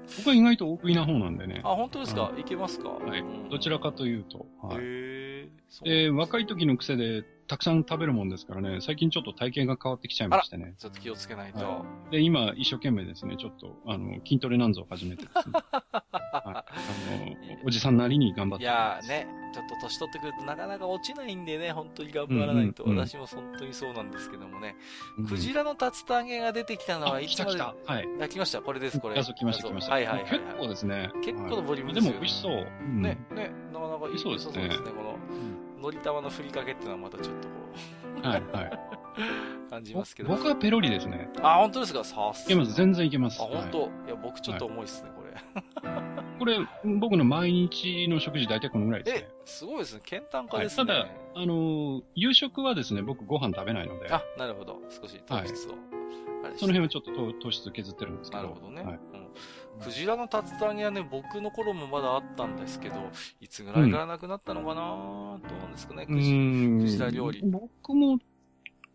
僕は意外と大食いな方なんでね。 あ、本当ですかいけますかはい、うん。どちらかというと。はい、へー。 で、若い時の癖で、たくさん食べるもんですからね、最近ちょっと体型が変わってきちゃいましてね。 ちょっと気をつけないと。 はい、で、今、一生懸命ですね、ちょっと、あの、筋トレなんぞを始めてですね。はい、あの、おじさんなりに頑張って。 いやーね、ちょっと年取ってくるとなかなか落ちないんでね、本当に頑張らないと。うんうんうん、私も本当にそうなんですけどもね。うん、クジラの竜田揚げが出てきたのはいつまで、 来た来た。はい。 あ、来ました。これです、これ。 画像来ました、来ました。 はいはいはい、はい。 結構ですね。 結構のボリュームですよ、 ね。でも美味しそう。うん、 ね、ね、なかなかいいそうですね。 そうですね、この。のり玉のふりかけっていうのはまたちょっとこう。はい、はい。 感じますけど。 僕はペロリですね。 あ、本当ですかさすが。いけます、全然いけます。 あ、本当、はい、いや、僕ちょっと重いっすね、これ。 これ、僕の毎日の食事大体このぐらいですね。 え、すごいですね。健単化ですね。 はい、ただ、あのー、夕食はですね、僕ご飯食べないので。 あ、なるほど。少し糖質を。はいその辺はちょっと糖質削ってるんですけど。 なるほどね。 はいうん、クジラの竜田揚げはね、僕の頃もまだあったんですけど、いつぐらいからなくなったのかな、うん、どうなんですかね、クジクジラ料理。 僕も、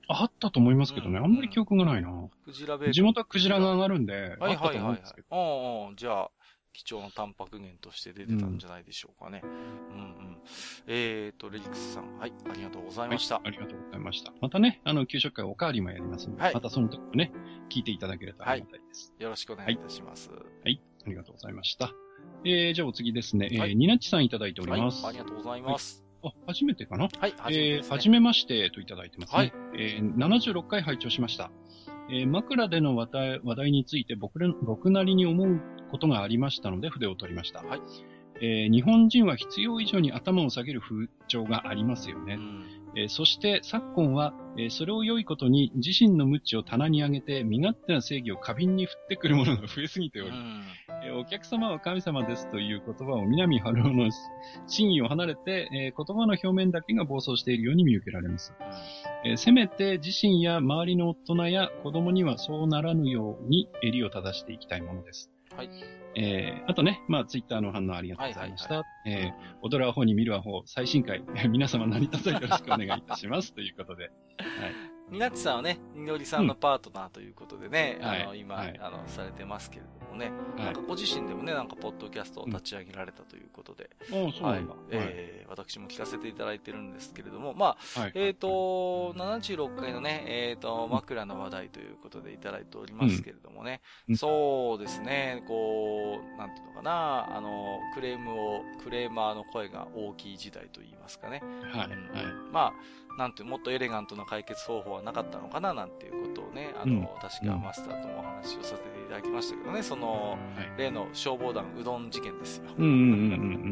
あったと思いますけどね、うん、あんまり記憶がないな。クジラベーコン。地元はクジラが上がるんで、はいはいはい、はい、あったと思うんですけど。 ああ、じゃあ、貴重なタンパク源として出てたんじゃないでしょうかね。うん、うんうんえーと、レリクスさん、はい、ありがとうございました。 はい、ありがとうございました。またね、あの、給食会おかわりもやりますので、はい、またその時もね、聞いていただければありがたいです、 はい。よろしくお願いいたします。はい、 はい、ありがとうございました。えー、じゃあお次ですね、はい、えー、ニナッチさんいただいております。 はい、ありがとうございます。 はい、あ、初めてかなはい、初めてですね。 えー、初めましてといただいてますね。はい。えー、ななじゅうろっかい拝聴しました。えー、枕での話題、話題について僕ら、僕なりに思うことがありましたので筆を取りました。はい。えー、日本人は必要以上に頭を下げる風潮がありますよね。うんえー、そして昨今は、えー、それを良いことに自身の無知を棚に上げて身勝手な正義を過敏に振ってくるものが増えすぎており、うんえー、お客様は神様ですという言葉を南春夫の真意を離れて、えー、言葉の表面だけが暴走しているように見受けられます。えー、せめて自身や周りの大人や子供にはそうならぬように襟を正していきたいものです。はい。えー、あとね、まあ、ツイッターの反応ありがとうございました。はいはいはい、えー、踊るアホに見るアホ最新回、皆様何卒よろしくお願いいたします。ということで。はい。 みなっちさんはね、みのりさんのパートナーということでね、うん、あの、はい、今、はい、あの、されてますけれどもね、はい、なんかご自身でもね、なんかポッドキャストを立ち上げられたということで、 うん、そうなんだ。 はい、えー、私も聞かせていただいてるんですけれども、まあ、はい、えっ、ー、と、ななじゅうろっかいのね、えっ、ー、と、枕の話題ということでいただいておりますけれどもね、うん、そうですね、こう、なんていうのかな、あの、クレームを、クレーマーの声が大きい時代といいますかね。はい。うん、はい、まあ、なんてもっとエレガントな解決方法はなかったのかななんていうことをね、あの、うん、確かマスターともお話をさせていただきましたけどね、その、はい、例の消防団うどん事件ですよ。 うんうんうんうん。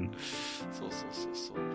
そうそうそうそう。うん、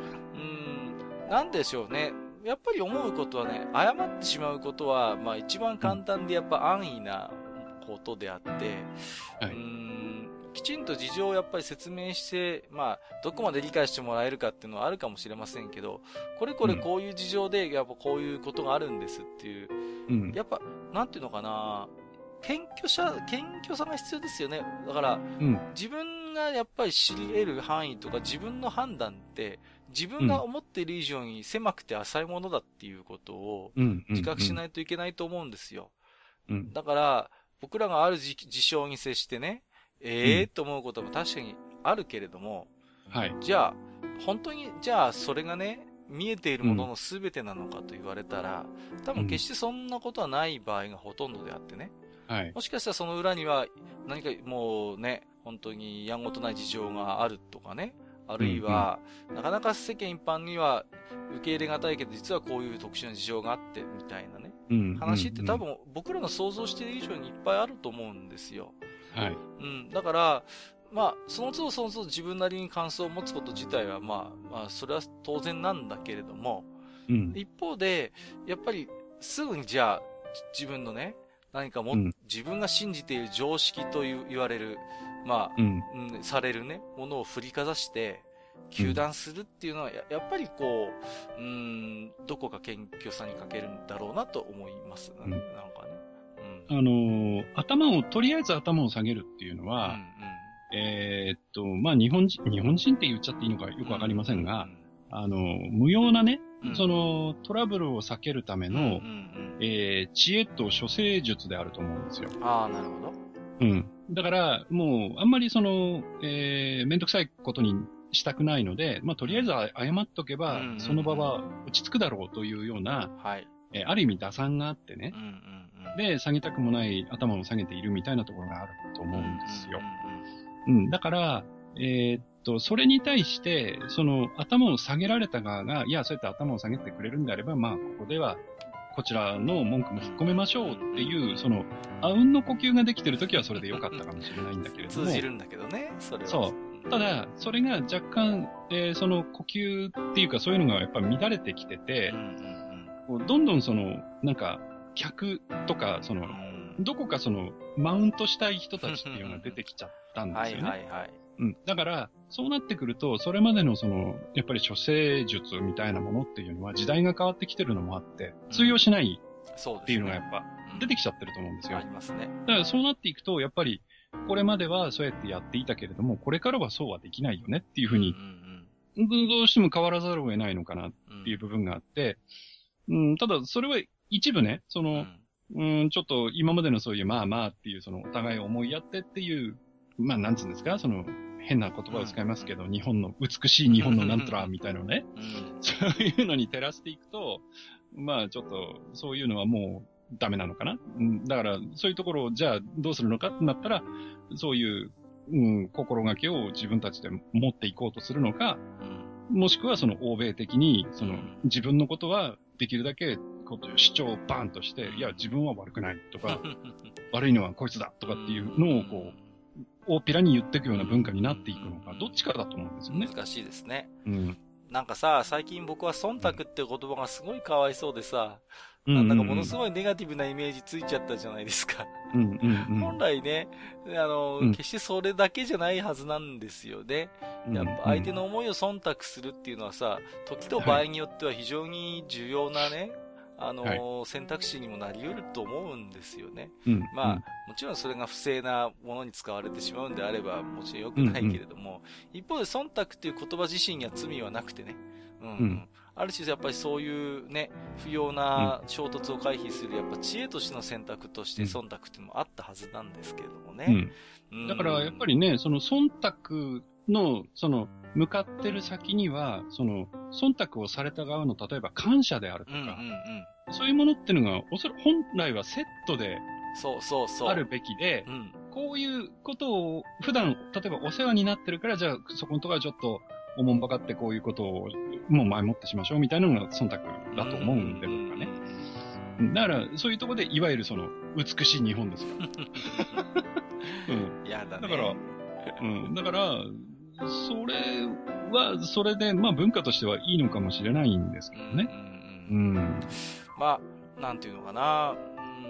なんでしょうね。やっぱり思うことはね、謝ってしまうことは、まあ一番簡単でやっぱ安易なことであって、はい、うんきちんと事情をやっぱり説明して、まあ、どこまで理解してもらえるかっていうのはあるかもしれませんけど、これこれこういう事情で、やっぱこういうことがあるんですっていう、うん、やっぱ、なんていうのかな、謙虚さ、謙虚さが必要ですよね。だから、うん、自分がやっぱり知り得る範囲とか自分の判断って、自分が思っている以上に狭くて浅いものだっていうことを自覚しないといけないと思うんですよ。うん、だから、僕らがある事象に接してね、ええー、と思うことも確かにあるけれども、はい。じゃあ、本当に、じゃあ、それがね、見えているものの全てなのかと言われたら、うん、多分決してそんなことはない場合がほとんどであってね。はい。もしかしたらその裏には、何かもうね、本当にやんごとない事情があるとかね。あるいは、うんうん、なかなか世間一般には受け入れがたいけど、実はこういう特殊な事情があって、みたいなね。うん、話って多分僕らの想像している以上にいっぱいあると思うんですよ。はい。うん。だから、まあ、その都度その都度自分なりに感想を持つこと自体は、まあ、まあ、それは当然なんだけれども、うん、一方で、やっぱり、すぐにじゃあ、自分のね、何かも、うん、自分が信じている常識と言われる、まあ、うん、うん、されるね、ものを振りかざして、糾弾するっていうのはや、やっぱりこう、うーん、どこか謙虚さに欠けるんだろうなと思います。うん、なんかね。 うん、あのー、頭を、とりあえず頭を下げるっていうのは、うんうん、えー、っと、まあ、日本人、日本人って言っちゃっていいのかよくわかりませんが、うんうん、あの、無用なね、うん、その、トラブルを避けるための、うんうんうん、えー、知恵と処世術であると思うんですよ。 ああ、なるほど。 うん。だから、もう、あんまりその、えー、めんどくさいことにしたくないので、まあ、とりあえず謝っとけば、うんうんうん、その場は落ち着くだろうというような、はい。えー、ある意味打算があってね、うんうんうん。で、下げたくもない頭を下げているみたいなところがあると思うんですよ。うん、うんうん、だから、えー、っと、それに対して、その、頭を下げられた側が、いや、そうやって頭を下げてくれるんであれば、まあ、ここでは、こちらの文句も引っ込めましょうっていう、その、あうんの呼吸ができてるときはそれでよかったかもしれないんだけれども。 通じるんだけどね、それは。 そう。ただ、それが若干、えー、その呼吸っていうかそういうのがやっぱ乱れてきてて、うんうんうん、どんどんその、なんか、客とか、その、うん、どこかその、マウントしたい人たちっていうのが出てきちゃったんですよね。はいはいはい。うん。だから、そうなってくると、それまでのその、やっぱり処世術みたいなものっていうのは時代が変わってきてるのもあって、通用しないっていうのがやっぱ出てきちゃってると思うんですよ。 ありますね。 だからそうなっていくと、やっぱり、これまではそうやってやっていたけれども、これからはそうはできないよねっていうふうに、うんうんうん、どうしても変わらざるを得ないのかなっていう部分があって、 うん、ただ、それは一部ね、その、うん、うんちょっと今までのそういうまあまあっていう、そのお互い思いやってっていう、まあなんつうんですか、その、変な言葉を使いますけど、うん、日本の、美しい日本のなんとらみたいなのね、うん、そういうのに照らしていくと、まあちょっと、そういうのはもうダメなのかな。うん、だから、そういうところをじゃあどうするのかってなったら、そういう、うん、心がけを自分たちで持っていこうとするのか、うん、もしくはその欧米的に、その、自分のことはできるだけ主張をバーンとして、いや、自分は悪くないとか、悪いのはこいつだとかっていうのをこう、大っぴらに言っていくような文化になっていくのか、どっちかだと思うんですよね。 難しいですね。 うん。 なんかさ、最近僕は忖度って言葉がすごいかわいそうでさ、うん、なんだかものすごいネガティブなイメージついちゃったじゃないですか。 うんうんうん、 本来ね、あの、うん、決してそれだけじゃないはずなんですよね。やっぱ相手の思いを忖度するっていうのはさ、時と場合によっては非常に重要なね、はいあのーはい、選択肢にもなり得ると思うんですよね。うん、まあ、うん、もちろんそれが不正なものに使われてしまうんであれば、もちろん良くないけれども、うんうん、一方で忖度っていう言葉自身には罪はなくてね。うん、うん、ある種やっぱりそういうね、不要な衝突を回避する、やっぱ知恵としての選択として忖度っていうのもあったはずなんですけれどもね。 うん、だからやっぱりね、その忖度の、その、向かってる先には、その、忖度をされた側の、例えば感謝であるとか、うんうんうん、そういうものっていうのが、おそらく本来はセットで、 そうそうそう。 あるべきで、うん、こういうことを、普段、例えばお世話になってるから、じゃあ、そこのところはちょっと、おもんばかってこういうことを、もう前もってしましょう、みたいなのが忖度だと思うんで、僕はね。だから、そういうところで、いわゆるその、美しい日本ですよ。 うん。やだね。 だから、うん。だから、それは、それで、まあ文化としてはいいのかもしれないんですけどね。うん。うん、 まあ、なんていうのかな。うん、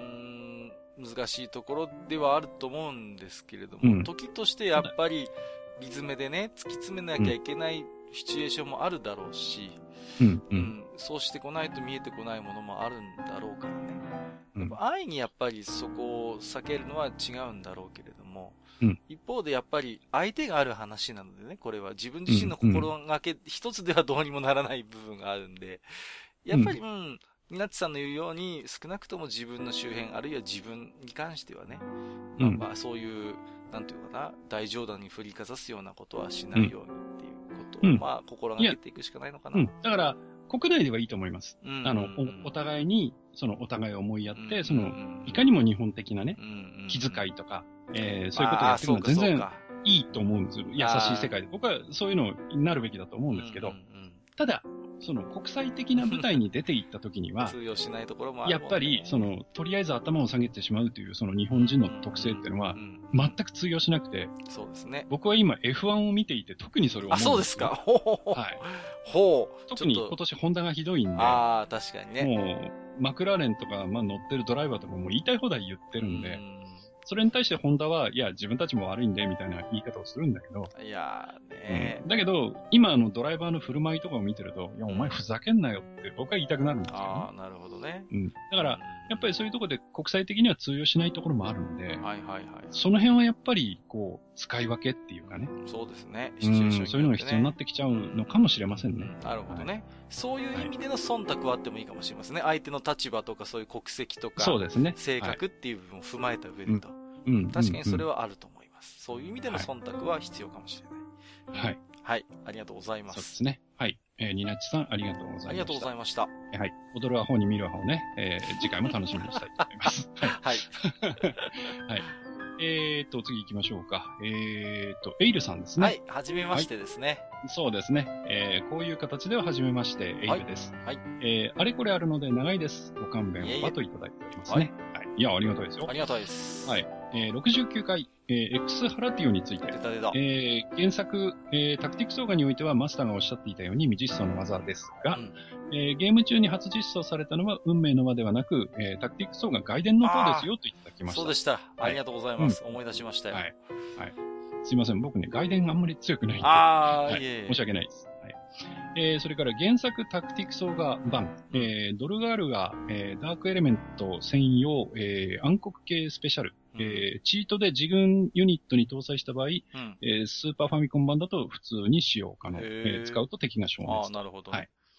難しいところではあると思うんですけれども、うん、時としてやっぱり、リズムでね、突き詰めなきゃいけないシチュエーションもあるだろうし、うんうん、そうしてこないと見えてこないものもあるんだろうからね。やっぱ安易にやっぱりそこを避けるのは違うんだろうけれども、うん、一方でやっぱり相手がある話なのでね、これは自分自身の心がけ一つではどうにもならない部分があるんで、やっぱり、うん、うん、ニナッチさんの言うように少なくとも自分の周辺、あるいは自分に関してはね、うん、まあそういう、なんていうかな、大冗談に振りかざすようなことはしないようにっていうことを、うん、まあ心がけていくしかないのかな。 うん、だから、国内ではいいと思います。うんうんうん、あのお、お互いに、そのお互いを思いやって、うんうんうん、その、いかにも日本的なね、うんうんうん、気遣いとか、えー、そういうことをやってるのは全然いいと思うんですよ。優しい世界で。僕はそういうのになるべきだと思うんですけど、うんうんうん、ただ、その国際的な舞台に出ていった時には、 通用しないところもある、 ね、やっぱり、その、とりあえず頭を下げてしまうという、その日本人の特性っていうのは、全く通用しなくて、 そうですね。 僕は今 エフワン を見ていて特にそれを思うんですよ。 あ、そうですか。ほうほう。はい。ほう。 特に今年ホンダがひどいんで、 ああ、確かにね。 もう、マクラーレンとか、まあ乗ってるドライバーとかも言いたい放題言ってるんで、んそれに対してホンダは、いや、自分たちも悪いんで、みたいな言い方をするんだけど。 いやーねー、 うん、だけど、今あのドライバーの振る舞いとかを見てると、いや、お前ふざけんなよって僕は言いたくなるんですよ、ね。 ああ、なるほどね。 うん。だから、やっぱりそういうところで国際的には通用しないところもあるんで、 はいはいはい。 その辺はやっぱり、こう、使い分けっていうかね。 そうですね。 シチュエーション、ね、そういうのが必要になってきちゃうのかもしれませんね。うん、 なるほどね、はい。そういう意味での忖度はあってもいいかもしれませんね。相手の立場とかそういう国籍とか、 そうですね。 性格っていう部分を踏まえた上でと。 うんうん、確かにそれはあると思います。そういう意味での忖度は必要かもしれない。 はい。 はい。ありがとうございます。 そうですね。はい。えー、ニナッチさん、ありがとうございました。 ありがとうございました。 はい。踊るアホに見るアホね、えー、次回も楽しみにしたいと思います。 はい。はい。 はい。えーと、次行きましょうか。えーと、エイルさんですね。 はい。はじめましてですね。 はい、そうですね。えー、こういう形でははじめまして、エイルです。はい。はい、えー、あれこれあるので長いです。ご勘弁をといただいておりますね。はい。はい、いや、ありがたいですよ。 ありがたいです。 はい。えー、ろくじゅうきゅうかい、えー、X ハラティオについて。 出た出た。 えー、原作、えー、タクティクスオーガにおいてはマスターがおっしゃっていたように未実装の技ですが、うん、えー、ゲーム中に初実装されたのは運命の輪ではなく、えー、タクティクスオーガ外伝の方ですよといただきました。 そうでした。ありがとうございます。はい、思い出しましたよ。 はい。はい。すいません。僕ね、外伝あんまり強くないんで。 あー、 はい、 いえいえ。 申し訳ないです。はい。えー、それから原作タクティクスオーガ版、えー、ドルガールが、えー、ダークエレメント専用、えー、暗黒系スペシャル、うん、えー、チートで自軍ユニットに搭載した場合、うん、えー、スーパーファミコン版だと普通に使用可能。えー、使うと敵が消滅。 ああ、なるほど、ね。 はい。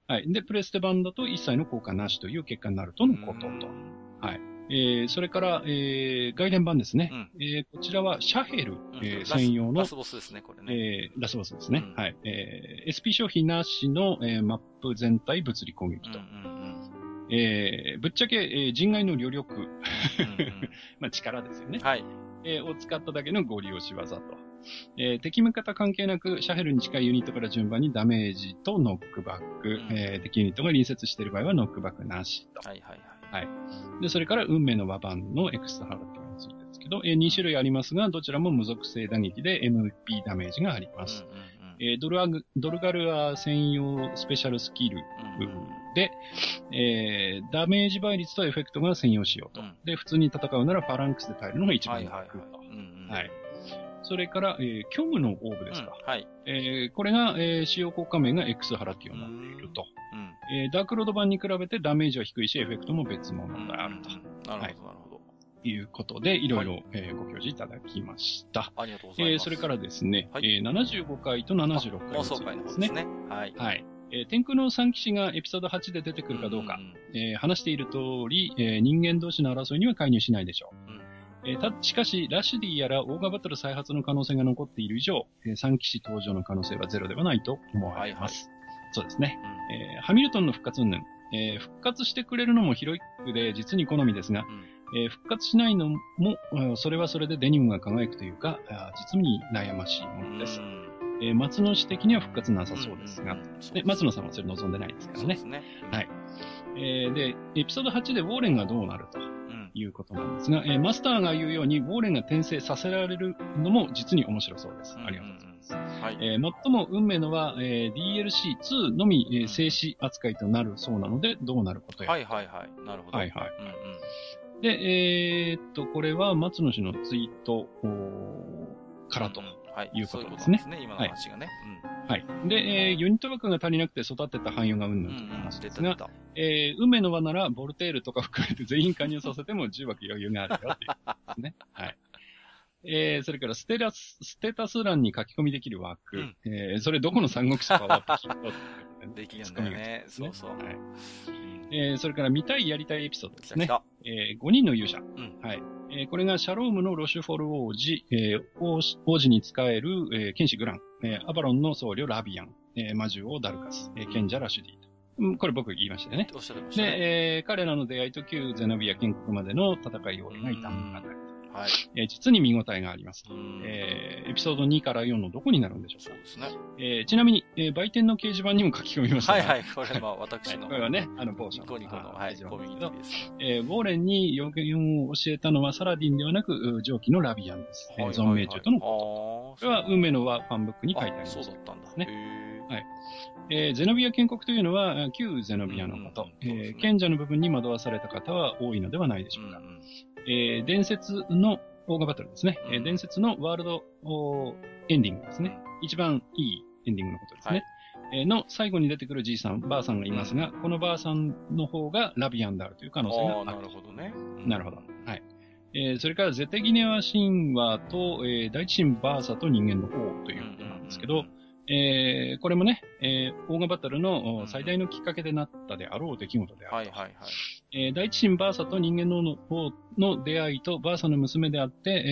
はい。で、プレステ版だと一切の効果なしという結果になるとのことと。はい。えー、それから、えー、外伝版ですね。うん、えー、こちらはシャヘル、うんえー、専用のラスボスですね、これね。 えー、ラスボスですね。うん、はい。えー、エスピー 消費なしの、えー、マップ全体物理攻撃と。うんうんうん、えー、ぶっちゃけ、えー、人外の旅力、うんうん、まあ力ですよね。はい。えー、を使っただけのご利用し技と。えー、敵味方関係なく、シャヘルに近いユニットから順番にダメージとノックバック、うん、えー、敵ユニットが隣接している場合はノックバックなしと。はいはいはい。はい。で、それから運命の和版のエクストラハラっていうのについてですけど、えー、に種類ありますが、どちらも無属性打撃で エムピー ダメージがあります。うんうんうんえー、ドルアグ、ドルガルア専用スペシャルスキルで、うんえー、ダメージ倍率とエフェクトが専用仕様と。うん、で、普通に戦うならファランクスで耐えるのが一番楽と。はい。それから、えー、虚無のオーブですか。うん、はい。えー、これが、えー、使用効果名が X ハラティオになっていると。うん、えー、ダークロード版に比べてダメージは低いし、エフェクトも別物であると。うん、なるほど、はい、なるほど。いうことで、いろいろ、はいえー、ご表示いただきました。 ありがとうございます。えー、 それからですね、はいえー、ななじゅうごかいとななじゅうろっかいですね。妄想会の方ですね。はい。 はい。えー、天空の三騎士がエピソードはちで出てくるかどうか、うんうんえー、話している通り、えー、人間同士の争いには介入しないでしょう。うんえー、た、しかし、ラシュディやらオーガバトル再発の可能性が残っている以上、えー、三騎士登場の可能性はゼロではないと思われます。はいはい、そうですね、うんえー。ハミルトンの復活云々、えー、復活してくれるのもヒロイックで実に好みですが、うんえー、復活しないのも、それはそれでデニムが輝くというか、実に悩ましいものです。えー、松野氏的には復活なさそうですが、うんうん、で松野さんはそれ望んでないですからね。そうですね。はい。えー、で、エピソードはちでウォーレンがどうなるということなんですが、えー、マスターが言うように、ウォーレンが転生させられるのも実に面白そうです。ありがとうございます。うんうんはいえー、最も運命のは、えー、ディーエルシーツー のみ、えー、静止扱いとなるそうなので、どうなることや。 はいはいはい。なるほど。はいはい。うんうんで、えー、っと、これは松野氏のツイートからということですね。 そういうことですね、今の話がね。 はい。はい、で、えー、ユニット枠が足りなくて育てた汎用がうんぬんという話ですが、うんうん、えー、運命の輪ならボルテールとか含めて全員加入させてもじゅう枠余裕があるよということですね。はい。えー、それからステラス、ステータス欄に書き込みできる枠。うん、えー、それどこの三国志かは聞こうできるんだよね。そうそう。はい。 えー、それから見たいやりたいエピソードですね。えー、ごにんの勇者。うん、はい。えー、これがシャロームのロシュフォル王子、えー、王子王子に仕える、えー、剣士グラン、えー、アバロンの僧侶ラビアン、えー、魔獣王ダルカス、えー、賢者ラシュディと。うん、これ僕言いましたよね。 おっしゃいましたね。 で、えー、彼らの出会いと旧ゼノビア建国までの戦いを描いた物語。はい。えー、実に見応えがありますと。えー、エピソードにからよんのどこになるんでしょうか。そうですね。えー、ちなみに、えー、売店の掲示板にも書き込みました。 はいはい、これは私の。はい、 これはね、あの、某社の。ニコニコの、はい、コミュニティです。 えー、ウォーレンに予言を教えたのはサラディンではなく、上記のラビアンです。はいはいはい、えー、存命中とのこと。これは運命の輪ファンブックに書いてあります。 そうだったんですね。 はい。えー、ゼノビア建国というのは、旧ゼノビアのこと。うんうんね、えー、賢者の部分に惑わされた方は多いのではないでしょうか。うんうん、えー、伝説のオーガバトルですね。うん、えー、伝説のワールドエンディングですね。一番いいエンディングのことですね。はい、えー、の最後に出てくるじいさん、ばあさんがいますが、うん、このばあさんの方がラビアンであるという可能性がある。 なるほどね。 うん、なるほど。はい。えー、それからゼテギネア神話と、えー、第一神バーサと人間の王ということなんですけど、うんうんうんえー、これもね、えー、オーガバトルの最大のきっかけでなったであろう出来事であると。はいはいはい。えー、第一神バーサと人間の王の出会いとバーサの娘であって、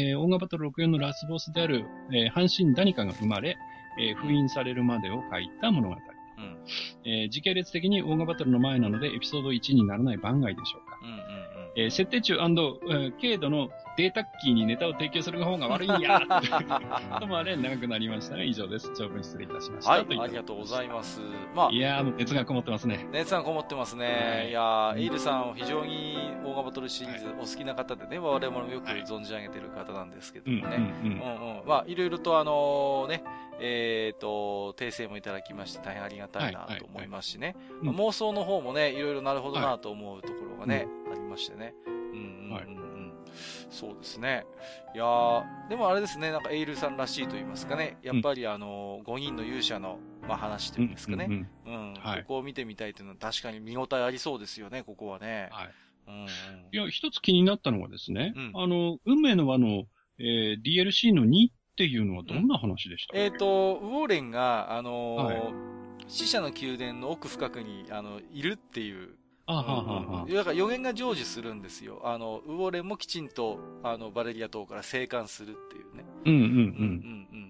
えー、オーガバトルろくじゅうよんのラスボスである、えー、半神ダニカが生まれ、えー、封印されるまでを書いた物語。うんえー、時系列的にオーガバトルの前なのでエピソードいちにならない番外でしょうか。うんうんうんえー、設定中&、えー、軽度のデータッキーにネタを提供する方が悪いんやともあれ長くなりましたが以上です。長文失礼いたしました。 はい、ありがとうございます。まあ、 いやー、もう熱がこもってますね。 熱がこもってますね。はい、いやー、エイルさん非常にオーガバトルシリーズお好きな方でね、はい、我々もよく存じ上げてる方なんですけどもね。うんうんうん。うんうん、まあ、いろいろとあのー、ね、えっ、ー、と、訂正もいただきまして大変ありがたいなと思いますしね。はいはいはいまあ、妄想の方もね、いろいろなるほどなと思うところがね、はい、ありましてね。うんうんうん、はい、そうですね。いやー、でもあれですね、なんかエイルさんらしいと言いますかね、やっぱりあのー、ごにんの勇者の、まあ、話というんですかね。うん、うんうんはい、ここを見てみたいというのは確かに見応えありそうですよね、ここはね。はい。 うんうん、いや、一つ気になったのはですね、うん、あの、運命の輪の、えー、ディーエルシー のにっていうのはどんな話でした、 うん、えっ、ー、と、ウォーレンが、あのーはい死者の宮殿の奥深くに、あの、いるっていう。 あははは。 だから予言が成就するんですよ。あの、ウォーレンもきちんと、あの、バレリア島から生還するっていうね。 うんうんうん。うんうんうん。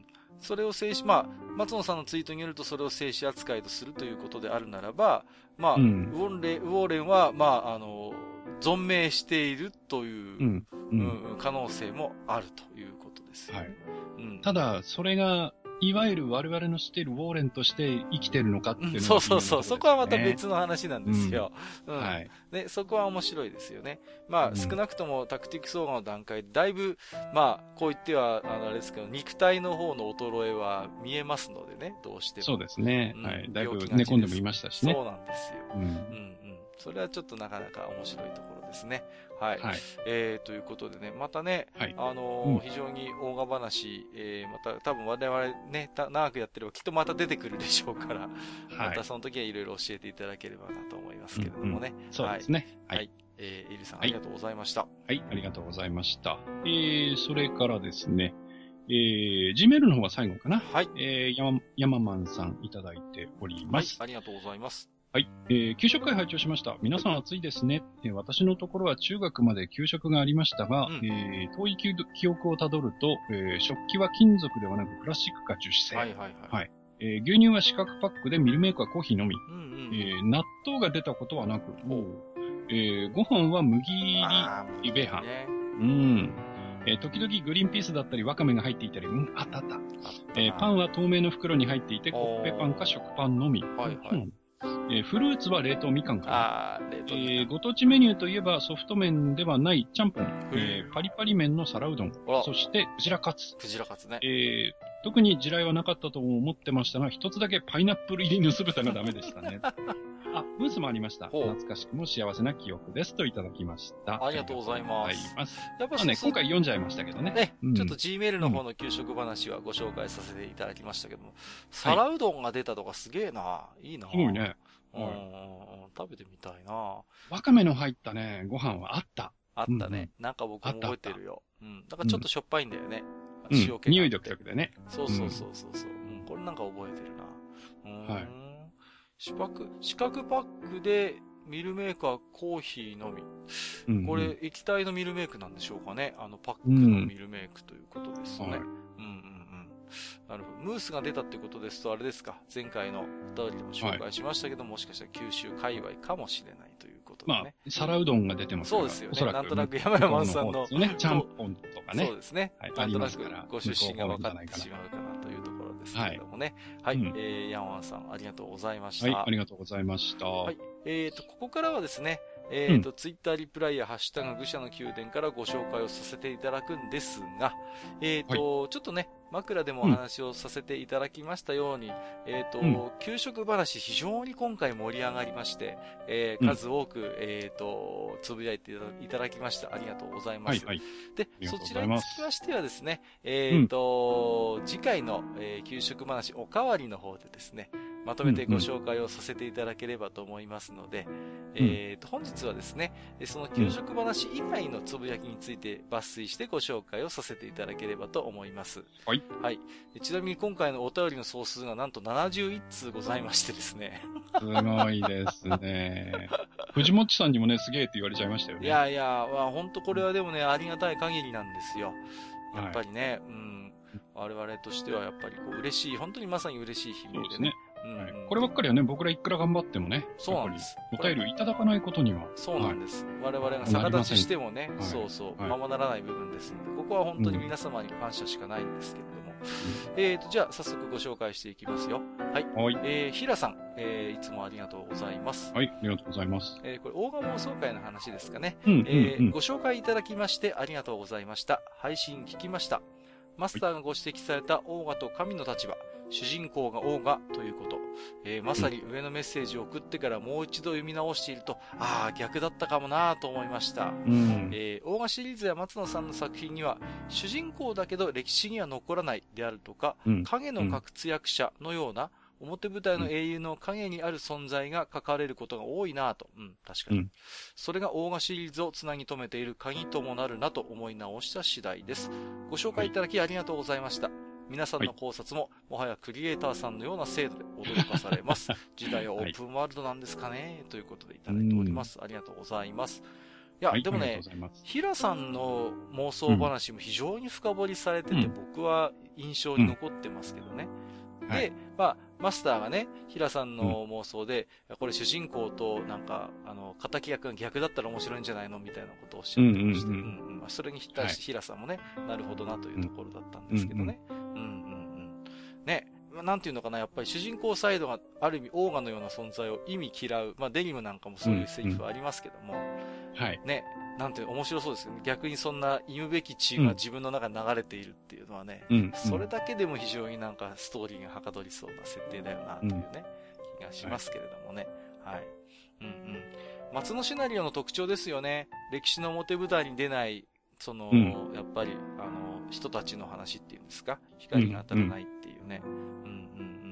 それを静止、まあ、松野さんのツイートによるとそれを静止扱いとするということであるならば、まあ、うん、ウォーレン、ウォーレンは、まあ、あの、存命しているという、うんうんうん、可能性もあるということですよね。はいうん、ただ、それが、いわゆる我々の知っているウォーレンとして生きてるのかっていうのは、ね、 そうそうそう。そこはまた別の話なんですよ。うん。うん、 はい。 で、そこは面白いですよね。まあ、うん、少なくともタクティクスオーガの段階で、だいぶ、まあ、こう言っては、あの、あれですけど、肉体の方の衰えは見えますのでね、どうしても。 そうですね。うん、はい。だいぶ寝込んでもいましたしね。 そうなんですよ。うん。うんうん。それはちょっとなかなか面白いところですね。はい。はい、えー、ということでね、またね、はい、あのーうん、非常に大河話、えー、また多分我々ね、長くやってればきっとまた出てくるでしょうから、はい、またその時はいろいろ教えていただければなと思いますけれどもね。 うんうん、そうですね。 はい。はい、えー、エリさんありがとうございました。 はい、はい、ありがとうございました。えー、それからですね、えー、G メールの方が最後かな。 はい。 えー、ヤマ、ヤママンさんいただいております。 はい、ありがとうございます。 はい。えー、給食会拝聴しました。皆さん暑いですね。えー、私のところは中学まで給食がありましたが、うん、えー、遠い記憶をたどると、えー、食器は金属ではなくプラスチックか樹脂製。 はいはいはい。はい。 えー、牛乳は四角パックでミルメイクはコーヒーのみ。うんうんうん、えー、納豆が出たことはなく、えー、ご飯は麦入り米飯。ね、うん。えー、時々グリーンピースだったりワカメが入っていたり、うん、あったあった。えー、パンは透明の袋に入っていて、コッペパンか食パンのみ。はいはい。うんえー、フルーツは冷凍みかんかな。 ああ、冷凍みかん。 えー、ご当地メニューといえばソフト麺ではないちゃんぽん、えー、パリパリ麺の皿うどん、そしてクジラカツ。 クジラカツね。 えー、特に地雷はなかったと思ってましたが、一つだけパイナップル入りの酢豚がダメでしたね。あ、ムースもありました。懐かしくも幸せな記憶ですといただきました。 ありがとうございます。 ますやっぱね、今回読んじゃいましたけどね。 ね、うん、ちょっと G メールの方の給食話はご紹介させていただきましたけども、うん、皿うどんが出たとかすげえな。いいな。 すごいね。 うん、食べてみたいな。 わかめの入ったね、ご飯はあった。 あったね。うん、なんか僕も覚えてるよ。うん。だからちょっとしょっぱいんだよね。 うん、塩気。匂い独特でね。 そうそうそうそうそう、うん。これなんか覚えてるな。うん。はい。四角、四角パックでミルメークはコーヒーのみ。うんうん、これ液体のミルメークなんでしょうかね。あのパックのミルメークということですね。うん、はい、うんうんうん。なるほど。ムースが出たってことですと、あれですか。前回のお便りでも紹介しましたけども、はい、もしかしたら九州界隈かもしれないということでね。 まあ、皿うどんが出てますから。 そうですよね。おそらくなんとなく山山さんの。 のね、ちゃんぽんとかね。 そうですね。はい、なんとなくご出身が分かってしまうかなというところですけれどもね。はい。はいうん、えー、ヤンワンさんありがとうございました。 はい、ありがとうございました。はい。 えっと、ここからはですね、えっと、うん、ツイッターリプライやハッシュタグ愚者の宮殿からご紹介をさせていただくんですが、えっと、はい、ちょっとね、枕でもお話をさせていただきましたように、うん、えっと、うん、給食話非常に今回盛り上がりまして、えー、数多く、うん、えっと、つぶやいていただきました。ありがとうございます。はいはい、で、そちらにつきましてはですね、えっと、うん、次回の、えー、給食話おかわりの方でですね、まとめてご紹介をさせていただければと思いますので、うん、えっと、本日はですね、その給食話以外のつぶやきについて抜粋してご紹介をさせていただければと思います。 はい。 はい。ちなみに今回のお便りの総数がなんとななじゅういち通ございましてですね。 すごいですね。藤本さんにもね、すげえって言われちゃいましたよね。 いやいや、本当これはでもね、ありがたい限りなんですよ。やっぱりね、はい、うん。我々としてはやっぱりこう嬉しい、本当にまさに嬉しい日々でね。そうですね。 うんはい、こればっかりはね、僕らいくら頑張ってもね。 そうなんです。 お便りをいただかないことには。 そうなんです。はい、我々が逆立ちしてもね、はい、そうそう、ままならない部分ですので、ここは本当に皆様に感謝しかないんですけれども。うん、えーと、じゃあ早速ご紹介していきますよ。はい。はい、えー、ひらさん、えー、いつもありがとうございます。 はい、ありがとうございます。 えー、これ、大賀妄想会の話ですかね。 うん、 えーうんうん、 ご紹介いただきましてありがとうございました。配信聞きました。マスターがご指摘されたオーガと神の立場、主人公がオーガということ、えー、まさに上のメッセージを送ってからもう一度読み直していると、ああ、逆だったかもなぁと思いました。 うんえー、オーガシリーズや松野さんの作品には、主人公だけど歴史には残らないであるとか、うん、影の活躍者のような、表舞台の英雄の影にある存在が書かれることが多いなぁと。うん、確かに。うん、それがオーガシリーズをつなぎ止めている鍵ともなるなと思い直した次第です。ご紹介いただきありがとうございました。 皆さんの考察も、はい、もはやクリエイターさんのような精度で驚かされます。時代はオープンワールドなんですかね、はい、ということでいただいております。ありがとうございます。いや、はい、でもね、平さんの妄想話も非常に深掘りされてて、うん、僕は印象に残ってますけどね。うん、で、はい、まあ、マスターがね、平さんの妄想で、うん、これ主人公となんか、あの、敵役が逆だったら面白いんじゃないのみたいなことをおっしゃってまして、うんうんうんうん、それに対して平さんもね、はい、なるほどなというところだったんですけどね。うんうんうん。ね、なんていうのかな、やっぱり主人公サイドがある意味オーガのような存在を意味嫌う。まあ、デニムなんかもそういうセリフありますけども、うんうん、はい。ね、なんて面白そうですよね。逆にそんな言うべき血が自分の中に流れているっていうのはね、うん、それだけでも非常になんかストーリーがはかどりそうな設定だよなというね、うん、気がしますけれどもね。はい。はい、うんうん。松のシナリオの特徴ですよね。歴史の表舞台に出ない、その、うん、やっぱり、あの、人たちの話っていうんですか、光が当たらないっていうね。うんうんうん。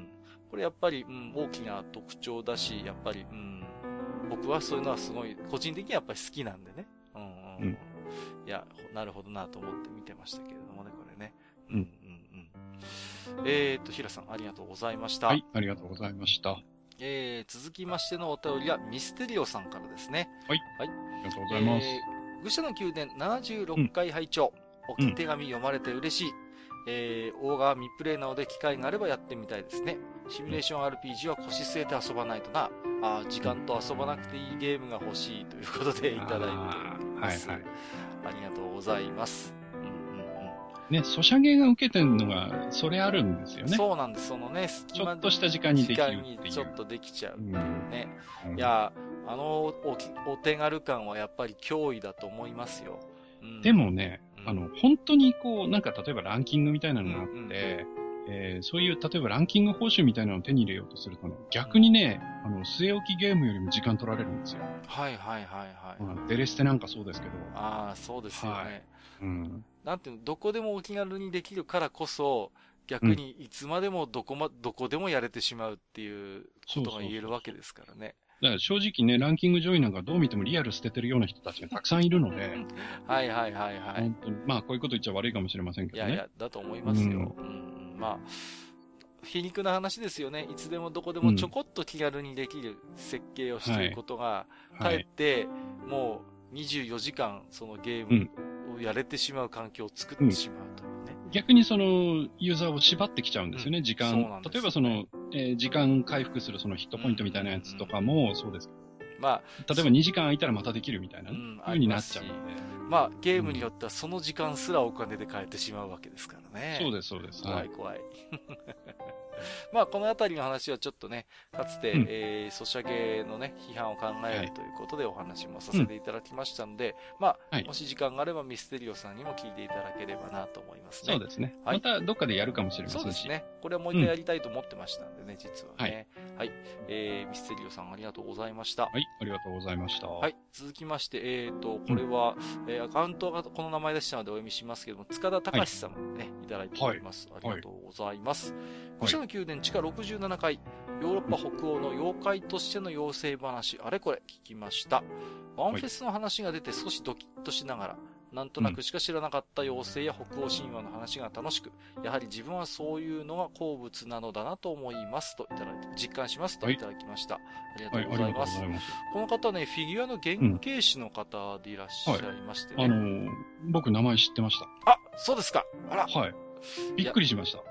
これやっぱり、うん、大きな特徴だし、やっぱり、うん、僕はそういうのはすごい、個人的にはやっぱり好きなんでね。うんうんうん、いや、なるほどなと思って見てましたけれどもね、これね。うんうんうん。えーと、平さんありがとうございました。 はい、ありがとうございました。 えー、続きましてのお便りはミステリオさんからですね。 はい。はい。ありがとうございます。えー、愚者の宮殿ななじゅうろっかい拝聴、うん、置き手紙読まれて嬉しい。えー、大川未プレイなので機会があればやってみたいですね。シミュレーション アールピージー は腰据えて遊ばないとな。あ、時間と遊ばなくていいゲームが欲しいということでいただいてます。はいはい。ありがとうございます。うんうんうん。 ね、ソシャゲが受けてるのが、それあるんですよね。 そうなんです。そのね、 ちょっとした時間にできるっていう。 時間にちょっとできちゃうっていうね。うんうん、いや、あのお、お手軽感はやっぱり脅威だと思いますよ。 うん、でもね、うん、あの、本当にこう、なんか例えばランキングみたいなのがあって、うんうんえー、そういう、例えばランキング報酬みたいなのを手に入れようとするとね、逆にね、あの、据え置きゲームよりも時間取られるんですよ。 はいはいはいはい。 うん、デレステなんかそうですけど。 ああ、そうですよね。はい、 うん。 なんていうの、どこでもお気軽にできるからこそ、逆にいつまでもどこま、どこでもやれてしまうっていうことが言えるわけですからね。 だから正直ね、ランキング上位なんかどう見てもリアル捨ててるような人たちがたくさんいるので。 はいはいはいはい。 本当にまあこういうこと言っちゃ悪いかもしれませんけどね。 いやいや、だと思いますよ。うん、うん、まあ、皮肉な話ですよね。いつでもどこでもちょこっと気軽にできる設計をしていることが、うん、かえって、もうにじゅうよじかんそのゲームをやれてしまう環境を作ってしまうというね。 うん、逆にそのユーザーを縛ってきちゃうんですよね、うん、時間。そうなんですよね、例えばその、えー、時間回復するそのヒットポイントみたいなやつとかもそうですけど。まあ、例えばにじかん空いたらまたできるみたいな、ね、うん、風になっちゃうので。 まあ、ゲームによってはその時間すらお金で買えてしまうわけですからね。 そうです、そうです。 怖い怖い。まあ、このあたりの話はちょっとね、かつて、うん、えー、ソシャゲのね、批判を考えるということでお話もさせていただきましたので、うん、まあ、はい、もし時間があればミステリオさんにも聞いていただければなと思いますね。 そうですね。はい、またどっかでやるかもしれませんし。 そうですね。これはもう一回やりたいと思ってましたんでね、うん、実はね。はい。はい。えー、ミステリオさんありがとうございました。 はい、ありがとうございました。 はい。続きまして、えーと、これは、うん、えー、アカウントがこの名前でしたのでお読みしますけども、塚田隆さんもね、はい、いただいております。はい、ありがとうございます。愚者の宮殿地下ろくじゅうななかい、ヨーロッパ北欧の妖怪としての妖精話、あれこれ聞きました。ワンフェスの話が出て少しドキッとしながら、なんとなくしか知らなかった妖精や北欧神話の話が楽しく、やはり自分はそういうのが好物なのだなと思いますといただいて、実感しますといただきました。はい、ありがとうございます。はい、ますこの方ね、フィギュアの原型師の方でいらっしゃいましてね。うんはい、あのー、僕名前知ってました。 あ、そうですか。あら。 はい。びっくりしました。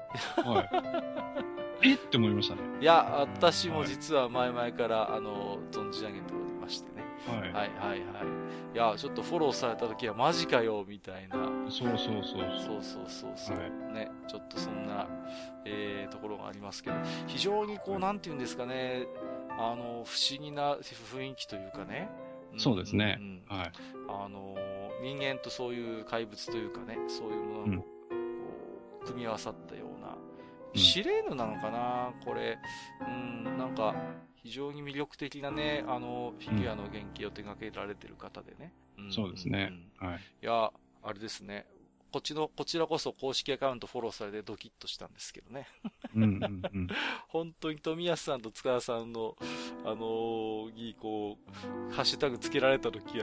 はい。えって思いましたね。 いや、私も実は前々から、あの、存じ上げておりましてね。はい。はいはいはい。いや、ちょっとフォローされた時はマジかよ、みたいな。 そうそうそう。 そうそうそうそう、はい。ね。ちょっとそんな、えー、ところがありますけど、非常にこう、なんて言うんですかね、あの、不思議な雰囲気というかね。 そうですね。うん、はい。 あの、人間とそういう怪物というかね、そういうものを、こう、組み合わさったような、シレーヌなのかなこれ。うん、なんか、非常に魅力的なね、あの、フィギュアの原型を手掛けられてる方でね。 うん、そうですね、うん。はい。 いや、あれですね。こっちの、こちらこそ公式アカウントフォローされてドキッとしたんですけどね。 うんうんうん、 本当に富安さんと塚田さんの、あのー、にこう、ハッシュタグつけられた時はもう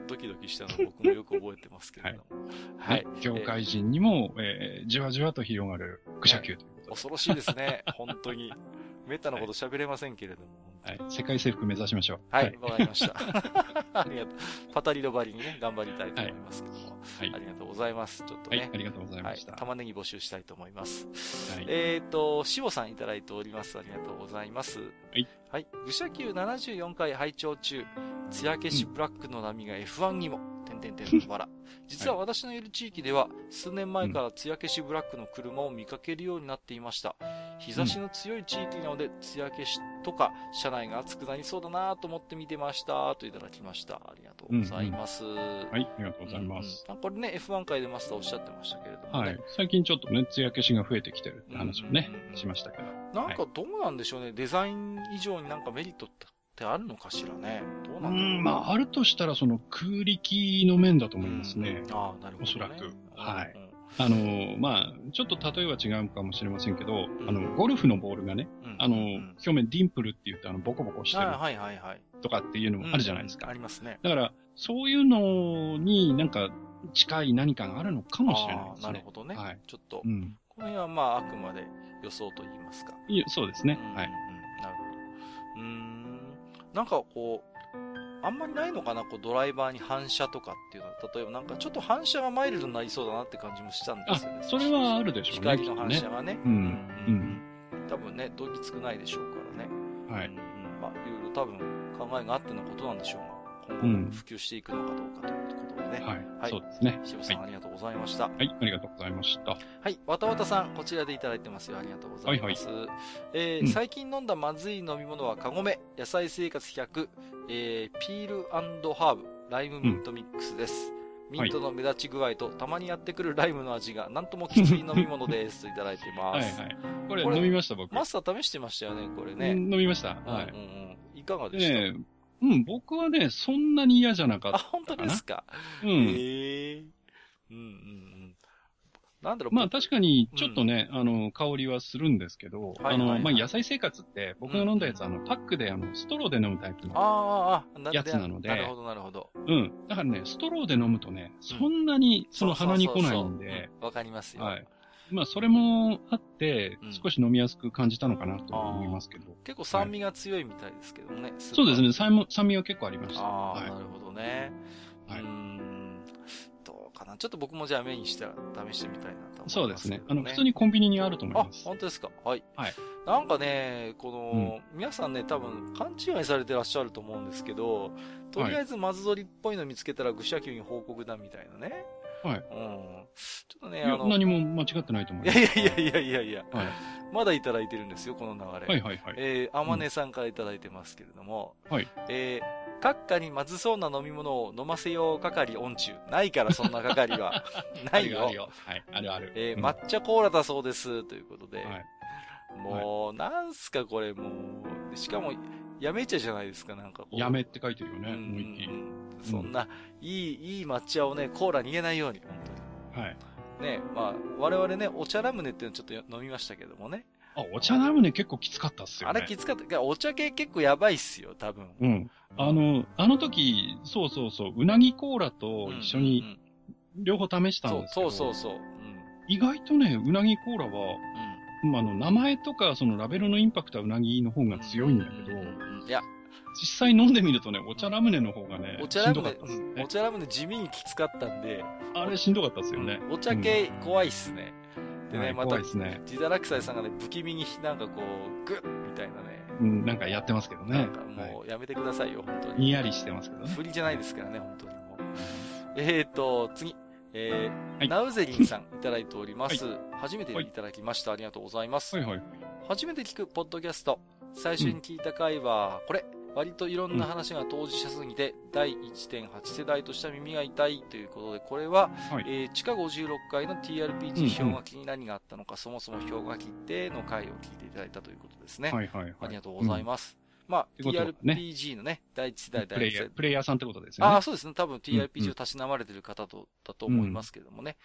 ドキドキしたのを僕もよく覚えてますけれども。 はい。はい、業界人にも、えー、じわじわと広がる愚者級ということで、 はい、恐ろしいですね。本当に。めったなこと喋れませんけれども。 はい。世界征服目指しましょう。 はい。わ、はい、かりました。ありがとう。パタリロバリにね、頑張りたいと思いますけども。はい。ありがとうございます。ちょっとね。 はい。ありがとうございました。 はい、玉ねぎ募集したいと思います。はい。えっ、ー、と、しぼさんいただいております。ありがとうございます。はい。はい。愚者級ななじゅうよんかい拝聴中。艶消しブラックの波が エフワン にも。てんてんてんのバラ。実は私のいる地域では、数年前から艶消しブラックの車を見かけるようになっていました。日差しの強い地域なので、艶消しとか、車内が熱くなりそうだなと思って見てました。といただきました。ありがとうございます。うんうん、 はい、ありがとうございます。 うんうん、これね、エフワン 回でマスターおっしゃってましたけれどもね。 はい。最近ちょっとね、艶消しが増えてきてるって話をね、うんうんうん、しましたけど。 なんかどうなんでしょうね。デザイン以上になんかメリットってあるのかしらね。どうなんだろう。 うん、まあ、あるとしたらその空力の面だと思いますね。 うん、ああ、なるほど、ね。おそらく。はい。うんうんあの、まあ、ちょっと例えは違うかもしれませんけど、うん、あの、ゴルフのボールがね、うん、あの、うん、表面ディンプルって言ってあの、ボコボコしてる。 はいはいはい。 とかっていうのもあるじゃないですか。 うん、ありますね。 だから、そういうのになんか近い何かがあるのかもしれないですね。 なるほどね。 はい。 ちょっと、うん、この辺はまあ、あくまで予想と言いますか。 いや、そうですね。うん、はい。 なるほど。うーん。なんかこう、あんまりないのかなこうドライバーに反射とかっていうのは、例えばなんかちょっと反射がマイルドになりそうだなって感じもしたんですよね。 あ、それはあるでしょうね。 光の反射がね。 ねうん。うん。 多分ね、どぎつくないでしょうからね。 はい。 うん、まあ、いろいろ多分考えがあってのことなんでしょうが、今後普及していくのかどうかということでね。 はい。はい、そうですね。 しぶさん、はい、ありがとうございました。 はい、ありがとうございました。 はい、わたわたさん、こちらでいただいてますよ。ありがとうございます。はいはい、えーうん、最近飲んだまずい飲み物はカゴメ、野菜生活ひゃく、えー、ピール&ハーブ、ライムミントミックスです。うん、ミントの目立ち具合と、たまにやってくるライムの味が、なんともきつい飲み物です。といただいてます。 はいはい。これ、これ飲みました、僕。 マスター試してましたよね、これね。 飲みました。はい。 うんうんうん、いかがでした？ ねうん、僕はね、そんなに嫌じゃなかったかな。 あ、本当ですか？ うん。 へー。うんうんうん。なんだろう。 まあ確かに、ちょっとね、うん、あの、香りはするんですけど、はいはいはい、あの、まあ野菜生活って、僕が飲んだやつは、うん、あの、パックで、あの、ストローで飲むタイプのやつなので。 なるほど、なるほど。 うん。だからね、ストローで飲むとね、そんなに、その鼻に来ないんで。 わかりますよ。 はい。まあ、それもあって、少し飲みやすく感じたのかなと思いますけど。うん、 結構酸味が強いみたいですけどね。はい、 そうですね酸。酸味は結構ありました。 ああ、はい、なるほどね。はい。うーん。どうかな。ちょっと僕もじゃあ目にしたら試してみたいなと思います、ね。 そうですね。あの、普通にコンビニにあると思います。 あ、本当ですか。はい。 はい。 なんかね、この、うん、皆さんね、多分勘違いされてらっしゃると思うんですけど、とりあえずマズドリっぽいの見つけたら愚者級に報告だみたいなね。 はい。 うん。ちょっとね、 あの。何も間違ってないと思います。 いやいやいやいやいや。はい。まだいただいてるんですよ、この流れ。 はいはいはい。 えー、あまねさんからいただいてますけれども。 はい。 えー、閣下にまずそうな飲み物を飲ませよう係オン中。ないからそんな係は。ないよ。 あるよ。はい。あるある。 えー、抹茶コーラだそうです。ということで。はい。もう、なんすかこれもう。しかも、やめ茶じゃないですか、なんかこう。 やめって書いてるよね、もう一気に。 そんな、いい、いい抹茶をね、コーラに入れないように、本当に。はい。 ね、まあ、我々ね、お茶ラムネっていうのちょっと飲みましたけどもね。 あ、お茶ラムネ結構きつかったっすよね。 あれきつかった。お茶系結構やばいっすよ、多分。 うん。あの、あの時、そうそうそう、うなぎコーラと一緒に、両方試したんですけど、うんうん、そうそうそう。うん、意外とね、うなぎコーラは、うん、まあ、あの、名前とか、そのラベルのインパクトはうなぎの方が強いんだけど、うんうん、いや、実際飲んでみるとね、お茶ラムネの方がね、 お茶ラムネ、うん、お茶ラムネ地味にきつかったんで、 あれしんどかったですよね。 うん、お茶系怖いっすね。うん、でね、はい、また、 ね、 ジダラクサイさんがね、不気味になんかこう、グッみたいなね。 うん、なんかやってますけどね。 なんかもう、やめてくださいよ、はい、本当に。 にやりしてますけどね。 振りじゃないですからね、本当にもう。えーと、次。えー、はい、ナウゼリンさんいただいております。はい、初めていただきました。ありがとうございます。 はいはい。 初めて聞くポッドキャスト。最初に聞いた回は、これ。割といろんな話が当事者すぎて、うん、だいいってんはち 世代とした耳が痛いということで、これは、はい、えー、地下ごじゅうろっかいの ティーアールピージー 氷河期に何があったのか、うんうん、そもそも氷河期っての回を聞いていただいたということですね。 はいはいはい。 ありがとうございます。うん、まあ、ね、ティーアールピージー のね、だいいち世代、だいに世代。 プレイヤーさんってことですよね。 ああ、そうですね。多分 ティーアールピージー をたしなまれてる方と、だと思いますけれどもね。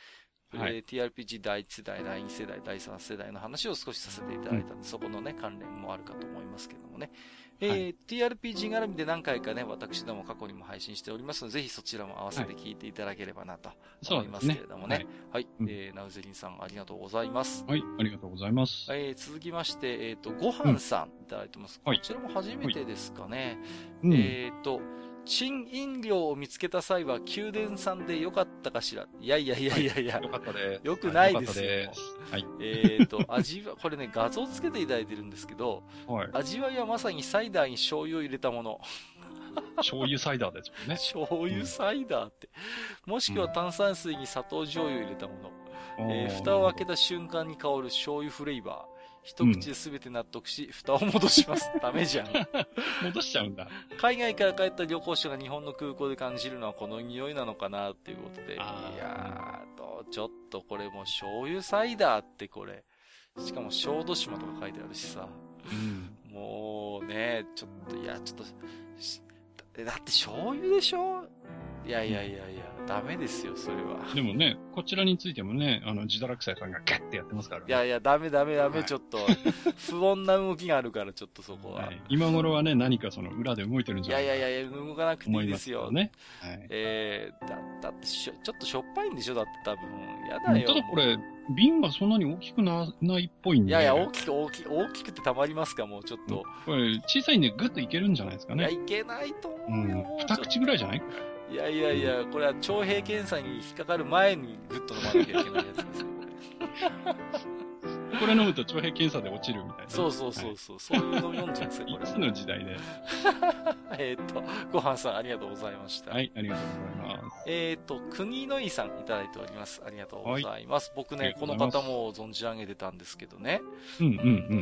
はい、えー、ティーアールピージー 第一世代、第二世代、第三世代の話を少しさせていただいたので、うん、そこのね、関連もあるかと思いますけどもね。えーはい、ティーアールピージー 絡みで何回かね、私ども過去にも配信しておりますので、ぜひそちらも合わせて聞いていただければなと思いますけれどもね。はい、ねはいはい、えー、ナウゼリンさんありがとうございます。 はい、ありがとうございます。 えー、続きまして、えっ、ー、と、ごはんさんいただいてます。うん、こちらも初めてですかね。はい、えっ、ー、と、新飲料を見つけた際は、宮殿さんでよかったかしら。いやいやいやいやいや。はい、 よかったです。 よくないですよ。 はい。 えっと、味は、これね、画像つけていただいてるんですけど、はい、味わいはまさにサイダーに醤油を入れたもの。 醤油サイダーですもんね。 醤油サイダーって。うん、もしくは炭酸水に砂糖醤油を入れたもの。うん、えー、蓋を開けた瞬間に香る醤油フレーバー。一口で全て納得し、うん、蓋を戻します。ダメじゃん。 戻しちゃうんだ。 海外から帰った旅行者が日本の空港で感じるのはこの匂いなのかなっていうことで。いやーと、ちょっとこれもう醤油サイダーってこれ。しかも小豆島とか書いてあるしさ。うん、もうね、ちょっと、いや、ちょっと、だって醤油でしょ？いやいやいやいや、ダメですよ、それは。 でもね、こちらについてもね、あの、自堕落斎さんがガッてやってますからね。 いやいや、ダメダメダメ、はい、ちょっと、不穏な動きがあるから、ちょっとそこは。はい、 今頃はね、何かその裏で動いてるんじゃないかいやいやいや、動かなくていいですよ。 ね。はい、 えー、だ、だってしょ、ちょっとしょっぱいんでしょだって多分。やだよ。 ただこれ、瓶がそんなに大きくな、ないっぽいんで。 いやいや、大きく大きく、大きくてたまりますか、もうちょっと。 これ、小さいんでグッといけるんじゃないですかね。 いや、いけないと思うよ。 うん。二口ぐらいじゃない？ いやいやいや、これは徴兵検査に引っかかる前にグッと飲まなきゃいけないやつですよ、これ。 これ飲むと徴兵検査で落ちるみたいな。 そうそうそうそう、はい、そういう飲み飲んじゃうんですよ、これ。 いつの時代で。 えっと、ごはんさんありがとうございました。 はい、ありがとうございます。 えっと、国の井さんいただいております。ありがとうございます。はい、僕ね、この方も存じ上げてたんですけどね。 うんうんうん。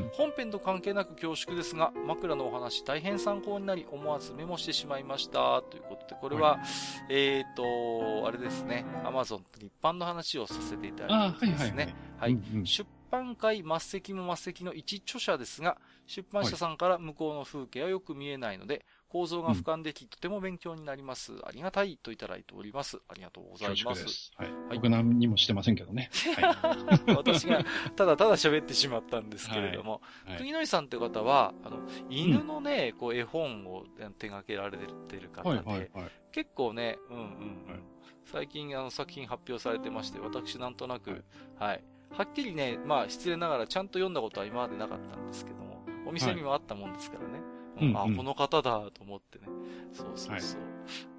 本編と関係なく恐縮ですが、枕のお話大変参考になり、思わずメモしてしまいました。ということで、これは、はい、えっと、あれですね、Amazon 一般の話をさせていただいてますね。はい、はいはい。出版界末席も末席の一著者ですが、出版社さんから向こうの風景はよく見えないので、構造が俯瞰でき、とても勉強になります。ありがたいといただいております。ありがとうございます。 はい。はい、僕何にもしてませんけどね。 はい、私がただただ喋ってしまったんですけれども、はいはい、国野井さんって方は、あの、犬のね、うん、こう絵本を手掛けられてる方で、はいはいはい、結構ね、うんうん、はい、最近あの作品発表されてまして、私なんとなく、はい、はいはっきりね、まあ失礼ながらちゃんと読んだことは今までなかったんですけども、お店にもあったもんですからね。はい、うん、あ、この方だと思ってね。そうそうそう。はい、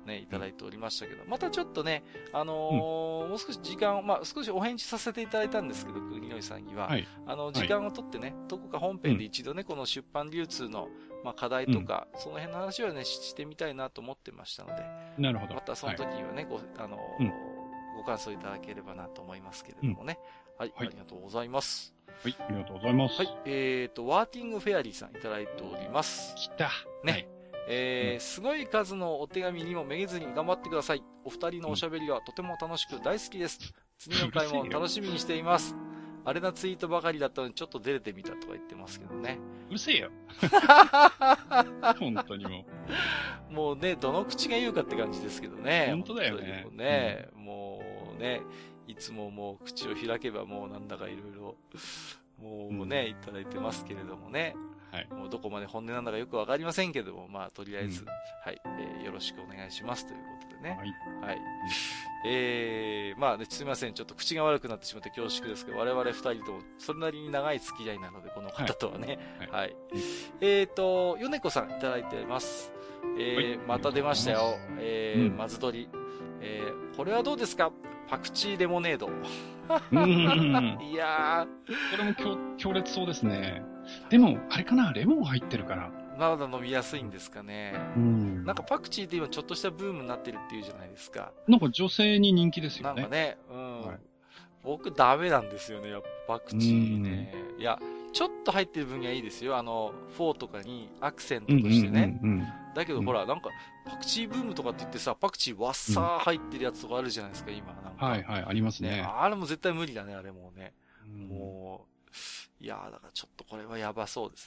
ね、いただいておりましたけど、またちょっとね、あのーうん、もう少し時間を、まあ少しお返事させていただいたんですけど、国野井さんには、はい、あの、時間をとってね、どこか本編で一度ね、この出版流通の、まあ課題とか、うん、その辺の話はね、してみたいなと思ってましたので、 なるほど。 またその時にはね、はい、ご、あのーうん、ご感想いただければなと思いますけれどもね。うん、はい、はい、ありがとうございます。 はい、ありがとうございます。 はい、えーと、ワーキングフェアリーさんいただいております。 来た。 ね。はい、えー、うん、すごい数のお手紙にもめげずに頑張ってください。お二人のおしゃべりはとても楽しく大好きです。次の回も楽しみにしています。あれなツイートばかりだったのにちょっと出れてみたとか言ってますけどね。 うるせえよ。本当にもう。もうね、どの口が言うかって感じですけどね。 本当だよね。 もね、うん、もうね、いつももう口を開けばもうなんだかいろいろ、もうね、うん、いただいてますけれどもね。はい。もうどこまで本音なんだかよくわかりませんけども、まあとりあえず、うん、はい、えー、よろしくお願いしますということでね。はい。はい。えー、まあね、すみません。ちょっと口が悪くなってしまって恐縮ですけど、我々二人ともそれなりに長い付き合いなので、この方とはね。はい。はいはい、えーと、ヨネコさんいただいております。えー、はい、また出ましたよ。えー、うん、まずどり。えー、これはどうですか？パクチーレモネード。いやー。 これも強、強烈そうですね。でも、あれかな、レモン入ってるから。 まだ飲みやすいんですかね。うん。なんかパクチーって今ちょっとしたブームになってるっていうじゃないですか。 なんか女性に人気ですよね。 なんかね、うん。はい、僕ダメなんですよね、やっぱパクチーね。いや、ちょっと入ってる分にはいいですよ。あの、フォーとかにアクセントとしてね。うんうんうんうん、だけど、うん、ほら、なんか、パクチーブームとかって言ってさ、パクチーわっさー入ってるやつとかあるじゃないですか、今。なんかはいはい、ありますね。ね、 あれも絶対無理だね、あれもうね。うん、もう、いやー、だからちょっとこれはやばそうですね。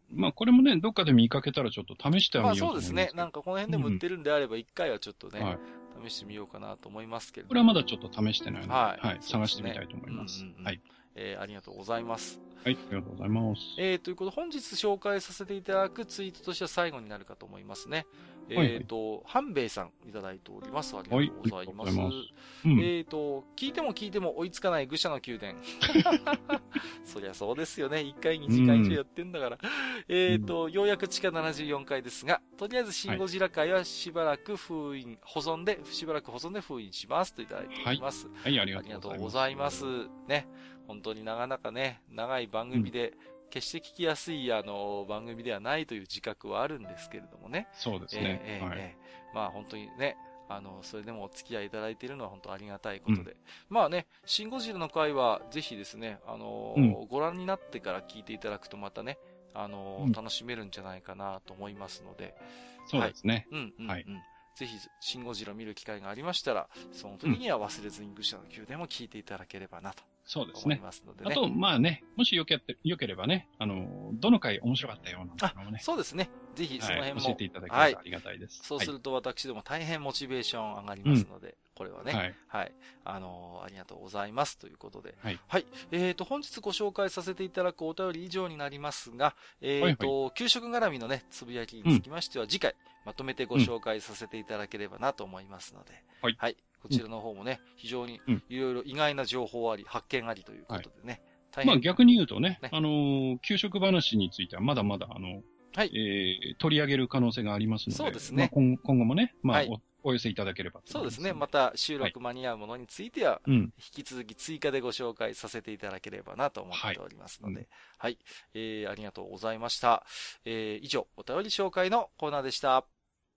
まあこれもね、どっかで見かけたらちょっと試してはみようと思います。まあそうですね。 なんかこの辺でも売ってるんであれば、一回はちょっとね、はい、試してみようかなと思いますけど。 これはまだちょっと試してないので、はい、はい、探してみたいと思います。うんうんうん、はい。 えー、ありがとうございます。 はい、ありがとうございます。 えー、ということで、本日紹介させていただくツイートとしては最後になるかと思いますね。はいはい、えっ、ー、と、半兵衛さんいただいております。ありがとうございます。はい、ますうん、えっ、ー、と、聞いても聞いても追いつかない愚者の宮殿。そりゃそうですよね。いっかいにじかん以上やってんだから。うん、えっと、ようやく地下ななじゅうよんかいですが、とりあえずシンゴジラ会はしばらく封印、保存で、しばらく保存で封印しますといただいております。 はい、はい、ありがとうございます。 ありがとうございます。ね。本当になかなかね、長い番組で、うん決して聞きやすい、あの、番組ではないという自覚はあるんですけれどもね。 そうですね。 えー、えー、はい、えー、まあ本当にね、あの、それでもお付き合いいただいているのは本当ありがたいことで。うん、まあね、シンゴジラの回はぜひですね、あの、うん、ご覧になってから聞いていただくとまたね、あの、うん、楽しめるんじゃないかなと思いますので。 そうですね。 はい、うん、うん、うん。はいぜひ、シンゴジラ見る機会がありましたら、その時には忘れずに愚者の宮殿も聞いていただければなと。 そうですね。 思いますのでね。 あと、まあね、もしよけよければね、あの、どの回面白かったようなのもね。 そうですね。ぜひその辺も、はい、 教えていただければありがたいです。 はい、そうすると私ども大変モチベーション上がりますので、うん、これはね、はい。はい。あのー、ありがとうございますということで。はい。はい。えっ、ー、と、本日ご紹介させていただくお便り以上になりますが、えっ、ー、と、はいはい、給食絡みのね、つぶやきにつきましては、うん、次回、まとめてご紹介させていただければなと思いますので、はい。はい。こちらの方もね、非常にいろいろ意外な情報あり、発見ありということでね。 はい、まあ逆に言うとね、ねあのー、給食話についてはまだまだ、あの、はい、えー、取り上げる可能性がありますので、 そうですね。 まあ、今, 今後もね、まあ、はい、お, お寄せいただければと思います。そうですね。また収録間に合うものについては、はい、引き続き追加でご紹介させていただければなと思っておりますので、はい、はい、えー、ありがとうございました。えー、以上、お便り紹介のコーナーでした。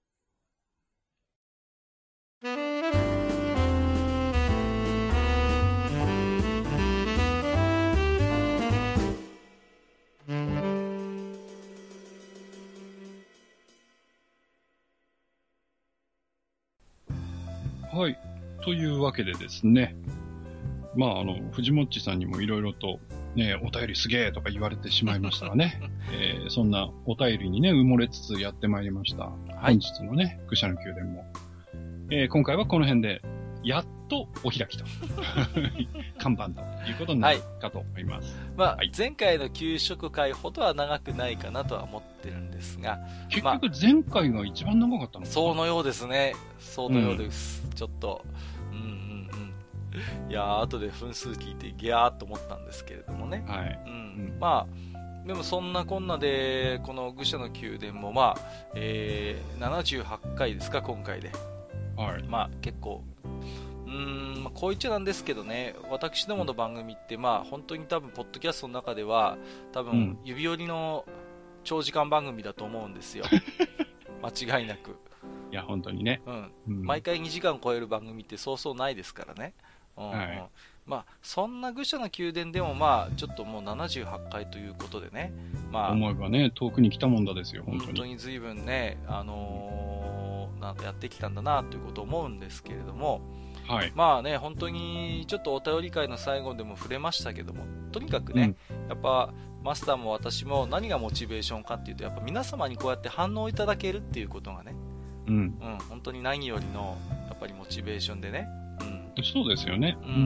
はい。というわけでですね。まあ、あの、藤もっちさんにもいろいろと、ね、お便りすげえとか言われてしまいましたがね。えー、そんなお便りにね、埋もれつつやってまいりました。はい、本日のね、愚者の宮殿も。えー、今回はこの辺で、やっとお開きと。看板ということになるかと思います。はい、 まあ、はい、前回の給食会ほどは長くないかなとは思ってるんですが。 結局前回が一番長かったのかな、 そうのようですね。そうのようです。うん、ちょっと、うんうんうん。いやー、後で分数聞いてギャーっと思ったんですけれどもね。はい。うん。うん、まあ、でもそんなこんなで、この愚者の宮殿もまあ、えー、ななじゅうはちかいですか、今回で。はい。まあ、結構、うーん、まあ、こう言っちゃなんですけどね、私どもの番組って、まあ、本当に多分、ポッドキャストの中では、多分、指折りの長時間番組だと思うんですよ。間違いなく。 いや、本当にね。 うん。うん、毎回にじかん超える番組ってそうそうないですからね。うん、はい。まあ、そんな愚者の宮殿でも、まあ、ちょっともうななじゅうはちかいということでね。まあ。 思えばね、遠くに来たもんだですよ、本当に。 本当に随分ね、あのー、なんかやってきたんだな、ということを思うんですけれども。はい、まあね、本当にちょっとお便り会の最後でも触れましたけども、とにかくね、うん、やっぱマスターも私も何がモチベーションかっていうと、やっぱ皆様にこうやって反応いただけるっていうことがね、うん、うん、本当に何よりのやっぱりモチベーションでね、 うん、そうですよね。 うん、うん、うん、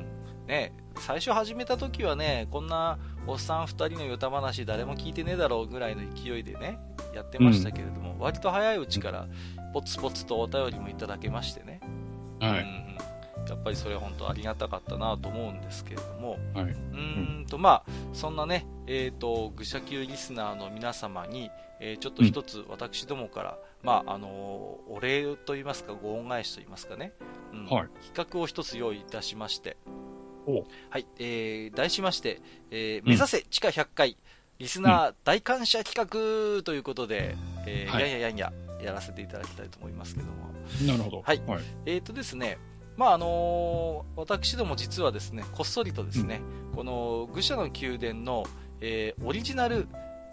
ね、最初始めた時はね、こんなおっさんふたりのヨタ話誰も聞いてねえだろうぐらいの勢いでね、やってましたけれども、うん、割と早いうちからポツポツとお便りもいただけましてね。はい、うん、やっぱりそれは本当ありがたかったなと思うんですけれども、はい、うーんとまあそんなね、えーと愚者級リスナーの皆様に、えー、ちょっと一つ私どもから、うん、まああのー、お礼と言いますかご恩返しと言いますかね、うん、はい、企画を一つ用意いたしまして、おはい、えー、題しまして、えー、目指せ地下ひゃっかいリスナー大感謝企画ということで、うん、えーはい、やんややんややらせていただきたいと思いますけども。 なるほど。 はい。はい、えっ、ー、とですね、まああのー、私ども実はですね、こっそりとですね、うん、この愚者の宮殿の、えー、オリジナル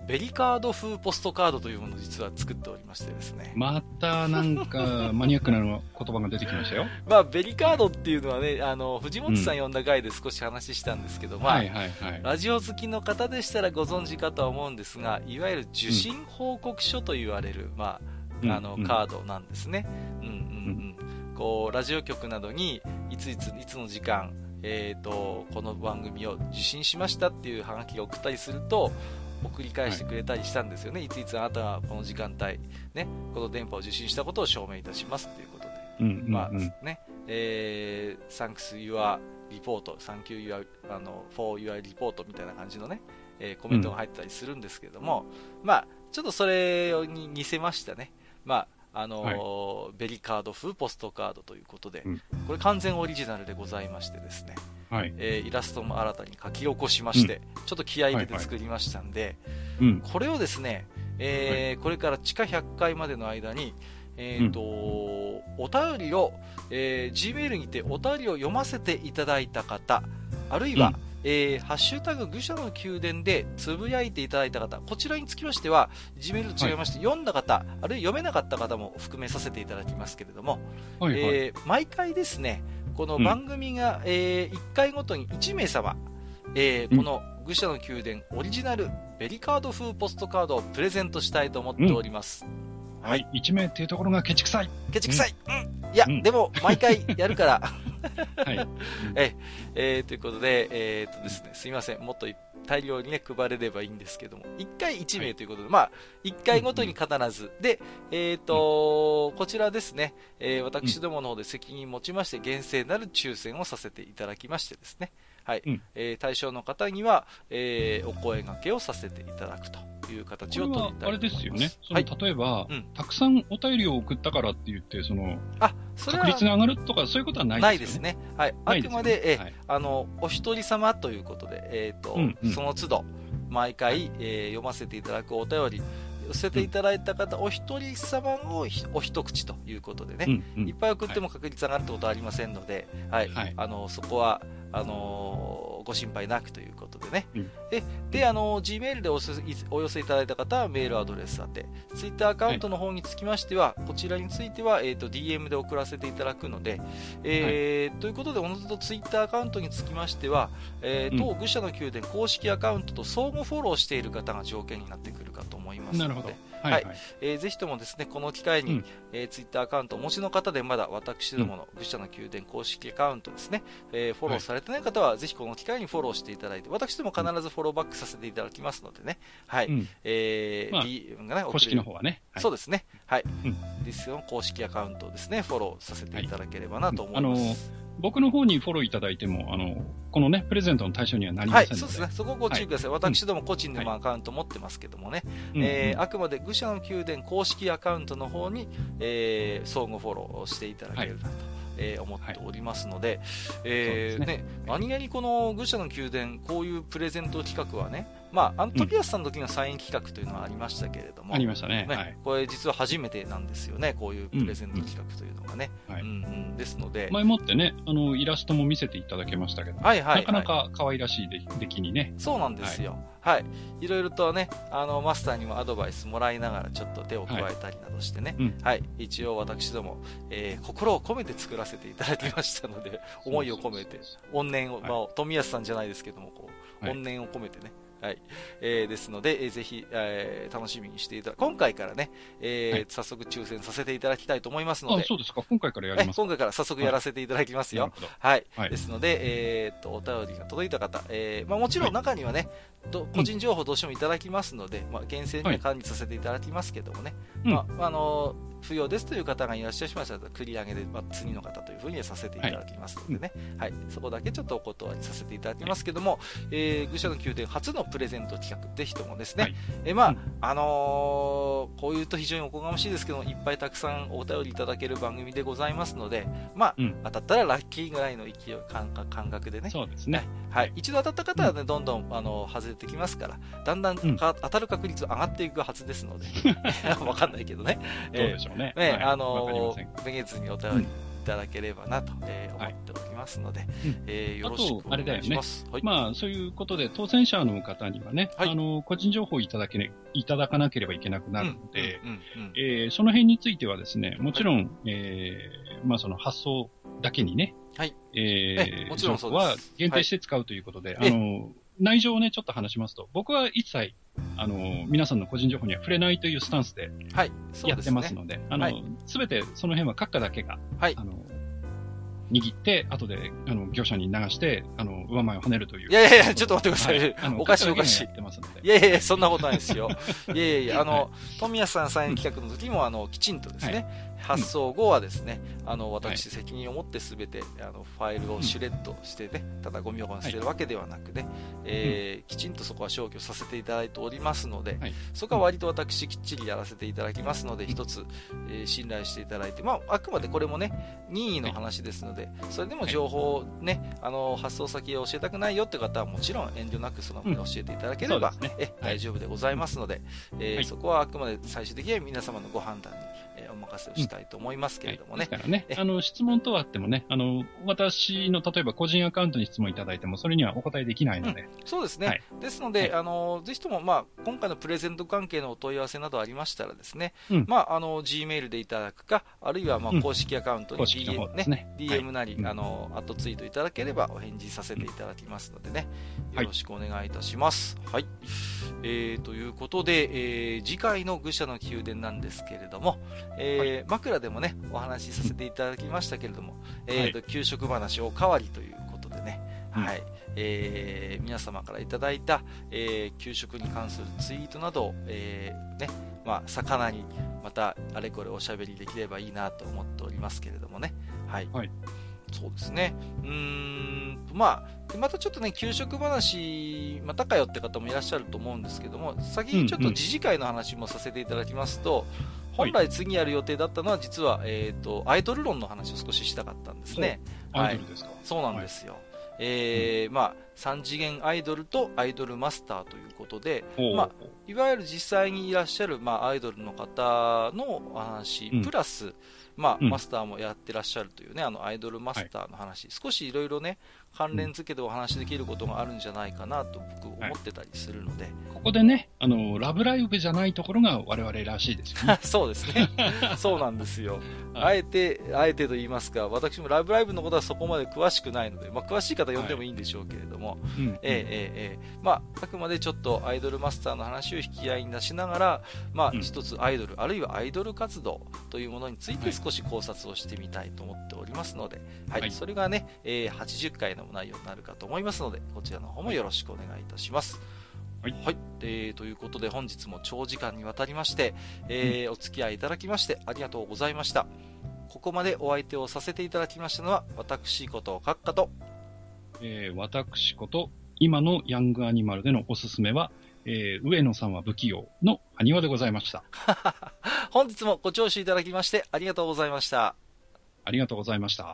ベリカード風ポストカードというものを実は作っておりましてですね。 またなんかマニアックな言葉が出てきましたよ。 まあ、ベリカードっていうのはね、あの、藤本さん呼んだ回で少し話したんですけど、うん、まあ、はいはいはい、ラジオ好きの方でしたらご存知かとは思うんですが、いわゆる受信報告書と言われる、うん、まあ、あの、カードなんですね。うんうんうん。こう、ラジオ局などに、いついつ、いつの時間、えっと、この番組を受信しましたっていうハガキを送ったりすると、送り返してくれたりしたんですよね、はい、いついつあなたがこの時間帯、ね、この電波を受信したことを証明いたしますということで、うんうんうん、まあね、えー、Thanks your report、Thank you your, あの for your report みたいな感じのね、えー、コメントが入ったりするんですけども、うん、まあちょっとそれに似せましたね。まああのーはい、ベリカード風ポストカードということで、うん、これ完全オリジナルでございましてですね、はいえー、イラストも新たに書き起こしまして、うん、ちょっと気合い入れて作りましたんで、はいはい、これをですね、えーはい、これから地下ひゃっかいまでの間に、えーとうん、お便りを、えー、Gmail にてお便りを読ませていただいた方、あるいは、うんえー、ハッシュタグ愚者の宮殿でつぶやいていただいた方、こちらにつきましては Gmail と違いまして、はい、読んだ方あるいは読めなかった方も含めさせていただきますけれども、はいはいえー、毎回ですねこの番組が、うんえー、いっかいごとにいちめいさま、えー、この愚者の宮殿オリジナルベリカード風ポストカードをプレゼントしたいと思っております、 うん、はい、いちめいっていうところがケチくさいケチくさい、うんうん、いや、うん、でも毎回やるからはいええー、ということで、えーとですね、すみません、もっと大量に、ね、配れればいいんですけども、いっかいいちめいということで、はい、まあ、いっかいごとに必ず、うん、で、えーと、うん、こちらですね、えー、私どもの方で責任持ちまして、厳正なる抽選をさせていただきましてですね、はいうんえー、対象の方には、えー、お声掛けをさせていただくという形を取りたいと思います。 これはあれですよね。その、はい、例えば、うん、たくさんお便りを送ったからって言って、その、あ、それは確率が上がるとかそういうことはないですよね。 ないですね。はい。あくまで、え、はい、あの、お一人様ということで、えっ、ー、と、うんうん、その都度、毎回、えー、読ませていただくお便り、寄せていただいた方、うん、お一人様をお一口ということでね、うんうん、いっぱい送っても確率上がるってことはありませんので、はい。はい、あの、そこは、あのー、ご心配なくということでね。うん、で、で、あのー、Gmail でお, お寄せいただいた方はメールアドレス宛て、Twitter アカウントの方につきましては、はい、こちらについては、えっと、ディーエム で送らせていただくので、えーはい、ということで、おのずと Twitter アカウントにつきましては、えー、当愚者の宮殿公式アカウントと相互フォローしている方が条件になってくるかと思いますので、なるほど。はいはいはいえー、ぜひともですねこの機会に、うんえー、ツイッターアカウントをお持ちの方でまだ私どもの愚者の宮殿公式アカウントですね、えー、フォローされてない方は、はい、ぜひこの機会にフォローしていただいて私ども必ずフォローバックさせていただきますのでね、はいうんえーまあ、D がね公式の方はね、 はい、そうですねはい、うん、ですよ公式アカウントをですねフォローさせていただければなと思います、はいあのー僕の方にフォローいただいても、あの、このね、プレゼントの対象にはなりませんので。 はい、そうですね。そこをご注意ください。はい、私ども個人でもアカウント持ってますけどもね。はいえーうんうん、あくまで愚者の宮殿公式アカウントの方に、えー、相互フォローをしていただけるなと。はいえー、思っておりますので、はいえーねね、何気にこの愚者の宮殿こういうプレゼント企画はね、まあ、あのトピアスさんの時のサイン企画というのはありましたけれども、うん、 ありましたね、 ねはい、 これ実は初めてなんですよねこういうプレゼント企画というのがね、うんうんうん、ですので前もってねあのイラストも見せていただけましたけど、はいはいはい、なかなか可愛らしい出来にねそうなんですよ、はいはい、いろいろとねあのマスターにもアドバイスもらいながらちょっと手を加えたりなどしてね、はいうんはい、一応私ども、えー、心を込めて作らせていただきましたので思いを込めて怨念を、はいまあ、富安さんじゃないですけどもこう、はい、怨念を込めてねはいえー、ですので、えー、ぜひ、えー、楽しみにしていただ今回からね、えーはい、早速抽選させていただきたいと思いますのであそうですか今回からやりますか今回から早速やらせていただきますよ、はい、はい、ですので、えー、っとお便りが届いた方、えーまあ、もちろん中にはね、はい、個人情報どうしてもいただきますので、うんまあ、厳正には管理させていただきますけどもね、はいまあ、あの不要ですという方がいらっしゃいましたら繰り上げで、まあ、次の方というふうにさせていただきますのでね、はいはい、そこだけちょっとお断りさせていただきますけども、はいえー、愚者の宮殿初のプレゼント企画ぜひともですね、はい、えー、まあ、うん、あのー、こういうと非常におこがましいですけどもいっぱいたくさんお便りいただける番組でございますので、まあ、うん、当たったらラッキーぐらいの勢い感感覚でね、 そうですね、 はいはい、一度当たった方はね、うん、どんどんあの外れてきますからだんだん、うん、当たる確率上がっていくはずですのでわかんないけどねどうでしょうね、 えー、ね、はい、あのー、めげずにお便りただければなと、えー、思っておりますので、はい、えー、よろしくお願いします。 あと、あれだよね。はい、まあ、そういうことで、当選者の方にはね、はい、あの、個人情報をいただけね、いただかなければいけなくなるので、その辺についてはですね、もちろん、はい、えー、まあ、その発送だけにね、はい。えー、もちろんそうです。は限定して使うということで、はい、あの、内情をね、ちょっと話しますと、僕は一切、あの、皆さんの個人情報には触れないというスタンスで、はい。やってますので、あの、すべてその辺は閣下だけが、はい。あの、握って、後で、あの、業者に流して、あの、上前を跳ねるという。 いやいやいや、ちょっと待ってください。はい、あのおかしいおかしい。いやいやいや、そんなことないですよ。いやいやいや、あの、はい、富安さん再演企画の時も、あの、きちんとですね、はい発送後はですね、あの、私、責任を持ってすべて、あの、ファイルをシュレッドしてね、ただゴミ箱に捨てるわけではなくね、えー、きちんとそこは消去させていただいておりますので、そこは割と私きっちりやらせていただきますので、一つ、えー、信頼していただいて、まあ、あくまでこれもね、任意の話ですので、それでも情報をね、あの、発送先を教えたくないよって方はもちろん遠慮なくその旨教えていただければ、え、大丈夫でございますので、えー、そこはあくまで最終的には皆様のご判断に、えー、お任せをしたいと思いますけれどもね。 うんはい、ですからね、あの、質問等あってもね、あの、私の例えば個人アカウントに質問いただいても、それにはお答えできないので。うん、 そうですね。はい、ですので、はい、あの、ぜひとも、まあ、今回のプレゼント関係のお問い合わせなどありましたらですね、うん、まあ、あの、Gmail でいただくか、あるいは、まあ、公式アカウントに ディーエム、ねね、ディーエム なり、はい、あの、アットツイートいただければお返事させていただきますのでね、よろしくお願いいたします。はい。はい、えー、ということで、えー、次回の愚者の宮殿なんですけれども、えーはい、枕でもね、お話しさせていただきましたけれども、えーと、はい、給食話おかわりということでね、うん、はい、えー、皆様からいただいた、えー、給食に関するツイートなどを、えー、ね、まあ、魚にまたあれこれおしゃべりできればいいなと思っておりますけれどもね、はい。はい、そうですね。うーん、まあ、またちょっとね、給食話、またかよって方もいらっしゃると思うんですけども、先にちょっと次次回の話もさせていただきますと、うんうん本来次やる予定だったのは実は、えっと、アイドル論の話を少ししたかったんですね。 アイドルですか？はい、 そうなんですよ。はい、えー、まあ、三次元アイドルとアイドルマスターということで、まあ、いわゆる実際にいらっしゃる、まあ、アイドルの方の話、うん、プラス、まあ、うん、マスターもやってらっしゃるというね、あの、アイドルマスターの話、はい、少しいろいろね、関連付けでお話できることがあるんじゃないかなと僕思ってたりするので、はい、 ここでね、あの、ラブライブじゃないところが我々らしいですよね。 そうですね。そうなんですよ。はい、あえて、あえてと言いますか、私もラブライブのことはそこまで詳しくないので、まあ、詳しい方呼んでもいいんでしょうけれども、はい、えー、えー、えー、まあ、あくまでちょっとアイドルマスターの話を引き合いに出しながら、まあ、一つアイドル、あるいはアイドル活動というものについて少し考察をしてみたいと思っておりますので、はい、はい、それがね、えー、はちじゅっかいの内容になるかと思いますので、こちらの方もよろしくお願いいたします。はい、はい、えー、ということで本日も長時間にわたりまして、えーうん、お付き合いいただきましてありがとうございました。ここまでお相手をさせていただきましたのは私こと閣下と、 えー、私こと今のヤングアニマルでのおすすめは、えー、上野さんは不器用の埴輪でございました。 本日もご聴取いただきましてありがとうございました。 ありがとうございました。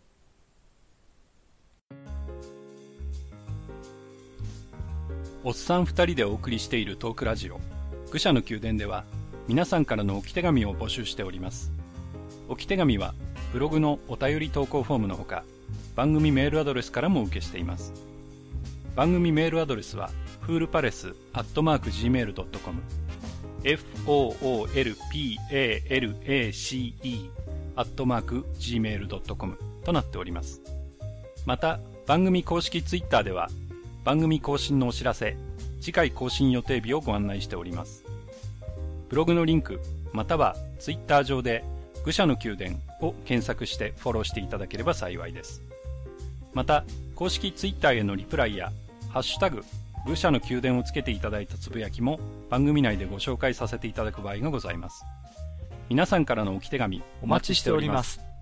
おっさん二人でお送りしているトークラジオ愚者の宮殿では皆さんからの置き手紙を募集しております。置き手紙はブログのお便り投稿フォームのほか番組メールアドレスからもお受けしています。番組メールアドレスはフールパレスアットマーク ジーメールドットコム フォーオーエルピーエーエルエーシーイー アットマーク ジーメールドットコム となっております。また番組公式ツイッターでは番組更新のお知らせ、次回更新予定日をご案内しております。ブログのリンク、またはツイッター上で愚者の宮殿を検索してフォローしていただければ幸いです。また、公式ツイッターへのリプライや、ハッシュタグ、愚者の宮殿をつけていただいたつぶやきも番組内でご紹介させていただく場合がございます。皆さんからの置き手紙お待ちしております。